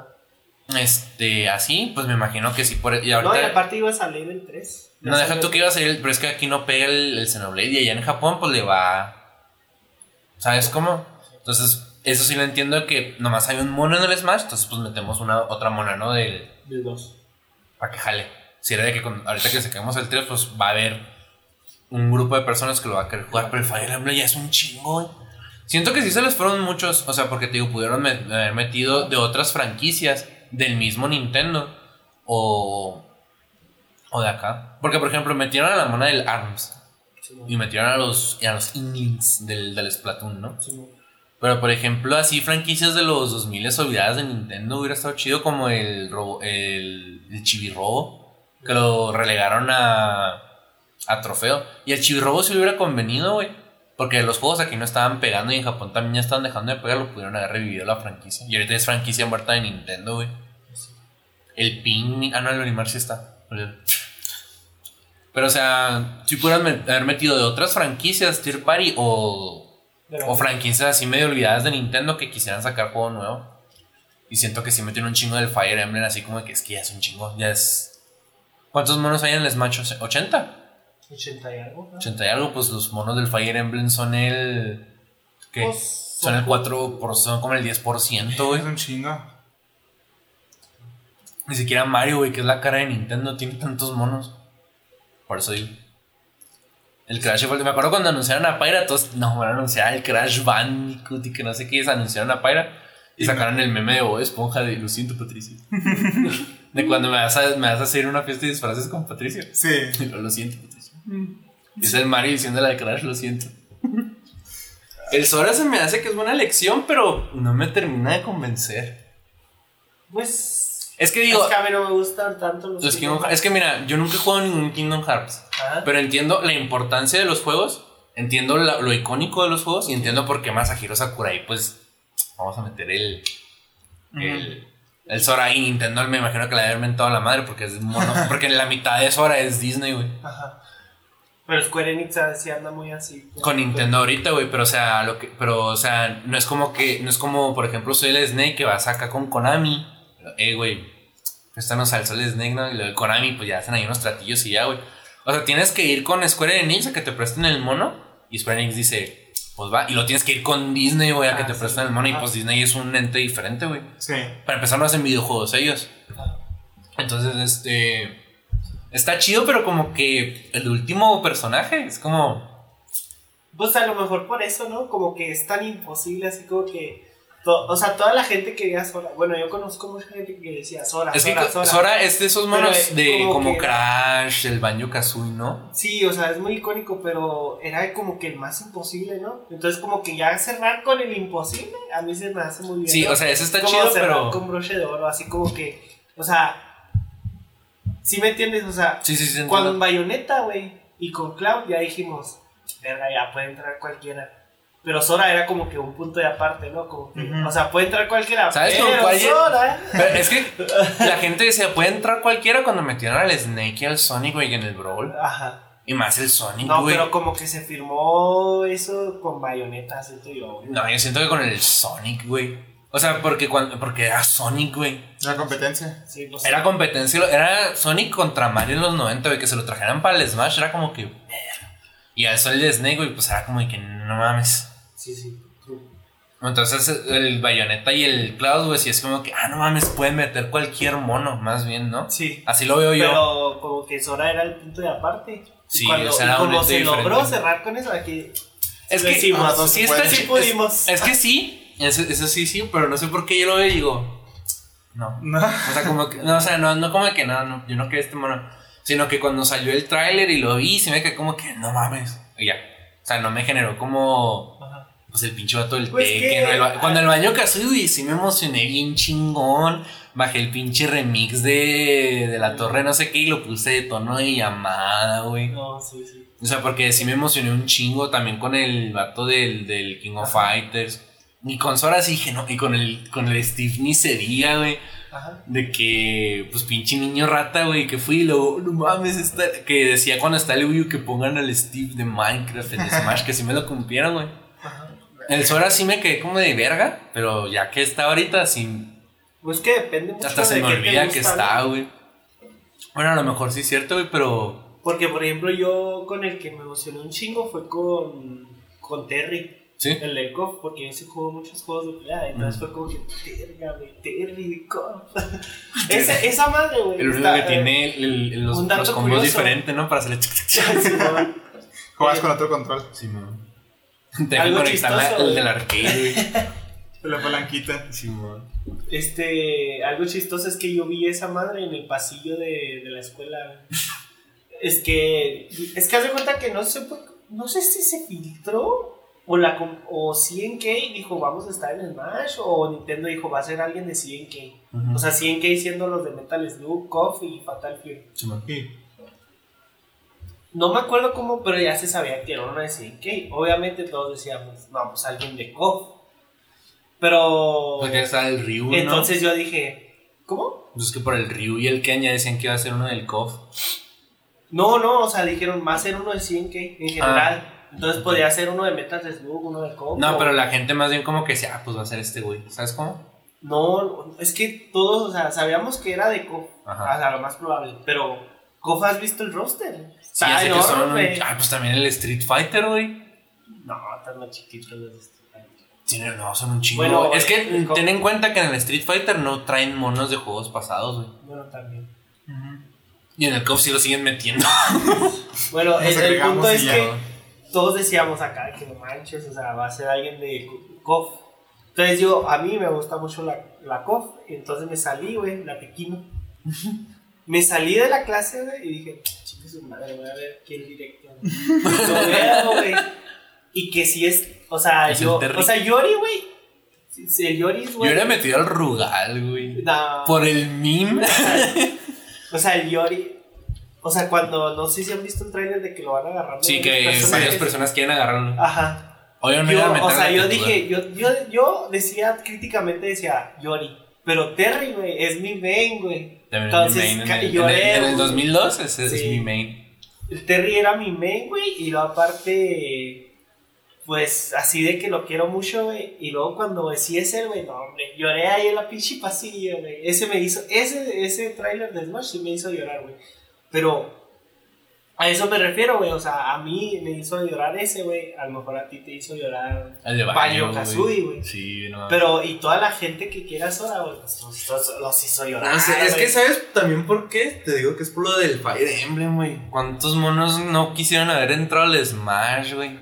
Así, pues me imagino que sí por... Y No, ahorita... y aparte iba a salir el 3. No, deja tú que iba a salir, pero es que aquí no pega el Xenoblade y allá en Japón pues le va... ¿Sabes cómo? Entonces, eso sí lo entiendo que nomás hay un mono en el Smash, entonces pues metemos otra mona, ¿no? Del 2. Para que jale. Si era de que ahorita que saquemos el 3, pues va a haber un grupo de personas que lo va a querer jugar, pero el Fire Emblem ya es un chingo, güey. Siento que sí se les fueron muchos, o sea, porque te digo, pudieron haber metido de otras franquicias del mismo Nintendo o de acá. Porque, por ejemplo, metieron a la mona del ARMS y metieron a los Inklings del Splatoon, ¿no? Sí. Pero, por ejemplo, así franquicias de los 2000 olvidadas de Nintendo hubiera estado chido como el Chibi-Robo, que lo relegaron a trofeo. Y el Chibi-Robo sí le hubiera convenido, güey. Porque los juegos aquí no estaban pegando y en Japón también ya estaban dejando de pegar, lo pudieron haber revivido la franquicia. Y ahorita es franquicia muerta de Nintendo, güey. El Ping... Ah, no, el Olimar sí está. Pero, o sea, si pudieran haber metido de otras franquicias, Tier Party o franquicias así medio olvidadas de Nintendo que quisieran sacar juego nuevo. Y siento que sí metieron un chingo del Fire Emblem, así como que es que ya es un chingo. Ya es... ¿Cuántos monos hay en el Smash? ¿80? 80 y algo. ¿no? 80 y algo, pues los monos del Fire Emblem son el... ¿Qué? Pues, Son el 4%, son como el 10%, güey. Es un chingo. Ni siquiera Mario, güey, que es la cara de Nintendo, tiene tantos monos. Por eso digo. El Crash, me acuerdo cuando anunciaron a Pyra, todos, no, van a anunciar el Crash Bandicoot y que no sé qué es, anunciaron a Pyra y sacaron el meme de Bob Esponja de lo siento, Patricio. De cuando me vas a hacer una fiesta y disfraces con Patricio. Sí. Y lo siento, Patricio. Y es el Mario diciéndole al Crash, lo siento. El Sora se me hace que es buena elección, pero no me termina de convencer. Pues... Es que digo... Es que a mí no me gustan tanto los Kingdom Hearts. Es que mira, yo nunca he jugado ningún Kingdom Hearts. Ajá. Pero entiendo la importancia de los juegos. Entiendo lo icónico de los juegos. Y entiendo por qué Masahiro Sakurai, pues... Vamos a meter el Sora y Nintendo. Me imagino que le debe haber mentado a la madre porque es mono. Porque la mitad de Sora es Disney, güey. Ajá. Pero Square Enix sí anda muy así. Con Nintendo ahorita, güey, pero o sea, no es como, por ejemplo, soy el Snake que vas acá con Konami. Güey, préstanos al Sol Snake, ¿no? Y lo de Konami, pues ya hacen ahí unos tratillos y ya, güey. O sea, tienes que ir con Square Enix a que te presten el mono. Y Square Enix dice, pues va. Y lo tienes que ir con Disney, güey, a que te presten el mono. Y pues Disney es un ente diferente, güey. Sí. Para empezar, no hacen videojuegos ellos. Entonces, está chido, pero como que el último personaje es como... Pues a lo mejor por eso, ¿no? Como que es tan imposible, así como que... O sea, toda la gente quería Sora. Bueno, yo conozco mucha gente que decía Sora, Es Sora, que Sora. Sora es de esos monos Pero, de como como que- Crash, el Banjo-Kazooie, ¿no? Sí, o sea, es muy icónico, pero era como que el más imposible, ¿no? Entonces como que ya cerrar con el imposible, a mí se me hace muy bien. Sí, ¿no? o sea, eso está Como chido, cerrar pero... con broche de oro, así como que... O sea, ¿sí me entiendes? O sea, Sí, sí, sí. con entiendo. Bayonetta, güey, y con Cloud ya dijimos, verga, ya puede entrar cualquiera. Pero Sora era como que un punto de aparte, ¿no? Como que, Ujú. o sea, puede entrar cualquiera, ¿Sabes pero con cuál? Sora... Pero es que la gente decía, puede entrar cualquiera cuando metieron al Snake y al Sonic, güey, en el Brawl. Ajá. Y más el Sonic, No, güey. pero como que se firmó eso con Bayonetta, siento yo, güey. No, yo siento que con el Sonic, güey. O sea, porque era Sonic, güey. La competencia. Sí, pues, Era competencia, era Sonic contra Mario en los 90, güey, que se lo trajeran para el Smash, era como que... Y al sol de Snake, güey, pues era como de que no mames. sí. Entonces el Bayonetta y el Cloud, güey, sí es como que, no mames, pueden meter cualquier mono, más bien, ¿no? Sí. Así lo veo yo. Pero como que Sora era el punto de aparte. Sí, Y cuando, o sea, era y como un se ente logró diferente. cerrar con eso, aquí Es lo que hicimos. no sí se está puede. Sí pudimos. Es que sí, eso sí, pero no sé por qué yo lo veo y digo, no. No. O sea, como que, no, o sea, no como que no, yo no quería este mono. Sino que cuando salió el tráiler y lo vi, se me quedé como que, no mames. Y ya. O sea, no me generó como, Ajá. pues el pinche vato del Pues Tekken. que- Cuando el Banjo-Kazooie, güey, sí me emocioné bien chingón. Bajé el pinche remix de la torre no sé qué y lo puse de tono de llamada, güey. No, sí. O sea, porque sí me emocioné un chingo también con el vato del King of Ajá. Fighters. Y con Sora sí dije, no. Y con el Steve ni se diga, güey. Ajá. De que, pues pinche niño rata, güey, que fui y luego, no mames, que decía cuando está el Wii U que pongan al Steve de Minecraft en Smash, que sí me lo cumplieron, güey. Ajá. El Sora sí me quedé como de verga, pero ya que está ahorita, sí, Pues que depende mucho hasta de se me qué te olvida gusta, que ¿no? está, güey. Bueno, a lo mejor sí es cierto, güey, pero... Porque, por ejemplo, yo con el que me emocioné un chingo fue con Terry. Sí. El del KOF, porque yo sí juego muchos juegos de pelea. Entonces fue como que, verga, güey, Terry de KOF. esa madre, güey. El único que tiene los un dato combos curioso. diferentes, ¿no? Para hacerle... Juegas con otro control. Sí, man. Te dejan Algo conectar chistoso, el güey. del arcade, güey. La palanquita. Sí, man. Algo chistoso es que yo vi esa madre en el pasillo de la escuela. Es que haz de cuenta que no sé si se filtró o CNK dijo vamos a estar en Smash o Nintendo dijo va a ser alguien de CNK. Ujú. O sea, CNK siendo los de Metal Slug, KOF y Fatal Fury. Sí, man. Sí. No me acuerdo cómo, pero ya se sabía que era uno de CNK. Obviamente todos decíamos, no, pues alguien de KOF. Pero Porque está el Ryu, ¿no? entonces yo dije, ¿cómo? Pues es que por el Ryu y el Ken ya decían que iba a ser uno del KOF. No, o sea, dijeron, va a ser uno de CNK en general. Entonces podría ser uno de Metal Slug, uno de KOF. No, o- pero la gente más bien como que decía, pues va a ser este güey. ¿Sabes cómo? No, es que todos, o sea, sabíamos que era de KOF. Ajá. O sea, lo más probable. Pero, KOF, ¿has visto el roster? Sí, ya sé que son enorme. pues también el Street Fighter, güey. No, están más chiquitos los de Street Fighter. No, son un chingo. Bueno, es que el ten en cuenta que en el Street Fighter no traen monos de juegos pasados, güey. Bueno, también. Y en el KOF sí lo siguen metiendo. Bueno, Nos el agregamos punto y es ya. que todos decíamos acá que no manches, o sea, va a ser alguien de KOF. Entonces a mí me gusta mucho la KOF, entonces me salí, güey, la Tequino. Me salí de la clase, güey, y dije, chica su madre, voy a ver aquí el directo. Lo veo, güey. Y que si es, o sea, Es el Terry. Yori, güey. Si el Yori es, Yo güey. hubiera metido al Rugal, güey. No. Por el meme. O sea, el Yori. O sea, cuando, no sé si han visto un trailer de que lo van agarrando. Sí, varios que personajes. varias personas quieren agarrarlo. Ajá. Oye, no iba a meter O sea, a la yo tortuga. dije, yo decía, críticamente decía, Yori. Pero Terry, güey, es mi main, güey. También Entonces, es mi main. En lloré, el güey. 2002 ese es Sí. mi main. El Terry era mi main, güey, y luego aparte, pues, así de que lo quiero mucho, güey. Y luego cuando decía ese, güey, no, hombre, lloré ahí en la pinche pasillo, güey. Ese tráiler de Smash sí me hizo llorar, güey. Pero a eso me refiero, güey. O sea, a mí me hizo llorar ese, güey. A lo mejor a ti te hizo llorar El de Banjo-Kazooie, güey. Sí, no. Pero, y toda la gente que quiera Sora, güey, pues, los hizo llorar. No sé, es güey. que ¿sabes también por qué? Te digo que es por lo del Fire Emblem, güey. ¿Cuántos monos no quisieron haber entrado al Smash, güey?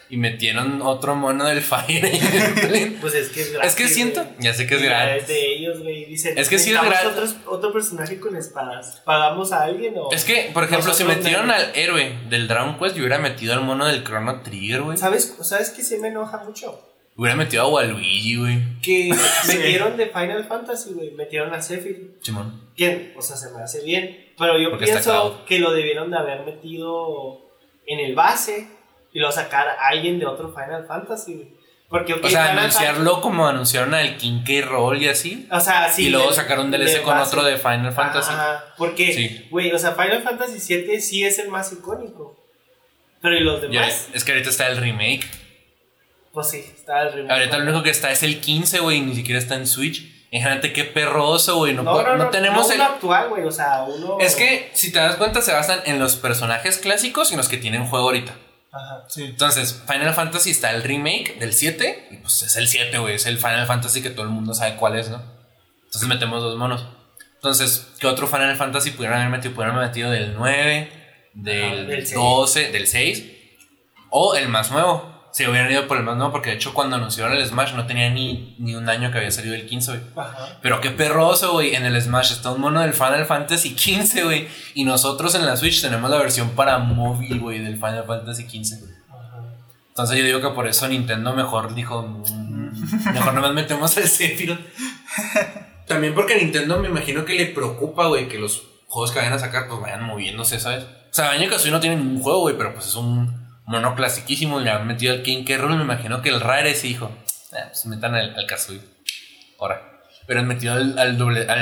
y metieron otro mono del Fire Emblem. Pues es que es gratis. Es que siento, güey. ya sé que es Ya gratis. es de ellos, güey. Dicen, Es que sí es necesitamos gratis. otro personaje con espadas. ¿Pagamos a alguien o...? Es que, por ejemplo, si nosotros metieron no? al héroe del Dragon Quest, yo hubiera metido al mono del Chrono Trigger, güey. ¿Sabes qué se me enoja mucho? Hubiera metido a Waluigi, güey. Que metieron de Final Fantasy, güey. Metieron a Sephiroth. Simón. Que, o sea, se me hace bien. Pero yo Porque está pienso Cloud. que lo debieron de haber metido en el base y luego sacar a alguien de otro Final Fantasy, güey. Porque, ok, O sea, Final anunciarlo como anunciaron al King K. Roll y así. O sea, sí. y luego sacar un DLC con base. otro de Final Fantasy. Ajá, porque, Sí. güey, o sea, Final Fantasy 7 sí es el más icónico. Pero ¿y los Ya, demás? es que ahorita está el remake. Pues sí, está el remake. Ahorita lo único que está es el 15, güey. Ni siquiera está en Switch. Imagínate qué perroso, güey. No tenemos no el. uno actual, güey, o sea, uno... Es que, si te das cuenta, se basan en los personajes clásicos y en los que tienen juego ahorita. Ajá. Sí. Entonces, Final Fantasy está el remake del 7. Y pues es el 7, güey. Es el Final Fantasy que todo el mundo sabe cuál es, ¿no? Entonces metemos dos monos. Entonces, ¿qué otro Final Fantasy pudieran haber metido? Pudieran haber metido del 9, del del 6. 12, del 6. O el más nuevo. Se hubieran ido por el más nuevo, porque de hecho cuando anunciaron el Smash no tenía ni un año que había salido el 15, güey. Ajá. Pero qué perroso, güey. En el Smash está un mono del Final Fantasy 15, güey. Y nosotros en la Switch tenemos la versión para móvil, güey, del Final Fantasy 15. Ajá. Entonces yo digo que por eso Nintendo mejor dijo, mejor nomás metemos el Sephiroth. También porque a Nintendo me imagino que le preocupa, güey, que los juegos que vayan a sacar pues vayan moviéndose, ¿sabes? O sea, Banjo-Kazooie no tiene ningún juego, güey, pero pues es un mono clasiquísimo. Le han metido al King K. Rool. Me imagino que el Rare sí dijo, pues metan al Kazooie. Ahora. Pero han metido al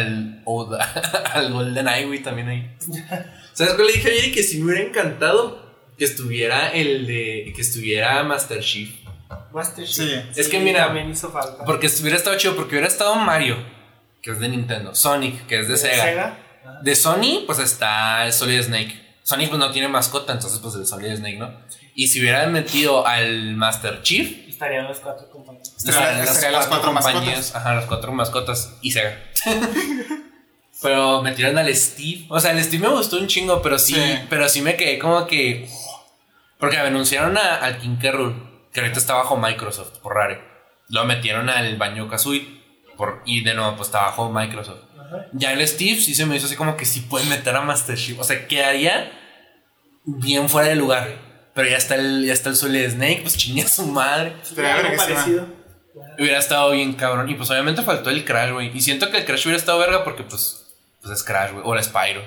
GoldenEye, güey, también ahí. ¿Sabes qué le dije ayer? Que sí me hubiera encantado que estuviera que estuviera Master Chief. Master Sí. Chief. Es que mira, también hizo falta. Porque hubiera estado chido, porque hubiera estado Mario, que es de Nintendo, Sonic, que es de Sega. Ajá. De Sony, pues está Solid Snake. Sonic pues no tiene mascota, entonces pues el Solid Snake, ¿no? Y si hubieran metido al Master Chief, Estarían los 4 compañeros. Estarían las cuatro compañías, ajá, las 4 mascotas y Sega. Pero metieron al Steve. O sea, el Steve me gustó un chingo, pero sí. Pero sí me quedé como que. Porque anunciaron al King K. Rool, que ahorita está bajo Microsoft, por Rare. Luego metieron al Banjo-Kazooie, y de nuevo, pues está bajo Microsoft. Ajá. Ya el Steve sí se me hizo así como que sí pueden meter a Master Chief. O sea, quedaría bien fuera de lugar. Pero ya está el Solid Snake, pues chingue a su madre. Estaría Algo verguísima. parecido. Hubiera estado bien cabrón. Y pues obviamente faltó el Crash, güey. Y siento que el Crash hubiera estado verga porque pues es Crash, güey. O el Spyro.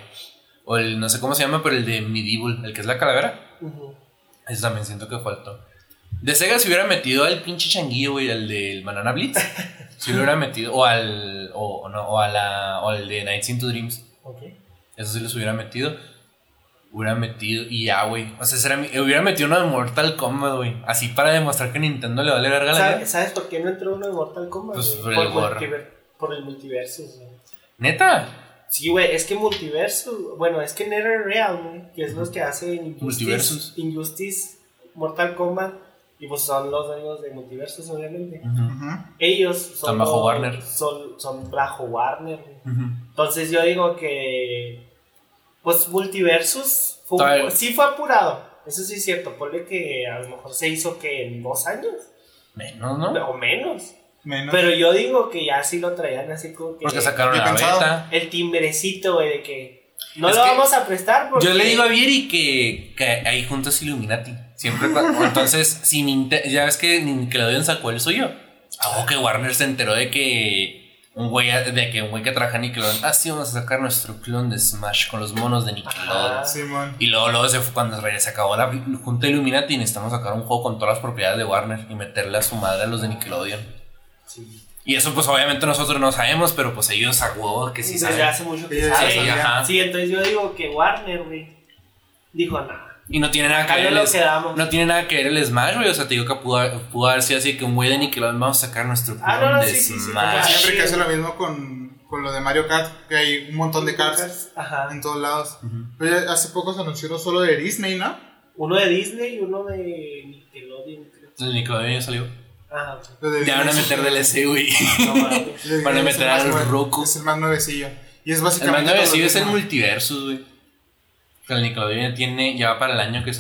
O el, no sé cómo se llama, pero el de Medieval, el que es la calavera. Ujú. Eso también siento que faltó. De Sega se hubiera metido al pinche changuillo, güey, al del Banana Blitz. Se lo hubiera metido. O al. O al de Nights into Dreams. Ok. Eso sí los hubiera metido. Hubiera metido. Y ya, güey. O sea, hubiera metido uno de Mortal Kombat, güey. Así para demostrar que Nintendo le vale verga la vida. ¿Sabes por qué no entró uno de Mortal Kombat? Pues güey? por el gorro. Por el multiverso, güey. Neta. Sí, güey, es que multiverso, bueno, es que NetherRealm, güey, que es los que hacen Multiversus. Injustice, Mortal Kombat, y pues son los dueños de Multiversus, obviamente. Ujú. Ellos son Están bajo Warner. Son bajo Warner, güey. Ujú. Entonces yo digo que, pues Multiversus Todavía- sí fue apurado, eso sí es cierto, ponle que a lo mejor se hizo que en 2 años, Menos, ¿no? o menos. Menos. Pero yo digo que ya sí lo traían así como que... Porque sacaron Bien la pensado. beta. El timbrecito, güey, de que no Es lo que vamos a prestar porque... Yo le digo a Vieri que ahí juntos Illuminati. Siempre entonces, si ya ves que Nickelodeon sacó el suyo. Algo que Warner se enteró de que un güey que trabaja en Nickelodeon. Ah, sí, vamos a sacar nuestro clon de Smash con los monos de Nickelodeon. Ajá. Simón. Y luego se fue cuando se acabó la junta Illuminati y necesitamos sacar un juego con todas las propiedades de Warner y meterle a su madre a los de Nickelodeon. Sí. Y eso pues obviamente nosotros no sabemos, pero pues ellos a huevo que sí Desde saben. hace mucho que Sí, sabe. sí, ajá. Sí, entonces yo digo que Warner, güey, dijo nada. Y no tiene nada que Acá ver no lo quedamos. no tiene nada que ver el Smash, güey. O sea, te digo que pudo haber sido así que un güey de Nickelodeon vamos a sacar nuestro Ah, clon no, de sí, sí, sí, Como Smash. sí. siempre que hace lo mismo con lo de Mario Kart, que hay un montón de karts Ajá. en todos lados. Ujú. Pero ya hace poco se anunció uno solo de Disney, ¿no? Uno de Disney y uno de Nickelodeon, creo. Entonces Nickelodeon ya salió. Ajá, ok. Lo de Ya van a Disney meter es- DLC, güey. No mames. de Van a Disney es meter el más al nuevo- Roku. Es el más nuevecillo. Y es El básicamente. mando de todo lo sí es el mismo. Multiversus, güey. Que el Nickelodeon ya va para el año que salió.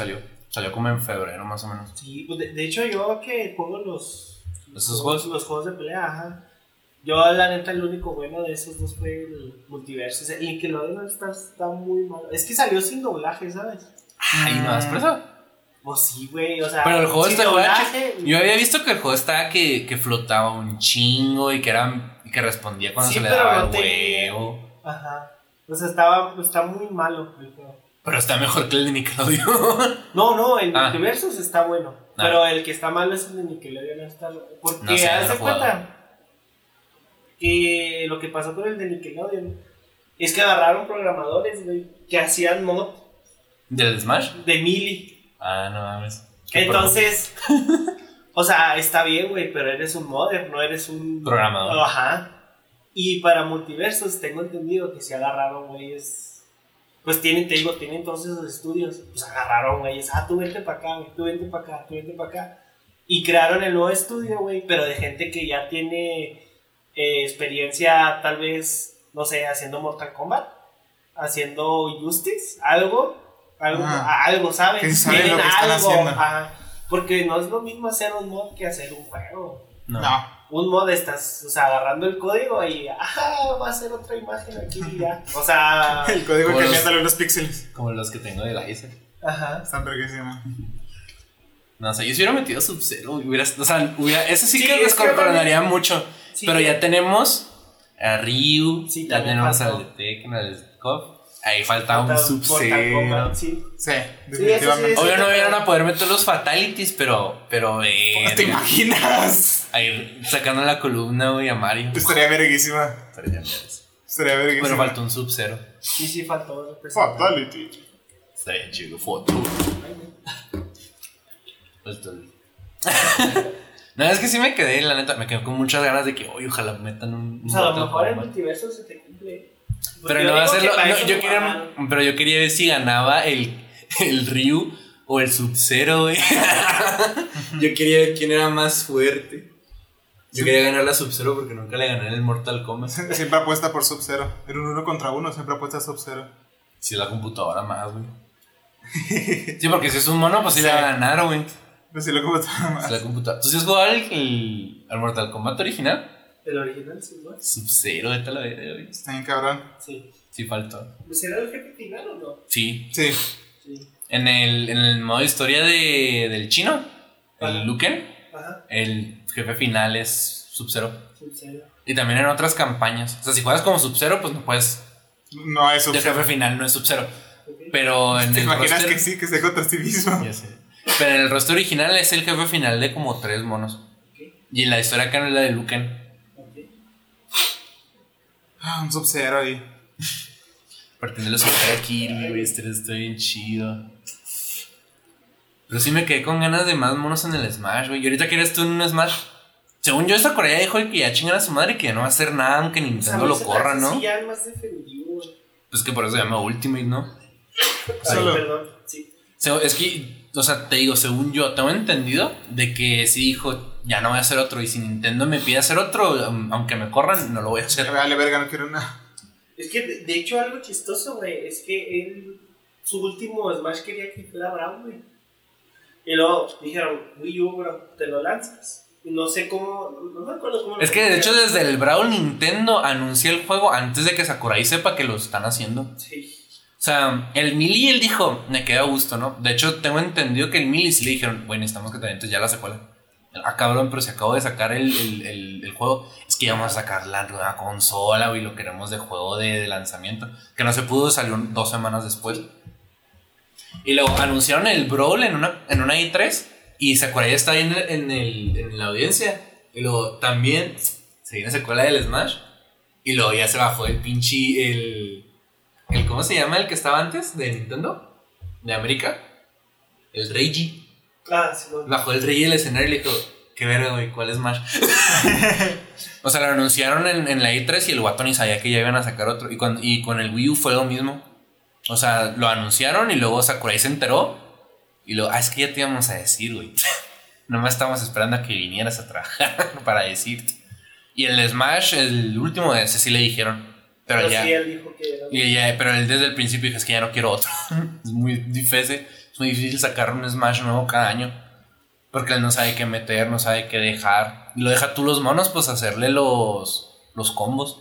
Salió como en febrero, más o menos. Sí, pues de hecho yo que juego ¿Esos juegos? los juegos de pelea, ajá. Yo la neta el único bueno de esos dos fue el Multiverso. El Nickelodeon está muy malo. Es que salió sin doblaje, ¿sabes? Ay, no, ¿es por eso? Pues sí, güey, o sea, Pero el juego sin está doblaje. Yo había visto que el juego estaba que flotaba un chingo y que respondía cuando Sí, se le pero daba no el tenía- huevo. Ajá. O sea, está muy malo el juego. Pero está mejor que el de Nickelodeon. No, el Ah. Multiversus está bueno. Ah. Pero el que está malo es el de Nickelodeon. Porque No sé, haz no de he jugado. cuenta que lo que pasó con el de Nickelodeon es que agarraron programadores, güey, que hacían mod ¿Del Smash? de Melee. Ah, no mames. Qué Entonces, o sea, está bien, güey, pero eres un modder, no eres un Programador. Ajá. Y para Multiversos tengo entendido que se agarraron, güeyes. Pues tienen todos esos estudios. Pues agarraron, güeyes. Tú vente para acá, güey. Tú vente para acá, tú vente para acá. Y crearon el nuevo estudio, güey. Pero de gente que ya tiene experiencia, tal vez, no sé, haciendo Mortal Kombat. Haciendo Justice. Algo, ¿sabes? Que saben Tienen lo que están haciendo. ajá. Porque no es lo mismo hacer un mod que hacer un juego. No. Un mod estás, o sea, agarrando el código y va a hacer otra imagen aquí y ya. O sea, El código Todos- cambiándole unos píxeles. Como los que tengo de la ISA. ajá. Están verguísimos. No, o sea, yo si hubiera metido Sub-Zero, eso sí Sí, que es que descontrolaría mucho. Sí, pero que- ya tenemos a Ryu, Sí, ya también tenemos faltó. al de Tekken, al de KOF. Ahí falta un Mortal Sub-Zero. Kombat, sí. Sí, eso definitivamente. sí, Obvio no vieron a poder meter los fatalities, pero ¿Te imaginas? ahí sacando la columna, güey, a Mario. Estaría verguísima. Estaría bien. Estaría verguísima. Pero faltó un Sub-Zero. Sí, faltó representar. Fatality. Estaría chido, foto. Ay, güey. No, es que sí me quedé, la neta, me quedé con muchas ganas de que, oye, ojalá metan un O sea, a lo Mortal mejor el Kombat. multiverso se te cumple. Porque Pero yo no va a digo ser que lo, para no, eso yo lo quería, guardaron. pero yo quería ver si ganaba el Ryu o el Sub-Zero, güey. Yo quería ver quién era más fuerte. Yo quería ganar la Sub-Zero porque nunca le gané en el Mortal Kombat. Siempre apuesta por Sub-Zero. En un 1 contra 1 siempre apuesta Sub-Zero. Si es la computadora más, güey. Sí, porque si es un mono, pues sí le va a ganar, güey. Pero si lo como está más. Es la computadora. ¿Tú sí has jugado al Mortal Kombat original? El original, sí, ¿no? Sub-Zero, vete a la verga, güey. Está bien cabrón. Sí. Sí, faltó. ¿Pues era el jefe final o no? Sí. Sí. Sí. En el modo historia del chino, Ajá. el Luken, Ajá. el jefe final es Sub-Zero. Sub-Zero. Y también en otras campañas. O sea, si juegas como Sub-Zero, pues no puedes. No es El Sub-Zero. jefe final no es Sub-Zero. Ok. Pero en ¿Te el imaginas roster. que sí, que esté contra sí mismo? Ya sé. Pero en el roster original es el jefe final de como 3 monos. Ok. Y en la historia acá no es la de Luken. Ok. Ah, un Sub-Zero ahí. Partiendo de los aquí, güey. Estoy bien chido. Pero sí me quedé con ganas de más monos en el Smash, güey. ¿Y ahorita quieres tú en un Smash? Según yo, esta Corea dijo que ya chingan a su madre, que ya no va a hacer nada aunque O sea, Nintendo lo corra, ¿no? Sí, ya es más defendido, güey. Pues que por eso se llama Ultimate, ¿no? Ay, Solo. perdón. Sí. Es que, o sea, te digo, según yo, tengo entendido de que sí dijo, ya no voy a hacer otro. Y si Nintendo me pide hacer otro, aunque me corran, no lo voy a hacer. Vale, verga, no quiero nada. Es que, de hecho, algo chistoso, güey, es que él, su último Smash quería que fuera Brown, güey. Y luego dijeron, Wii U, bro, te lo lanzas. Y no sé cómo, no me acuerdo cómo. Es que de hecho desde el Brawl Nintendo anunció el juego antes de que Sakurai sepa que lo están haciendo. Sí. O sea, el Melee él dijo, me queda a gusto, ¿no? De hecho tengo entendido que el Melee sí le dijeron, bueno, necesitamos que te avientes ya la secuela. Ah, cabrón, pero si acabo de sacar el juego, es que ya vamos a sacar la nueva consola, güey, lo queremos de juego de lanzamiento. Que no se pudo, salió 2 semanas después. Y luego anunciaron el Brawl en una E3 y Sakurai está ahí en la audiencia. Y luego también se viene secuela del Smash. Y luego ya se bajó el pinche, el ¿cómo se llama el que estaba antes de Nintendo? De América. El Reiji. Ah, sí, no. Bajó el Rey del escenario y le dijo, qué verga, güey, ¿cuál es Smash? O sea, lo anunciaron en la E3 y el guato ni sabía que ya iban a sacar otro. Y con el Wii U fue lo mismo. O sea, lo anunciaron y luego Sakurai se enteró. Y luego, es que ya te íbamos a decir, güey. Nomás estábamos esperando a que vinieras a trabajar para decirte. Y el Smash, el último, ese sí le dijeron. Pero ya. Sí, él dijo que era. Pero él desde el principio dijo, es que ya no quiero otro. Es muy difícil. Es muy difícil sacar un Smash nuevo cada año. Porque él no sabe qué meter, no sabe qué dejar. Y lo deja tú los monos, pues hacerle los combos.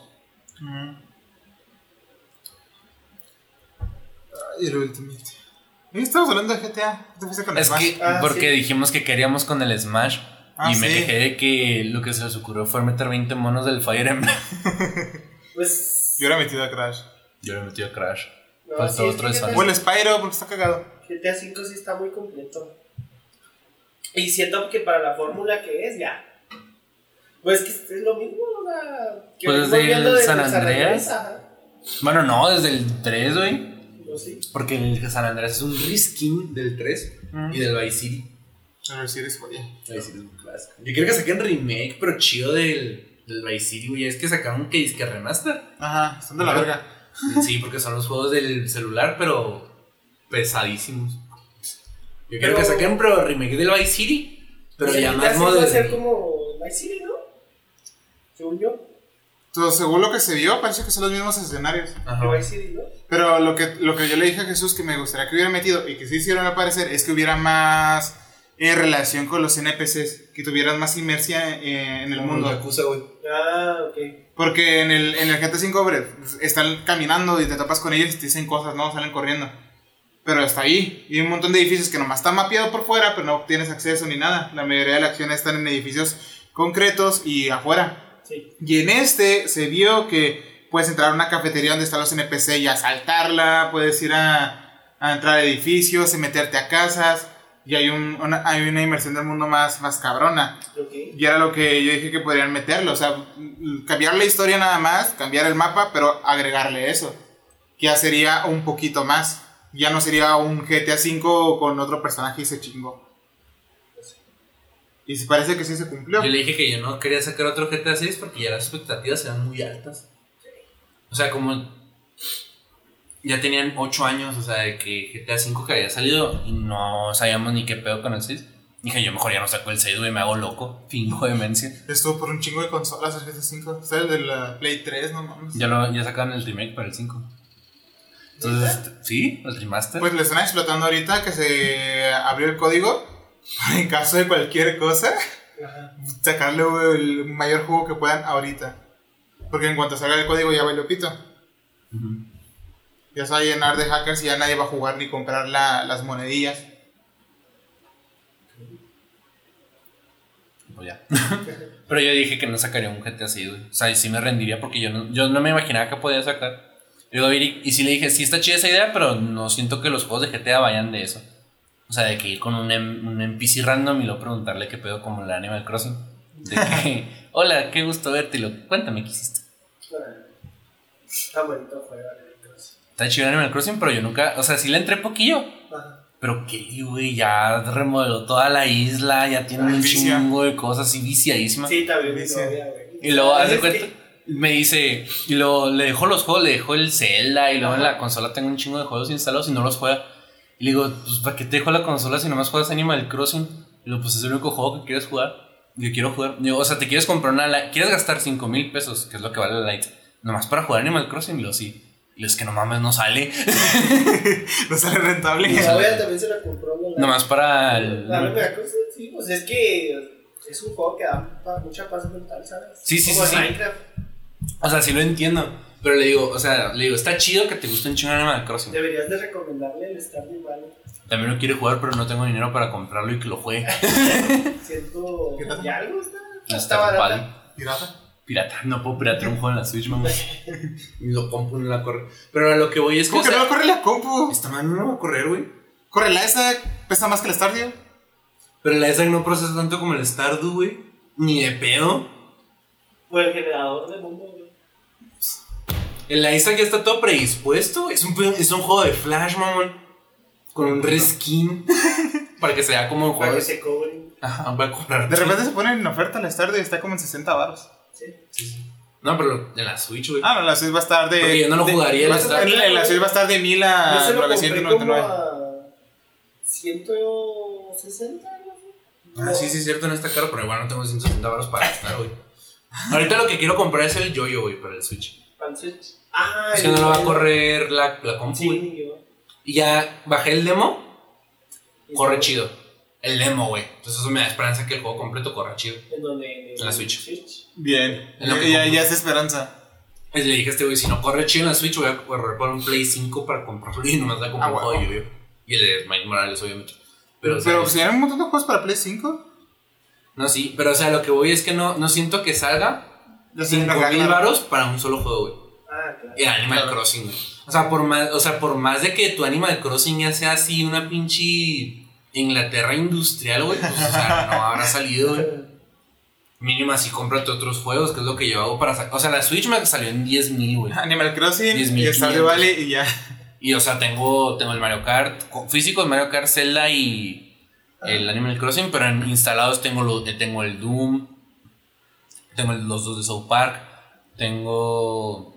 Y el Ultimate. Estamos hablando de GTA. ¿Qué te fuiste con Es Smash? que, porque dijimos que queríamos con el Smash. Y me sí. quejé de que lo que se les ocurrió fue meter 20 monos del Fire Emblem. Pues. Yo era metido a Crash. Yo le metí a Crash. No, Falta sí, es otro que de GTA Smash. O el Spyro, porque está cagado. GTA V sí está muy completo. Y siento que para la fórmula que es, ya. Pues que es lo mismo, o sea. Que Pues venimos desde viendo el desde San Andreas. ajá. Bueno, no, desde el 3, güey. Pues sí. Porque el San Andreas es un reskin del 3 y del Vice City. A ver si eres joya. Vice City es un clásico. Yo quiero que saquen remake, pero chido del Vice City, güey. Es que sacaron que disque remaster. Ajá, están de la verga. Sí, porque son los juegos del celular, pero pesadísimos. Yo quiero Pero- que saquen pero remake del Vice City, pero Pues ya el más GTA va a ser moderno. como Vice City, ¿no? Según yo. Entonces, según lo que se vio, parece que son los mismos escenarios. Ajá. Vice City, ¿no? Pero lo que yo le dije a Jesús que me gustaría que hubiera metido y que sí hicieron al parecer es que hubiera más relación con los NPCs, que tuvieran más inmersia en el Como mundo. Yakuza, güey. Ah, ok. Porque en el GTA V, hombre, están caminando y te topas con ellos y te dicen cosas, ¿no? Salen corriendo. Pero está ahí. Y hay un montón de edificios que nomás está mapeado por fuera, pero no tienes acceso ni nada. La mayoría de la acción están en edificios concretos y afuera. Sí. Y en este se vio que puedes entrar a una cafetería donde están los NPC y asaltarla. Puedes ir a entrar a edificios y meterte a casas. Y hay una inmersión del mundo más cabrona. Ok. Y era lo que yo dije que podrían meterlo. O sea, cambiar la historia nada más, cambiar el mapa, pero agregarle eso. Que ya sería un poquito más. Ya no sería un GTA V con otro personaje y se chingó. Y se parece que sí se cumplió. Yo le dije que yo no quería sacar otro GTA 6 porque ya las expectativas eran muy altas. O sea, como ya tenían 8 años, o sea, de que GTA 5 que había salido y no sabíamos ni qué pedo con el 6. Dije, yo mejor ya no saco el 6, güey, me hago loco, finjo demencia. Estuvo por un chingo de consolas el GTA V. Está el de la Play 3, no mames. Ya sacaron el remake para el 5. Entonces, sí, el remaster. Pues le están explotando ahorita que se abrió el código. En caso de cualquier cosa, Ajá. sacarle el mayor jugo que puedan ahorita. Porque en cuanto salga el código ya bailó pito. Ujú. Ya se va a llenar de hackers y ya nadie va a jugar ni comprar las monedillas. Pues ya. Pero yo dije que no sacaría un GTA así, güey. O sea, y sí me rendiría porque yo no me imaginaba que podía sacar. Y sí le dije, sí está chida esa idea, pero no siento que los juegos de GTA vayan de eso. O sea, de que ir con un NPC random y luego preguntarle qué pedo como el Animal Crossing. De que, hola, qué gusto verte. Y lo, cuéntame qué hiciste. Está bonito juego. Está chido el Animal Crossing, pero yo nunca, o sea, sí le entré poquillo. Ajá. Pero Kelly, güey, ya remodeló toda la isla, ya tiene un Vicia. chingo de cosas así viciadísima. Sí, también mi Dice. novia, güey. Y luego, haz de Es cuenta, me dice, y luego le dejó los juegos, le dejó el Zelda, y luego en la consola tengo un chingo de juegos instalados y no los juega. Y le digo, pues, ¿para qué te dejo la consola si nomás juegas Animal Crossing? Y luego, pues, es el único juego que quieres jugar. Y yo quiero jugar. Digo, o sea, te quieres comprar quieres gastar 5,000 pesos, que es lo que vale la Lite, nomás para jugar Animal Crossing. Y lo sí. Y lo es que no mames, no sale. No sale rentable. Mi novia también se la compró. Nomás para el. La verdad, sí, pues es que es un juego que da mucha paz mental, ¿sabes? Sí, sí, Como sí, en sí. Minecraft. O sea, sí lo entiendo. Pero le digo, está chido que te guste un chingo Animal Crossing. Deberías de recomendarle el Stardew Valley. También lo quiere jugar, pero no tengo dinero para comprarlo y que lo juegue. Siento ¿Qué tal? que algo está Está barata. vale. Pirata. Pirata, no puedo piratear un juego en la Switch, mamá. Y lo compu no la corre. Pero a lo que voy es que. ¿Cómo que no va a correr la compu? Esta mano no la va a correr, güey. Corre la esa, pesa más que el Stardew. Pero la ESA no procesa tanto como el Stardew, güey. Ni de pedo. O el generador de mundo, güey. El Isaac ya está todo predispuesto. Es un juego de Flash, mamón. Con un reskin. Para que sea como un Para juego. que se cobren. Ajá, va a cobrar. De repente se pone en oferta el Stardew y está como en 60 baros. Sí. No, pero en la Switch, güey. Ah, no, la Switch va a estar de. Porque yo no lo jugaría, va a el estar- Stardew. en la Switch va a estar de 1000 Yo a se lo compré como 999. a 160, algo así. Ah, sí, sí, es cierto, no está caro, pero igual no tengo 160 baros para gastar, güey. Ahorita lo que quiero comprar es el Yo-Yo, güey, para el Switch. Para el Switch. Ah, Es que no lo va a correr la compu, güey. Sí, yo. Y ya bajé el demo. corre chido. El demo, güey. Entonces eso me da esperanza que el juego completo corra chido. ¿En dónde? En la Switch. Bien. En lo que Ya es esperanza. Pues le dije a este güey, si no corre chido en la Switch, voy a correr por un Play 5 para comprarlo y nomás la compré un juego de Yu-Gi-Oh! Y el de Miles Morales, obviamente. Pero si hay un montón de juegos para Play 5. No, sí, pero o sea, lo que voy es que no siento que salga 5,000 varos para un solo juego, güey. Ah, claro. Y Animal Crossing, güey. Por más de que tu Animal Crossing ya sea así una pinche Inglaterra industrial, güey, pues, o sea, no habrá salido, güey. Mínimo así cómprate otros juegos, que es lo que yo hago para sacar. O sea, la Switch me salió en 10,000, güey. Animal Crossing 10,000 y Stardew Valley y ya. Y o sea, tengo el Mario Kart físico, el Mario Kart, Zelda y el Animal Crossing, pero en instalados tengo el Doom, tengo los dos de South Park, tengo...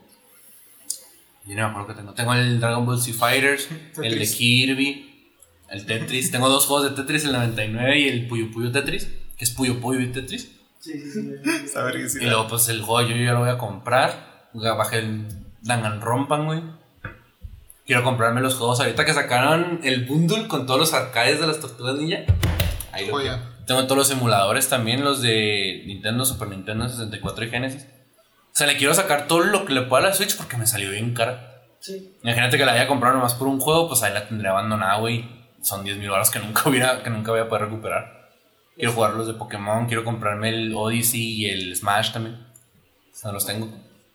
Yo no me acuerdo que tengo. Tengo el Dragon Ball Z Fighters, el de Kirby, el Tetris. Tengo 2 juegos de Tetris, el 99 y el Puyo Puyo Tetris, que es Puyo Puyo y Tetris. Sí. Y luego pues el juego yo ya lo voy a comprar. Bajé el Danganronpa, güey. Quiero comprarme los juegos ahorita que sacaron el bundle con todos los arcades de las Tortugas Ninja. Ahí lo tengo. Tengo todos los emuladores también, los de Nintendo, Super Nintendo 64 y Genesis. O sea, le quiero sacar todo lo que le pueda a la Switch porque me salió bien cara. Sí. Imagínate que la haya comprado nomás por un juego, pues ahí la tendré abandonada, güey. Son 10,000 baros que nunca voy a poder recuperar. Quiero jugar los de Pokémon, quiero comprarme el Odyssey y el Smash también. O sea, los tengo.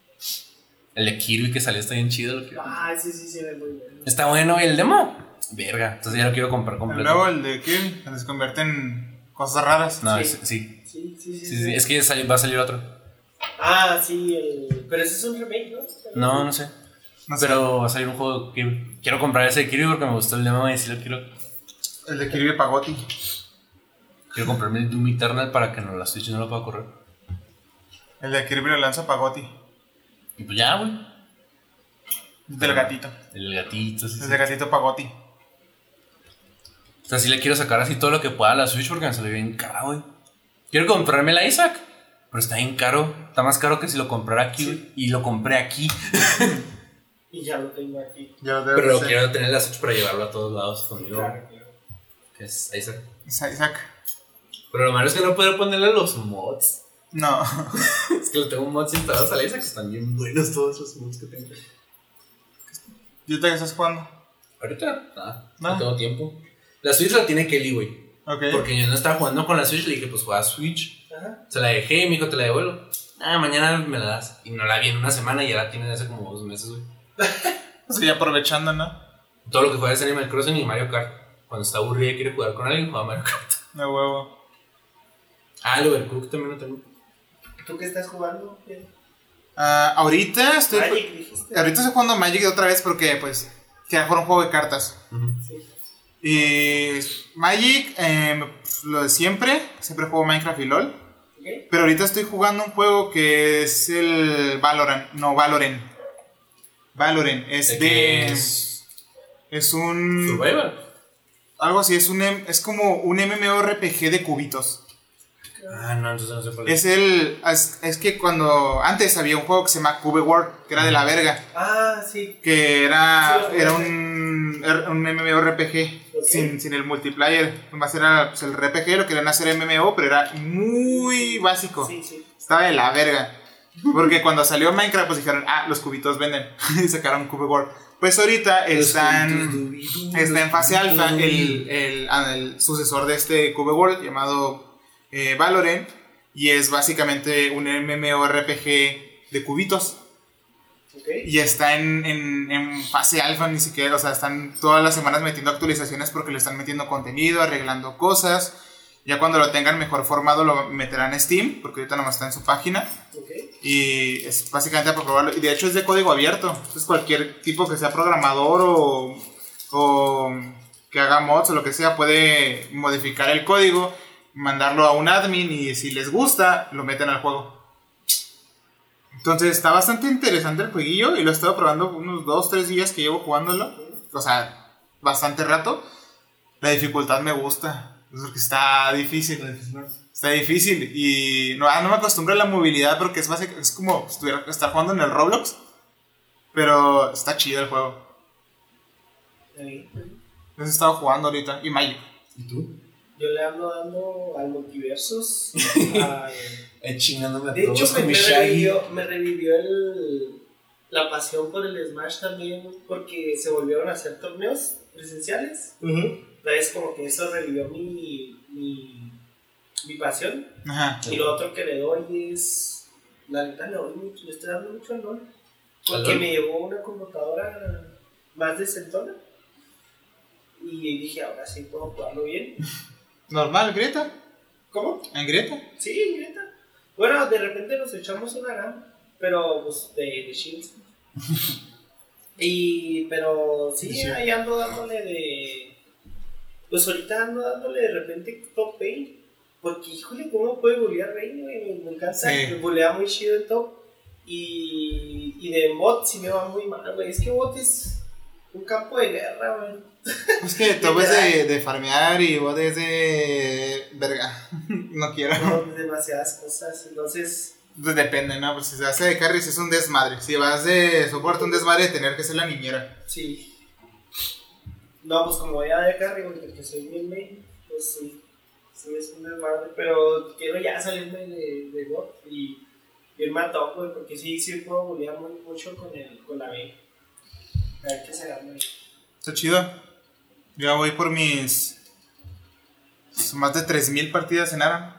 El de Kirby que salió está bien chido. Lo quiero. Sí, es muy bueno. Está bueno, ¿y el demo? Verga, entonces ya lo quiero comprar completo. Luego el de Kirby, donde se convierte en cosas raras. No, Sí. Sí. Es que va a salir otro. Sí, pero ese es un remake, ¿no? No sé. Pero va a salir un juego que quiero comprar ese de Kirby porque me gustó el demo y sí lo quiero. El de Kirby Pagotti. Quiero comprarme el Doom Eternal para que la Switch no lo pueda correr. El de Kirby lo lanza Pagotti. Y pues ya, güey. Del gatito. El gatito, sí. El de gatito Pagotti. O sea, sí le quiero sacar así todo lo que pueda a la Switch porque me salió bien cara, güey. Quiero comprarme la Isaac, pero está bien caro. Está más caro que si lo comprara aquí, güey. Y lo compré aquí. Y ya lo tengo aquí. Pero quiero tener la Switch para llevarlo a todos lados conmigo. Claro. Que es Isaac. Isaac. Pero lo malo es que no puedo ponerle los mods. No. Es que le tengo mods instalados a la Isaac que están bien buenos todos los mods que tengo. ¿Y te estás jugando? Ahorita, no tengo tiempo. La Switch la tiene Kelly, güey. Okay. Porque yo no estaba jugando con la Switch, le dije, pues juega Switch. Ajá. Se la dejé y me dijo, te la devuelvo. Mañana me la das. Y no la vi en una semana y ya la tiene hace como 2 meses, güey. O sea, ya aprovechando, ¿no? Todo lo que juega es Animal Crossing y Mario Kart. Cuando está aburrida y quiere jugar con alguien, juega Mario Kart. De huevo. El Overcooked también lo tengo. ¿Tú qué estás jugando? Ahorita estoy. Magic, dijiste. Ahorita estoy jugando Magic otra vez porque, pues, quiero jugar un juego de cartas. Sí. Y Magic, lo de siempre juego Minecraft y LOL. Okay. Pero ahorita estoy jugando un juego que es el Valorant. Valorant es de... Es un... Survival. Algo así, es como un MMORPG de cubitos. No, entonces no sé cuál es. Es que cuando... Antes había un juego que se llama Cube World, que era de la verga. Sí. Que era Sí, un MMORPG. Okay. Sin el multiplayer. Nomás era pues, el RPG, lo querían hacer MMO, pero era muy básico. Sí. Estaba de la verga. Porque cuando salió Minecraft, pues dijeron, los cubitos venden. Y sacaron Cube World. Pues ahorita está en fase alfa el sucesor de este Cube World llamado Valorant. Y es básicamente un MMORPG de cubitos. Okay. Y está en fase alfa, ni siquiera, o sea, están todas las semanas metiendo actualizaciones porque le están metiendo contenido, arreglando cosas. Ya cuando lo tengan mejor formado lo meterán en Steam, porque ahorita nomás está en su página. Okay. Y es básicamente para probarlo. Y de hecho es de código abierto. Entonces cualquier tipo que sea programador o que haga mods o lo que sea puede modificar el código, mandarlo a un admin y si les gusta, lo meten al juego. Entonces está bastante interesante el jueguillo y lo he estado probando unos 2-3 días que llevo jugándolo. O sea, bastante rato. La dificultad me gusta. Porque está difícil. Está difícil y no me acostumbro a la movilidad porque es como si estar jugando en el Roblox. Pero está chido el juego. Entonces he estado jugando ahorita. Y Magic. ¿Y tú? Yo le ando dando al Multiversus. Chingándome a De hecho, todos con mi Shaggy. me revivió la pasión por el Smash también, porque se volvieron a hacer torneos presenciales. Entonces, como que eso revivió mi pasión. Ajá. Y lo otro que le doy es. La neta, le estoy dando mucho al LOL. Porque me llegó una computadora más decentona. Y dije, ahora sí puedo jugarlo bien. ¿Normal, Grieta? ¿Cómo? ¿En Grieta? Sí, neta. Bueno, de repente nos echamos una RAM, pero pues de Shields. Pero sí, ahí ando dándole de. Pues ahorita ando dándole de repente top 20. Porque, híjole, ¿cómo puede bulear Rey, güey? Me encanta. Sí. Me bulea muy chido en top. Y de bot sí me va muy mal, güey. Es que bot es un campo de guerra, güey. Es que top es de farmear y bot es de. Verga. No quiero. No, demasiadas cosas. Entonces. Pues depende, ¿no? Pues si se hace de carry, si es un desmadre. Si vas de soporte, un desmadre de tener que ser la niñera. Sí. No, pues como voy a de carry, güey, porque soy bien main, pues sí. Sí, es un desmadre. Pero quiero ya salirme de bot y irme a top, güey, porque sí puedo bulear mucho con la B. A ver qué se gana. Está chido. Yo ya voy por mis. Más de 3000 partidas en ARAM.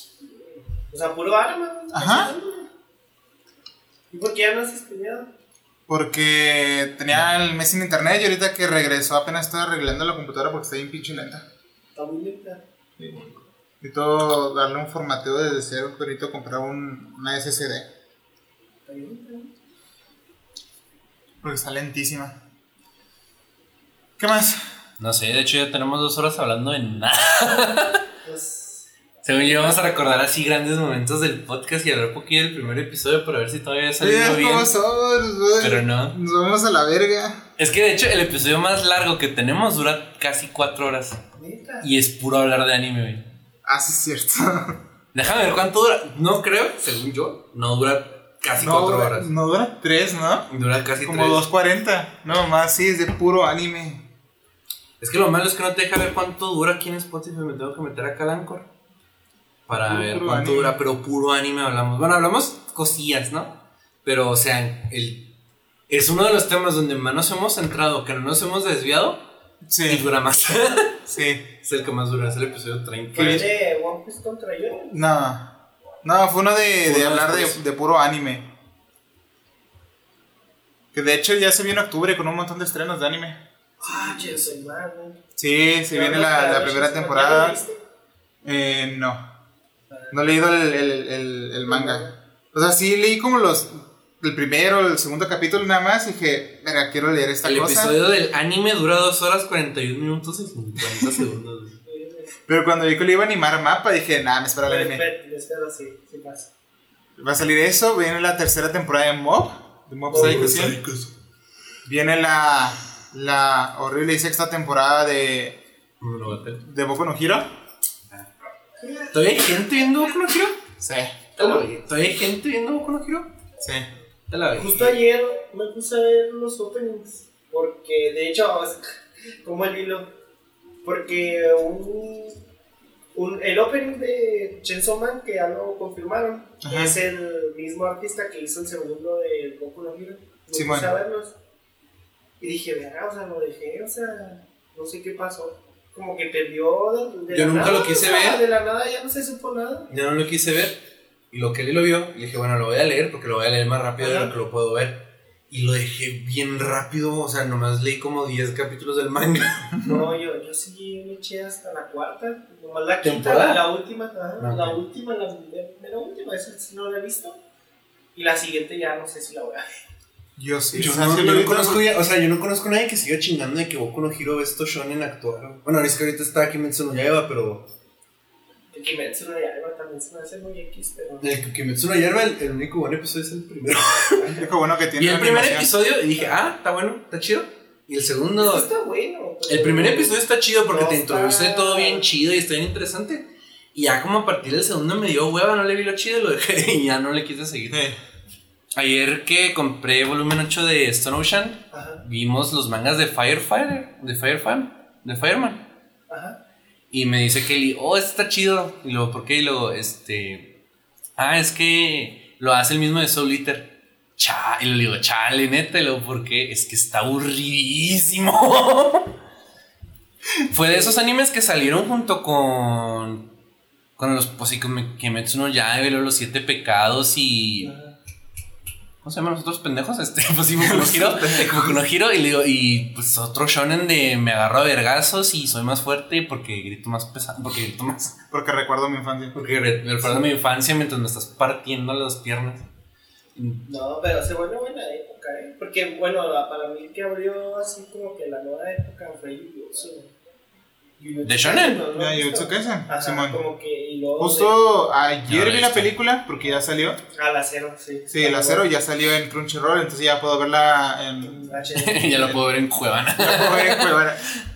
O sea, puro arma. Ajá. ¿Y por qué ya no has streameado? Porque tenía el mes sin internet y ahorita que regresó apenas estoy arreglando la computadora porque está bien pinche lenta. Está muy lenta. Necesito darle un formateo desde cero, pero necesito comprar una SSD. Está bien. Porque está lentísima. ¿Qué más? No sé, de hecho ya tenemos 2 horas hablando de nada. Pues. Según yo vamos a recordar así grandes momentos del podcast y hablar un poquito del primer episodio para ver si todavía ha salido bien. Pero no. Nos vamos a la verga. Es que de hecho el episodio más largo que tenemos dura casi 4 horas. ¿Neta? Y es puro hablar de anime, güey. Ah, sí, es cierto. Déjame ver cuánto dura. No creo, según yo, no dura casi 4 horas. No dura 3, ¿no? Dura casi 3. Como 2:40. No, más sí, es de puro anime. Es que lo malo es que no te deja ver cuánto dura aquí en Spotify. Me tengo que meter acá al Anchor para ver Puro cuánto anime. dura, pero puro anime hablamos. Bueno, hablamos cosillas, ¿no? Pero, o sea, es uno de los temas donde más nos hemos centrado, que no nos hemos desviado y Sí, dura más. sí. Es el que más dura, es el episodio 30. ¿Fue de One Piece contra yo? No, fue uno de Uno hablar después. de puro anime. Que de hecho ya se viene octubre con un montón de estrenos de anime. Ah, yo soy mal, güey. Sí, se viene la primera temporada. No. No he leído el manga. O sea, sí leí como el primero, el segundo capítulo nada más y dije, venga, quiero leer esta El cosa. episodio del anime dura 2 horas 41 minutos y 50 segundos. Pero cuando vi que le iba a animar mapa dije, nah, me espero el anime. Espero, sí pasa. Va a salir eso, viene la tercera temporada de Mob Psycho 100. Viene la horrible y sexta temporada de Boku no Hero. ¿Todavía hay gente viendo Boku no Hero? Sí, ¿Todavía hay gente viendo Boku no Hero? sí. Te la vi. Justo ayer me puse a ver los openings. Porque, de hecho, como el hilo. Porque el opening de Chainsaw Man, que ya lo confirmaron, Ajá. es el mismo artista que hizo el segundo de Boku no Hero. Me Sí, puse bueno. a verlos. Y dije, verga, o sea, lo dejé, o sea, no sé qué pasó. Como que perdió de Yo la nunca nada, lo quise o sea, ver. De la nada ya no se supo nada. Ya no lo quise ver. Y lo que él lo vio, y dije, bueno, lo voy a leer porque lo voy a leer más rápido de lo que lo puedo ver. Y lo dejé bien rápido, o sea, nomás leí como 10 capítulos del manga. No, yo sí me eché hasta la cuarta, nomás la quinta, ¿Temporada? la última, ajá, Ok. la última, la última, esa sí no la he visto. Y la siguiente ya no sé si la voy a ver. Yo sí. Yo O sea, no, sí yo lo no vi conozco todo- ya, o sea, yo no conozco a nadie que siga chingando de que Boku no Hero ve esto shonen actual. Bueno, es que ahorita está Kimetsu no Yaiba, pero El Kimetsu no Yaiba también se me hace muy X, pero... el Kimetsu no Yaiba, el único buen episodio es el primero. Dijo, bueno, que tiene Y el la primer animación. episodio, y dije, está bueno, está chido. Y el segundo, Eso está bueno. pero- el primer episodio está chido porque No te introduce está- todo bien chido y está bien interesante. Y ya como a partir del segundo me dio hueva, no le vi lo chido y lo dejé y ya no le quise seguir. Sí. Ayer que compré volumen 8 de Stone Ocean, Ajá, vimos los mangas de Fireman. ajá. Y me dice Kelly, oh, este está chido. Y luego, ¿por qué? Y luego, es que lo hace el mismo de Soul Eater. Y le digo, chale, neta. Y luego, ¿por qué? Es que está aburridísimo. Fue de esos animes que salieron junto con los, pues sí, con Kimetsu no Yaiba, los 7 pecados y... ¿Cómo se llaman los otros pendejos? Pues sí, Boku no Hero. Y le digo, y pues otro shonen de me agarro a vergazos y soy más fuerte porque grito más pesado, porque grito más. Porque recuerdo mi infancia. Porque recuerdo mi infancia mientras me estás partiendo las piernas. No, pero se vuelve buena época, ¿eh? Porque, bueno, para mí que abrió así como que la nueva época fue Jujutsu. ¿De shonen? Jujutsu Kaisen, Ajá, Simón. como que, y luego Justo ayer No, vi la está. película porque ya salió. la cero, sí. Sí, la cero ya salió en Crunchyroll, entonces ya puedo verla en... HD. Ya lo puedo ver en Cuevana. Ya puedo ver en Cuevana.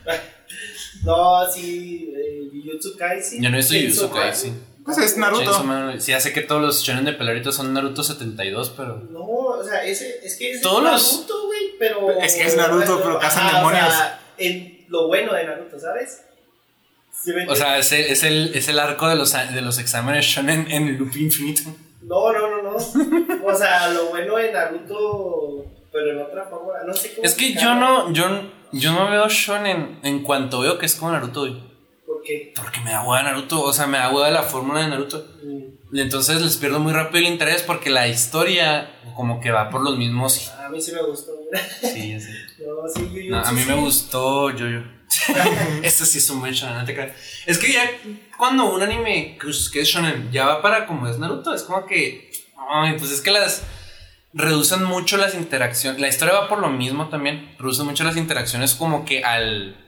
No, sí, Jujutsu Kaisen. Yo no he visto Chainsaw Jujutsu Man. Kaisen. Pues es Naruto. Chainsaw Man, sí, ya sé que todos los shonen de pelarito son Naruto 72, pero... No, o sea, es que es Todos los- Naruto, güey, pero... Es que es Naruto, pero cazan ajá, demonios. O sea, en lo bueno de Naruto, ¿sabes? ¿Sí me O sea, entiendes? es el arco de los exámenes shonen en el loop infinito. No. O sea, lo bueno de Naruto, pero en otra forma, no sé cómo Es que explicarlo. yo no veo shonen en cuanto veo que es como Naruto, güey. ¿Por qué? Porque me da hueva Naruto, o sea, me da hueva la fórmula de Naruto. Y entonces les pierdo muy rápido el interés porque la historia como que va por los mismos... A mí sí me gustó, güey. Sí, sí. No, sí, Jujutsu No, a mí me sí. gustó Yo. Eso sí es un buen shonen, no te creas. Es que ya cuando un anime que es shonen ya va para como es Naruto, es como que... Ay, pues es que las... reducen mucho las interacciones. La historia va por lo mismo también. Reducen mucho las interacciones como que a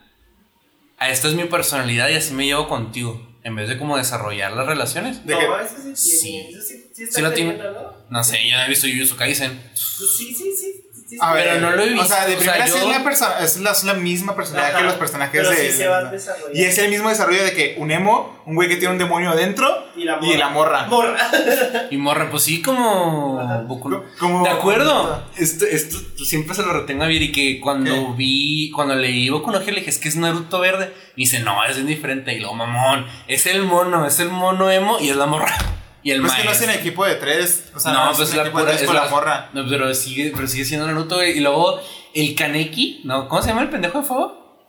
esta es mi personalidad y así me llevo contigo. En vez de como desarrollar las relaciones. ¿De No, qué? eso sí Sí. tiene. Eso sí está Sí lo tiene. teniendo, ¿no? No sé, yo no he visto Jujutsu Kaisen. Pues sí. A ver, Pero no lo he visto, O sea, de o sea, primera sí yo- es la misma personalidad Ajá, que los personajes pero de... sí se van desarrollando. Y es el mismo desarrollo de que un emo, un güey que tiene un demonio adentro Y la morra. Y morra, pues sí, como Ajá. Boku no- Como... De acuerdo. Esto siempre se lo retengo a Viri que cuando leí Boku no Hero le dije, es que es Naruto verde. Y dice, no, es diferente. Y luego, mamón, es el mono emo y es la morra. Y el Pues que no es maestro. en equipo de 3. O sea, No, es pues en la equipo de pura tres es con la la morra. No, pero sigue siendo Naruto, güey. Y luego el Kaneki, ¿no? ¿Cómo se llama el pendejo de fuego?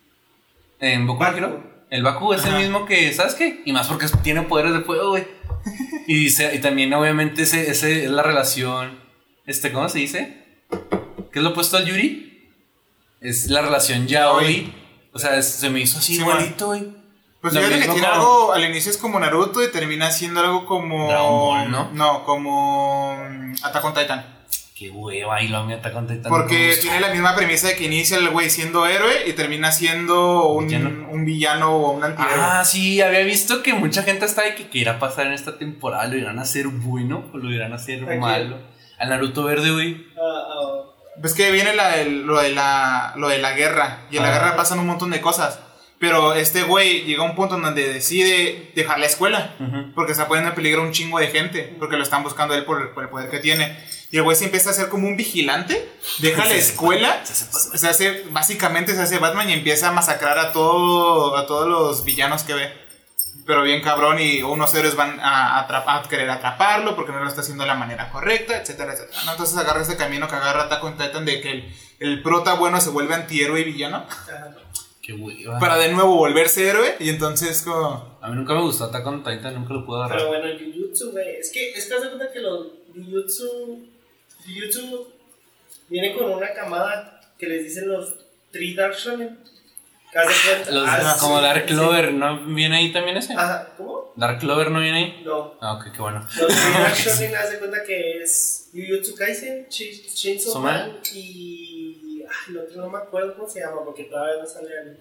En Boku no Baku. Hero. El Baku es Ajá. el mismo que, ¿sabes qué? Y más porque tiene poderes de fuego, güey. Y también obviamente ese es la relación, ¿cómo se dice? ¿Qué es lo opuesto al Yuri? Es la relación yaoi. O sea, se me hizo así Sí, igualito, güey. Pues Lo fíjate que mismo tiene como- algo, al inicio es como Naruto y termina siendo algo como... Dragon Ball, ¿no? No, como Attack on Titan. Qué hueva, y lo me atacan Titan. Porque tiene la misma premisa de que inicia el güey siendo héroe y termina siendo un villano o un antihéroe. Ah, sí, había visto que mucha gente está de que irá a pasar en esta temporada. ¿Lo irán a hacer bueno o lo irán a hacer ¿A quién? malo? Al Naruto verde, güey. Ves que viene lo de la guerra y en la Ah. guerra pasan un montón de cosas. Pero este güey llega a un punto en donde decide dejar la escuela. Ujú. Porque está poniendo en peligro a un chingo de gente. Porque lo están buscando a él por el poder que tiene. Y el güey se empieza a hacer como un vigilante. Deja la escuela. Básicamente se hace Batman y empieza a masacrar a todos los villanos que ve. Pero bien cabrón. Y unos héroes van a querer atraparlo porque no lo está haciendo de la manera correcta, etcétera, etcétera, ¿no? Entonces agarra este camino que agarra Attack on Titan de que el prota bueno se vuelve antihéroe y villano. Qué hueva. Para de nuevo volverse héroe. Y entonces como... A mí nunca me gustó Attack on Titan, nunca lo pude agarrar. Pero bueno, Jujutsu, güey. Es que haz de cuenta que los Jujutsu viene con una camada que les dicen los Three Dark Shonen. Haz de cuenta. Los, como sí, Dark sí. Clover, ¿no viene ahí también ese? Ajá, ¿cómo? Dark Clover no viene ahí. No. Ah, ok, qué bueno. Los Three Dark Shonen, haz de cuenta que es Jujutsu Kaisen, Chainsaw Man y. El otro no me acuerdo cómo se llama porque todavía no sale anime.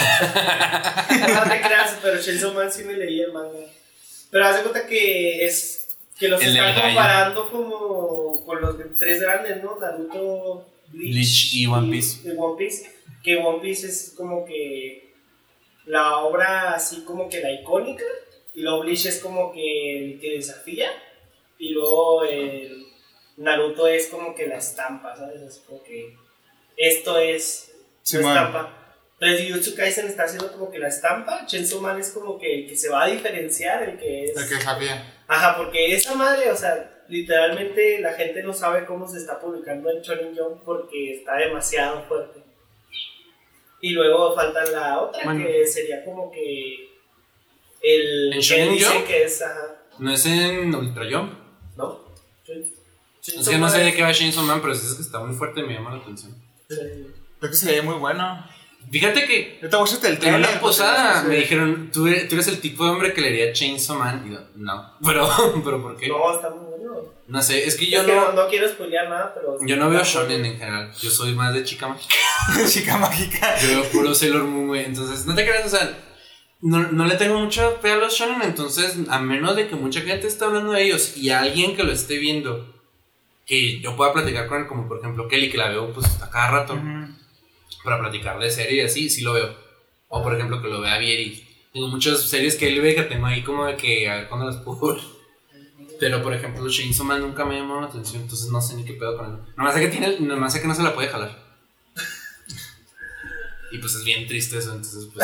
No te creas, pero Chainsaw Man sí me leí el manga. Pero haz de cuenta que es. Que los El del están gallo. comparando como con los tres grandes, ¿no? Naruto, Bleach y One Piece. y One Piece. Que One Piece es como que la obra así como que la icónica. Y luego Bleach es como que el que desafía. Y luego el Naruto es como que la estampa, ¿sabes? Es como que esto es Sí, la man. estampa. Entonces Jujutsu Kaisen está haciendo como que la estampa, Chainsaw Man es como que el que se va a diferenciar, el que es... El que sabía. Ajá, porque esa madre, o sea, literalmente la gente no sabe cómo se está publicando en Shonen Jump porque está demasiado fuerte. Y luego falta la otra, Bueno. que sería como que el ¿En que Shonen dice Jump? que es, ajá, ¿No es en Ultra Jump? ¿no? Es que no sé de qué va Chainsaw Man, pero si es que está muy fuerte y me llama la atención. Creo que se ve muy bueno. Fíjate que Ahorita búscate el en trailer. una posada porque- me dijeron, ¿tú eres el tipo de hombre que leería Chainsaw Man? Y yo, no. Pero ¿por qué? No, está muy bueno. No sé, es que yo Es que no... no quiero spoilear nada, pero... Yo no veo shonen en general. Yo soy más de chica mágica. Chica mágica. Yo veo puro Sailor Moon, güey. Entonces, no te creas, o sea, no le tengo mucho fe a los shonen. Entonces, a menos de que mucha gente esté hablando de ellos y alguien que lo esté viendo, que yo pueda platicar con él, como por ejemplo Kelly, que la veo pues a cada rato, para platicar de serie y así, sí lo veo. O por ejemplo que lo vea Vieri. Tengo muchas series que él ve que tengo ahí como de que a ver cuándo las puedo ver. Pero por ejemplo Chainsaw Man nunca me llamó la atención, entonces no sé ni qué pedo con él. Nomás sé que no se la puede jalar. Y pues es bien triste eso, entonces pues...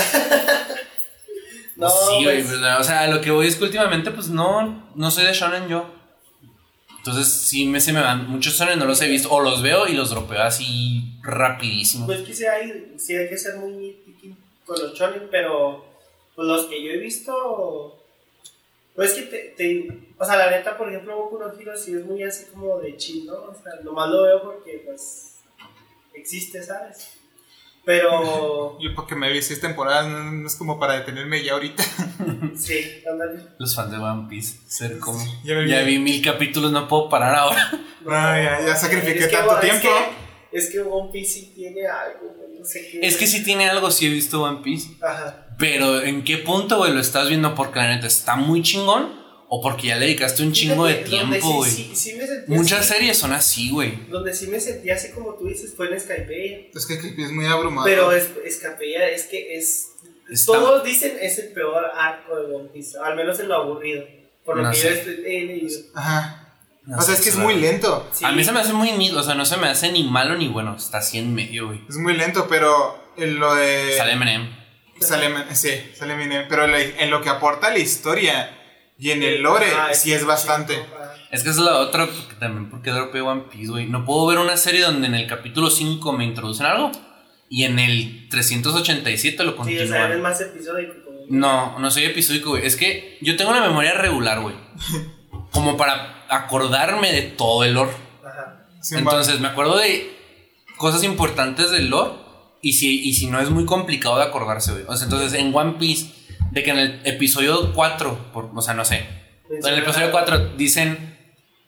No, sí, güey, pues, ¿verdad? O sea, lo que voy es que últimamente pues no soy de shonen yo. Entonces sí se me van muchos shonen, no los he visto. O los veo y los dropeo así rapidísimo. pues que sí hay que ser muy picky con los shonen, pero pues los que yo he visto... Pues que o sea, la neta, por ejemplo, Boku no Hero sí es muy así como de chill, ¿no? O sea, nomás lo veo porque, pues, existe, ¿sabes? Pero... Yo porque me vi 6 temporadas, no es como para detenerme ya ahorita. sí, ándale. Los fans de One Piece, ser como... Ya me Ya vi. vi 1000 capítulos, no puedo parar ahora. Ya sacrifiqué Es que, tanto es tiempo. Es que One Piece sí tiene algo, güey, no sé qué. Es que sí tiene algo, sí he visto One Piece. Ajá. Pero ¿en qué punto, güey, lo estás viendo? Porque la neta está muy chingón. O porque ya le dedicaste un chingo de Fíjate, donde tiempo, güey. sí me sentí Muchas así, series son así, güey. Donde sí me sentí así como tú dices fue en Skype. Es que Creepy es muy abrumador. Pero Skype es que es... Está- Todos dicen es el peor arco de One Piece, al menos en lo aburrido. Por lo No que sé. yo he leído. Ajá. No O sea, sé, es que es la muy verdad. lento. Sí. A mí se me hace muy o sea, no se me hace ni malo ni bueno. Está así en medio, güey. Es muy lento, pero en lo de... Sale Eminem. Sale Eminem. Pero en lo que aporta la historia y en el lore, sí es bastante. Es que esa es la otra, porque también porque dropé One Piece, güey. No puedo ver una serie donde en el capítulo 5 me introducen algo y en el 387 lo Sí, o sea, eres continúan. más episódico. No soy episódico, güey. Es que yo tengo una memoria regular, güey. Como para acordarme de todo el lore. Ajá. Sí, Entonces me acuerdo de cosas importantes del lore y si no es muy complicado de acordarse, güey. O sea, entonces en One Piece, de que en el episodio 4, o sea, no sé. En el episodio 4 dicen,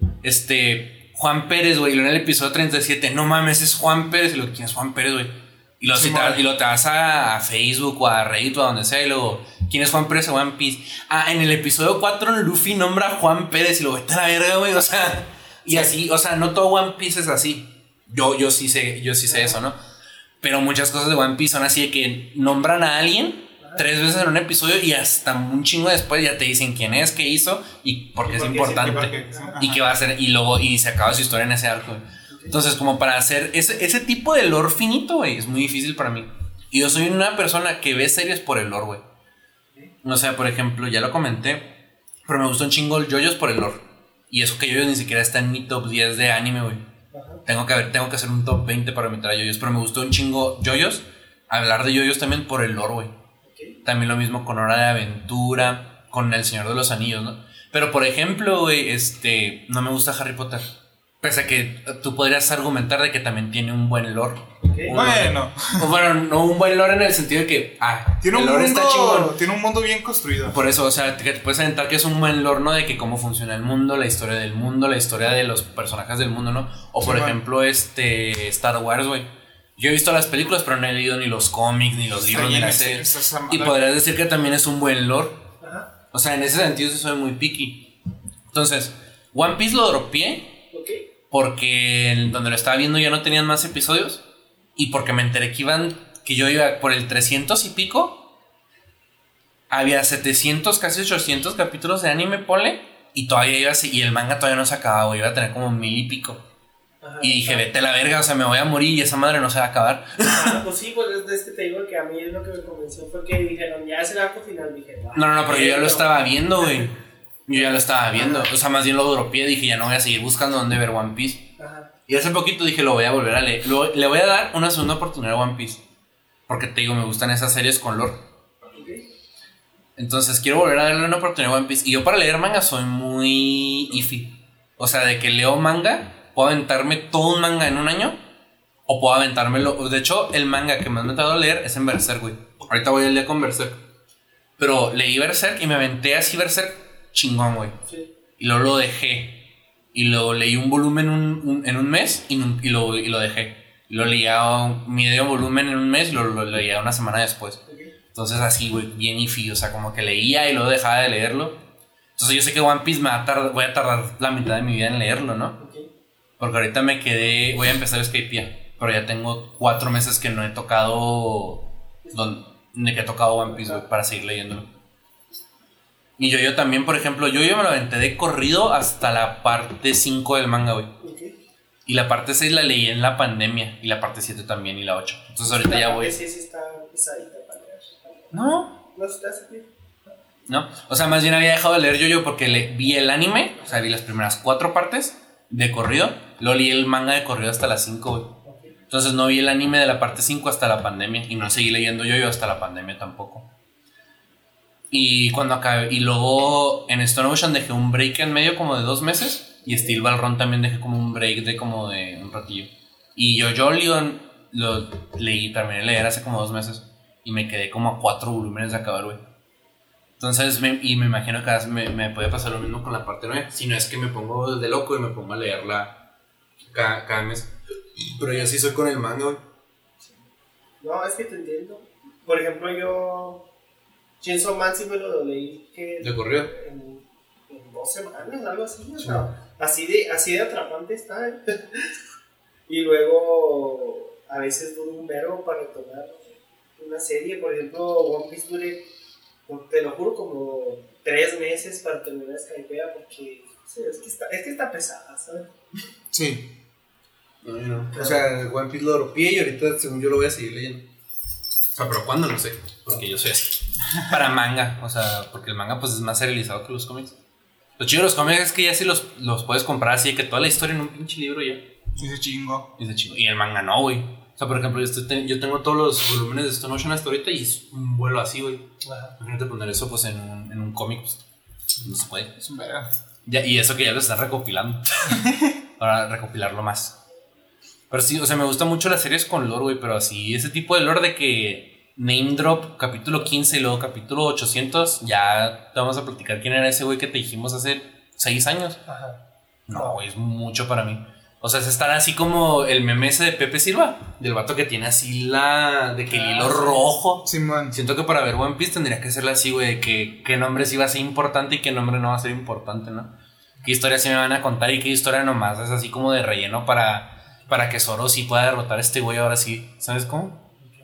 Juan Pérez, güey. Y luego en el episodio 37, no mames, es Juan Pérez. Y luego, ¿quién es Juan Pérez, güey? Y luego Sí, y lo te vas a Facebook o a Reddit o a donde sea. Y luego, ¿quién es Juan Pérez de One Piece? Ah, en el episodio 4 Luffy nombra a Juan Pérez. Y luego, vete a la verga, güey. O sea, y así, o sea, no todo One Piece es así. Yo sí sé eso, ¿no? Pero muchas cosas de One Piece son así de que nombran a alguien 3 veces en un episodio y hasta un chingo después ya te dicen quién es, qué hizo y por qué es importante y qué va a hacer y luego y se acaba su historia en ese arco, güey. Entonces como para hacer ese tipo de lore finito, güey, es muy difícil para mí. Y yo soy una persona que ve series por el lore, güey. O sea, por ejemplo, ya lo comenté, pero me gustó un chingo el JoJo's por el lore. Y eso que JoJo's ni siquiera está en mi top 10 de anime, güey. Tengo que hacer un top 20 para meter a JoJo's, pero me gustó un chingo JoJo's. Hablar de JoJo's también por el lore, güey. También lo mismo con Hora de Aventura, con El Señor de los Anillos, ¿no? Pero por ejemplo, güey, no me gusta Harry Potter. Pese a que tú podrías argumentar de que también tiene un buen lore. Okay. Bueno. Bueno, no un buen lore en el sentido de que Tiene el un lore está chingón. mundo, tiene un mundo bien construido. Por eso, o sea, que te puedes aventar que es un buen lore, ¿no? De que cómo funciona el mundo, la historia del mundo, la historia de los personajes del mundo, ¿no? O por ejemplo, Star Wars, güey. Yo he visto las películas, pero no he leído ni los cómics, ni los libros, ni las series. Y podrías decir que también es un buen lore. Ajá. O sea, en ese sentido sí soy muy picky. Entonces, One Piece lo dropeé porque donde lo estaba viendo ya no tenían más episodios. Y porque me enteré que yo iba por el 300 y pico. Había 700, casi 800 capítulos de anime, ponle. Y todavía y el manga todavía no se acababa, güey. Iba a tener como 1000 y pico. Ajá, y dije, vete a la verga, o sea, me voy a morir y esa madre no se va a acabar. Pues sí, pues es que te digo que a mí lo que me convenció fue que dijeron, ya es el arco final, dije, No, pero yo ya lo estaba viendo, güey. Yo ya lo estaba viendo. O sea, más bien lo dropeé, dije, ya no voy a seguir buscando dónde ver One Piece. Ajá. Y hace poquito dije, lo voy a volver a leer. Le voy a dar una segunda oportunidad a One Piece. Porque te digo, me gustan esas series con lore. Entonces quiero volver a darle una oportunidad a One Piece. Y yo para leer manga soy muy iffy. O sea, de que leo manga, puedo aventarme todo un manga en un año. O puedo aventármelo. De hecho, el manga que más me ha tardado a leer es en Berserk, güey. Ahorita voy al día con Berserk. Pero leí Berserk y me aventé así Berserk chingón, güey. Sí. Y luego lo dejé. Y lo leí un volumen en un mes y lo dejé. Y lo leía medio volumen en un mes y lo leía una semana después. Entonces así, güey, bien iffy. O sea, como que leía y luego dejaba de leerlo. Entonces yo sé que One Piece voy a tardar la mitad de mi vida en leerlo, ¿no? Porque ahorita voy a empezar Skypiea. Pero ya tengo 4 meses que no he tocado One Piece, güey, para seguir leyéndolo. Y yo también, por ejemplo, yo me lo aventé de corrido hasta la parte 5 del manga, güey. Y la parte 6 la leí en la pandemia. Y la parte 7 también, y la 8. Entonces ahorita ya voy. Sí, está pesadita para leer. No. No está así. No, o sea, más bien había dejado de leer yo porque vi el anime. O sea, vi las primeras 4 partes de corrido. Luego leí el manga de corrido hasta las 5, güey. Entonces no vi el anime de la parte 5 hasta la pandemia. Y no seguí leyendo yo hasta la pandemia tampoco. Y cuando acabé, y luego en Stone Ocean dejé un break en medio como de 2 meses. Y Steel Ball Run también dejé como un break de como de un ratillo. Y yo Leon lo leí, terminé de leer hace como 2 meses. Y me quedé como a 4 volúmenes de acabar, güey. Entonces, me imagino que me puede pasar lo mismo con la parte 9. Si no es que me pongo de loco y me pongo a leerla cada mes. Pero yo sí soy con el manga, güey. No, es que te entiendo. Por ejemplo, yo Chainsaw Man sí me lo leí que ¿De corrido? En 2 semanas, algo así. O sea, así de atrapante está. Y luego a veces dura un verbo para retomar una serie. Por ejemplo, One Piece duré, te lo juro, como 3 meses para terminar Skypiea porque es que está pesada, ¿sabes? Sí. No. O sea, One Piece lo dropeé y ahorita, según yo, lo voy a seguir leyendo. O sea, pero ¿cuándo? No sé. Porque yo soy así. Para manga. O sea, porque el manga pues es más serializado que los cómics. Lo chido de los cómics es que ya sí los puedes comprar así, que toda la historia en un pinche libro ya. Dice chingo. Dice chingo. Y el manga no, güey. O sea, por ejemplo, yo tengo todos los volúmenes de Stone Ocean hasta ahorita y es un vuelo así, güey. Imagínate poner eso pues en un cómic, pues no se puede. Es un verga. Ya, y eso que ya lo están recopilando. Para recopilarlo más. Pero sí, o sea, me gustan mucho las series con lore, güey, pero así, ese tipo de lore de que name drop, capítulo 15 y luego capítulo 800, ya te vamos a platicar quién era ese güey que te dijimos hace 6 años. Ajá. No, güey, es mucho para mí. O sea, es estar así como el meme ese de Pepe Silva, del vato que tiene así de que el hilo rojo. Simón. Siento que para ver One Piece tendría que serle así, güey, de que qué nombre sí va a ser importante y qué nombre no va a ser importante, ¿no? Qué historia sí me van a contar y qué historia nomás es así como de relleno para que Zoro sí pueda derrotar a este güey ahora sí. ¿Sabes cómo?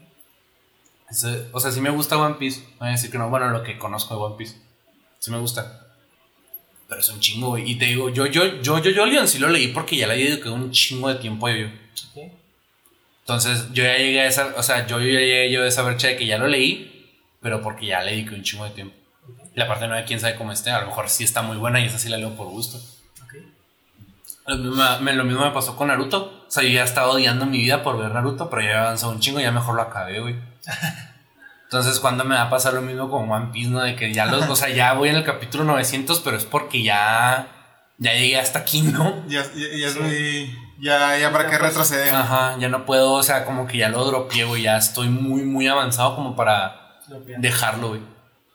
O sea, sí me gusta One Piece. Voy a decir que no, bueno, lo que conozco de One Piece. Sí me gusta. Pero es un chingo, güey. Y te digo, yo Leon sí lo leí porque ya le dediqué un chingo de tiempo a yo. Okay. Entonces yo ya llegué a esa, o sea, yo ya llegué a esa brecha de que ya lo leí, pero porque ya le dediqué un chingo de tiempo. Y la parte 9, quién sabe cómo esté. A lo mejor sí está muy buena y esa sí la leo por gusto. Lo mismo me pasó con Naruto. O sea, yo ya estaba odiando mi vida por ver Naruto, pero ya he avanzado un chingo y ya mejor lo acabé, güey. Entonces, ¿cuándo me va a pasar lo mismo con One Piece, no? De que ya o sea, ya voy en el capítulo 900, pero es porque ya llegué hasta aquí, ¿no? Ya es muy... Ya para qué retroceder. Ajá, ya no puedo, o sea, como que ya lo dropeé, güey. Ya estoy muy, muy avanzado como para dejarlo, güey.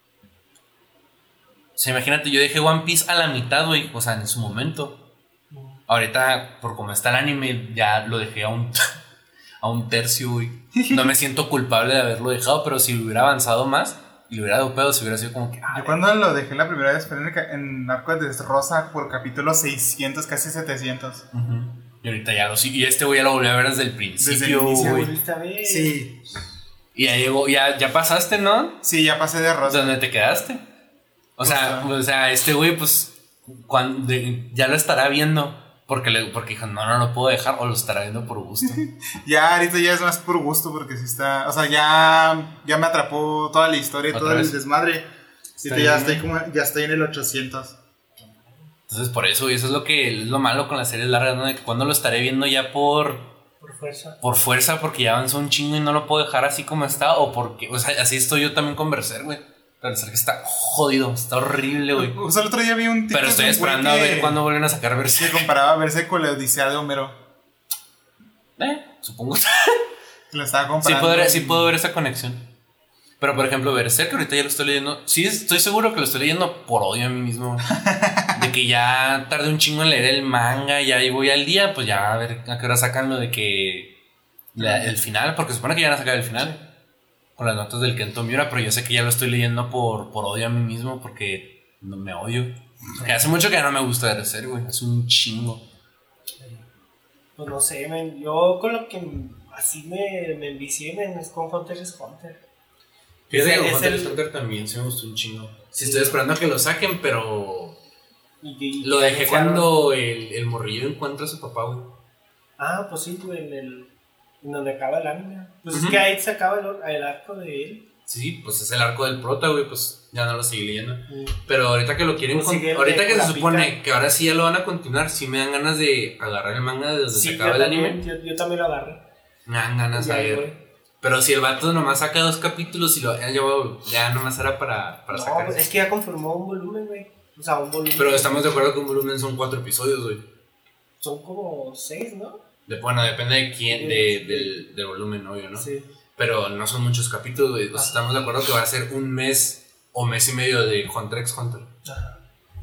O sea, imagínate, yo dejé One Piece a la mitad, güey. O sea, en su momento. Ahorita, por como está el anime, ya lo dejé a un tercio, güey. No me siento culpable de haberlo dejado, pero si hubiera avanzado más y lo hubiera dado pedo, si hubiera sido como que... Yo cuando lo dejé la primera vez fue en Arco de Rosa por capítulo 600, casi 700. Y ahorita ya y este güey ya lo volví a ver desde el principio, güey. Sí. Y ya llegó, ya pasaste, ¿no? Sí, ya pasé de Rosa. ¿Dónde te quedaste? O sea, este güey, pues, cuando ya lo estará viendo Porque dijo, no lo puedo dejar, o lo estará viendo por gusto. Ya, ahorita ya es más por gusto, porque sí está. O sea, ya me atrapó toda la historia y todo el desmadre. Ahorita ya estoy en el 800. Entonces, por eso, y eso es lo malo con las series largas, ¿no? De que cuando lo estaré viendo ya por fuerza. Por fuerza, porque ya avanzó un chingo y no lo puedo dejar así como está, o porque, o sea, así estoy yo también con Berserk, güey. Berserk está jodido, está horrible, güey. O sea, el otro día vi un TikTok. Pero estoy esperando a ver cuándo vuelven a sacar Berserk. Se comparaba a Berserk con la Odisea de Homero. Supongo. Lo estaba comparando. Sí puedo ver esa conexión. Pero, por ejemplo, Berserk, ahorita ya lo estoy leyendo. Sí, estoy seguro que lo estoy leyendo por odio a mí mismo. De que ya tardé un chingo en leer el manga, ya ahí voy al día, pues ya a ver a qué hora sacan lo de que el final, porque se supone que ya van a sacar el final con las notas del Kento Miura, pero yo sé que ya lo estoy leyendo por odio a mí mismo, porque no me odio. Porque hace mucho que ya no me gusta Berserk, güey, es un chingo. Pues no sé, yo con lo que así me envicié, es con Hunter x Hunter. Fíjate que Hunter x Hunter también se me gustó un chingo. Sí, estoy esperando a que lo saquen, pero lo dejé cuando el morrillo encuentra a su papá, güey. Ah, pues sí, güey, en donde acaba el anime. Pues es que ahí se acaba el arco de él. Sí, pues es el arco del prota, güey, pues ya no lo seguí leyendo. Pero ahorita que lo quieren, pues ahorita que se supone que ahora sí ya lo van a continuar, sí me dan ganas de agarrar el manga de donde se acaba el anime. Yo también lo agarré. Me dan ganas de ver. Pero si el vato nomás saca 2 capítulos y ya nomás era para no, sacar. Pues es que ya confirmó un volumen, güey. O sea, un volumen. Pero estamos de acuerdo que un volumen son 4 episodios, güey. Son como 6, ¿no? Bueno, depende de quién, del volumen, obvio, ¿no? Sí. Pero no son muchos capítulos, güey. Estamos de acuerdo que va a ser un mes o mes y medio de Hunter x Hunter. Ajá.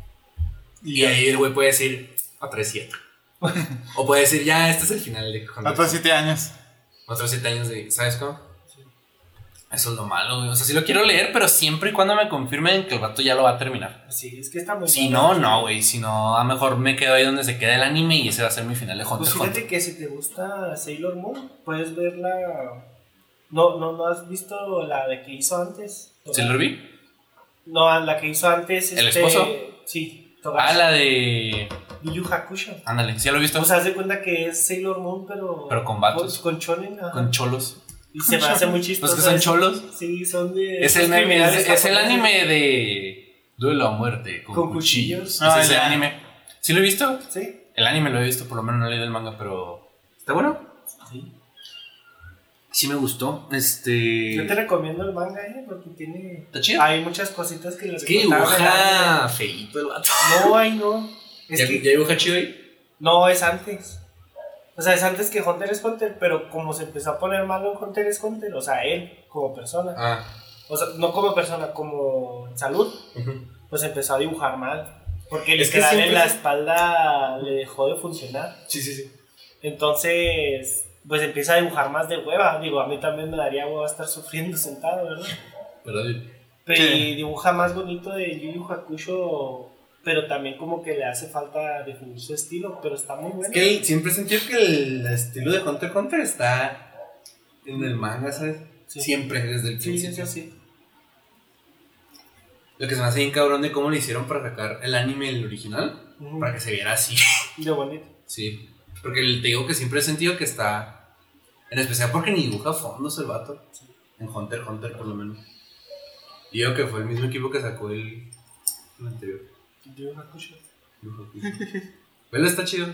Y ahí el güey puede decir, otros 7. O puede decir, ya, este es el final de Hunter. Otros 7 años. Otros 7 años de, ¿sabes cómo? Sí. Eso es lo malo, güey. O sea, sí lo quiero leer, pero siempre y cuando me confirmen que el vato ya lo va a terminar. Sí, es que está muy Si no, güey. Si no, a lo mejor me quedo ahí donde se queda el anime y ese va a ser mi final de Hunter x Hunter. Pues fíjate que si te gusta Sailor Moon, puedes verla. ¿No has visto la de que hizo antes? ¿Sailor V? No, la que hizo antes. ¿El esposo? Sí, Togashi. La de Yu Yu Hakusho. Ándale, ¿sí ya lo he visto? O sea, haz de cuenta que es Sailor Moon, pero con vatos. Con shonen. Ajá. Con cholos. Y se me hace muy chistoso. ¿Los que son cholos? Sí, son de. Es el anime de Duelo a Muerte con cuchillos. Ah, es el anime. ¿Sí lo he visto? Sí. El anime lo he visto, por lo menos no he leído el manga, pero. ¿Está bueno? Sí. Sí me gustó. Yo te recomiendo el manga, porque tiene. ¿Está chido? Hay muchas cositas que les ¿Qué dibuja feíto el vato? No. ¿Ya dibuja chido ahí? No, es antes. O sea, es antes que Hunter x Hunter, pero como se empezó a poner malo en Hunter x Hunter, o sea, él como persona. O sea, no como persona, como en salud, pues empezó a dibujar mal. Porque el escalón en la espalda le dejó de funcionar. Sí. Entonces, pues empieza a dibujar más de hueva. Digo, a mí también me daría hueva estar sufriendo sentado, ¿verdad? Pero y dibuja más bonito de Yu Yu Hakusho, pero también como que le hace falta definir su estilo, pero está muy bueno. Es que siempre sentí que el estilo de Hunter x Hunter está en el manga, ¿sabes? Sí. Siempre, desde el principio. Sí. Lo que se me hace bien cabrón de cómo lo hicieron para sacar el anime, el original, para que se viera así. De bonito. Sí, porque te digo que siempre he sentido que está, en especial porque ni dibuja fondos el vato, en Hunter x Hunter por lo menos. Y digo que fue el mismo equipo que sacó el anterior. Yu Yu Hakusho. Pero está chido.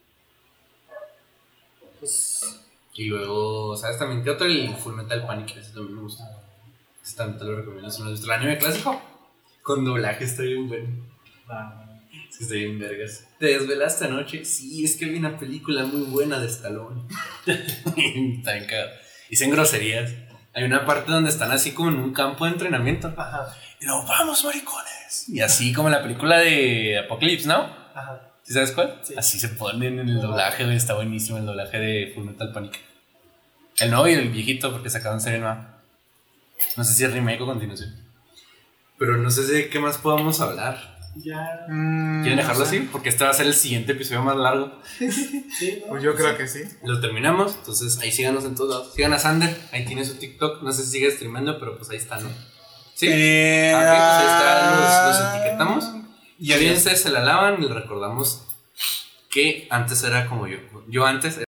Pues. Y luego, ¿sabes también qué otro? El Full Metal Panic, ese también me gusta. Ese también te lo recomiendo. ¿No has visto el anime clásico? Con doblaje está bien bueno. Es que está bien vergas. ¿Te desvelaste anoche? Sí, es que vi una película muy buena de Stallone. Está bien cagado. Dicen groserías. Hay una parte donde están así como en un campo de entrenamiento. Ajá. Y luego, vamos, maricones. Y así como en la película de Apocalypse Now. Ajá. ¿Sí sabes cuál? Sí. Así se ponen en el doblaje, güey. Está buenísimo el doblaje de Full Metal Panic. El nuevo y el viejito, porque sacaron serie nueva. No sé si es remake o continuación. Pero no sé de qué más podamos hablar. Ya. ¿Quieren dejarlo así? Porque este va a ser el siguiente episodio más largo. Sí, ¿no? Pues yo creo que sí. Lo terminamos, entonces ahí síganos en todos lados. Sigan a Sander, ahí tiene su TikTok. No sé si sigue streamando, pero pues ahí está, ¿no? Sí. Pues ahí está, los etiquetamos. Y audiencia se la lavan y les recordamos que antes era como yo. Yo antes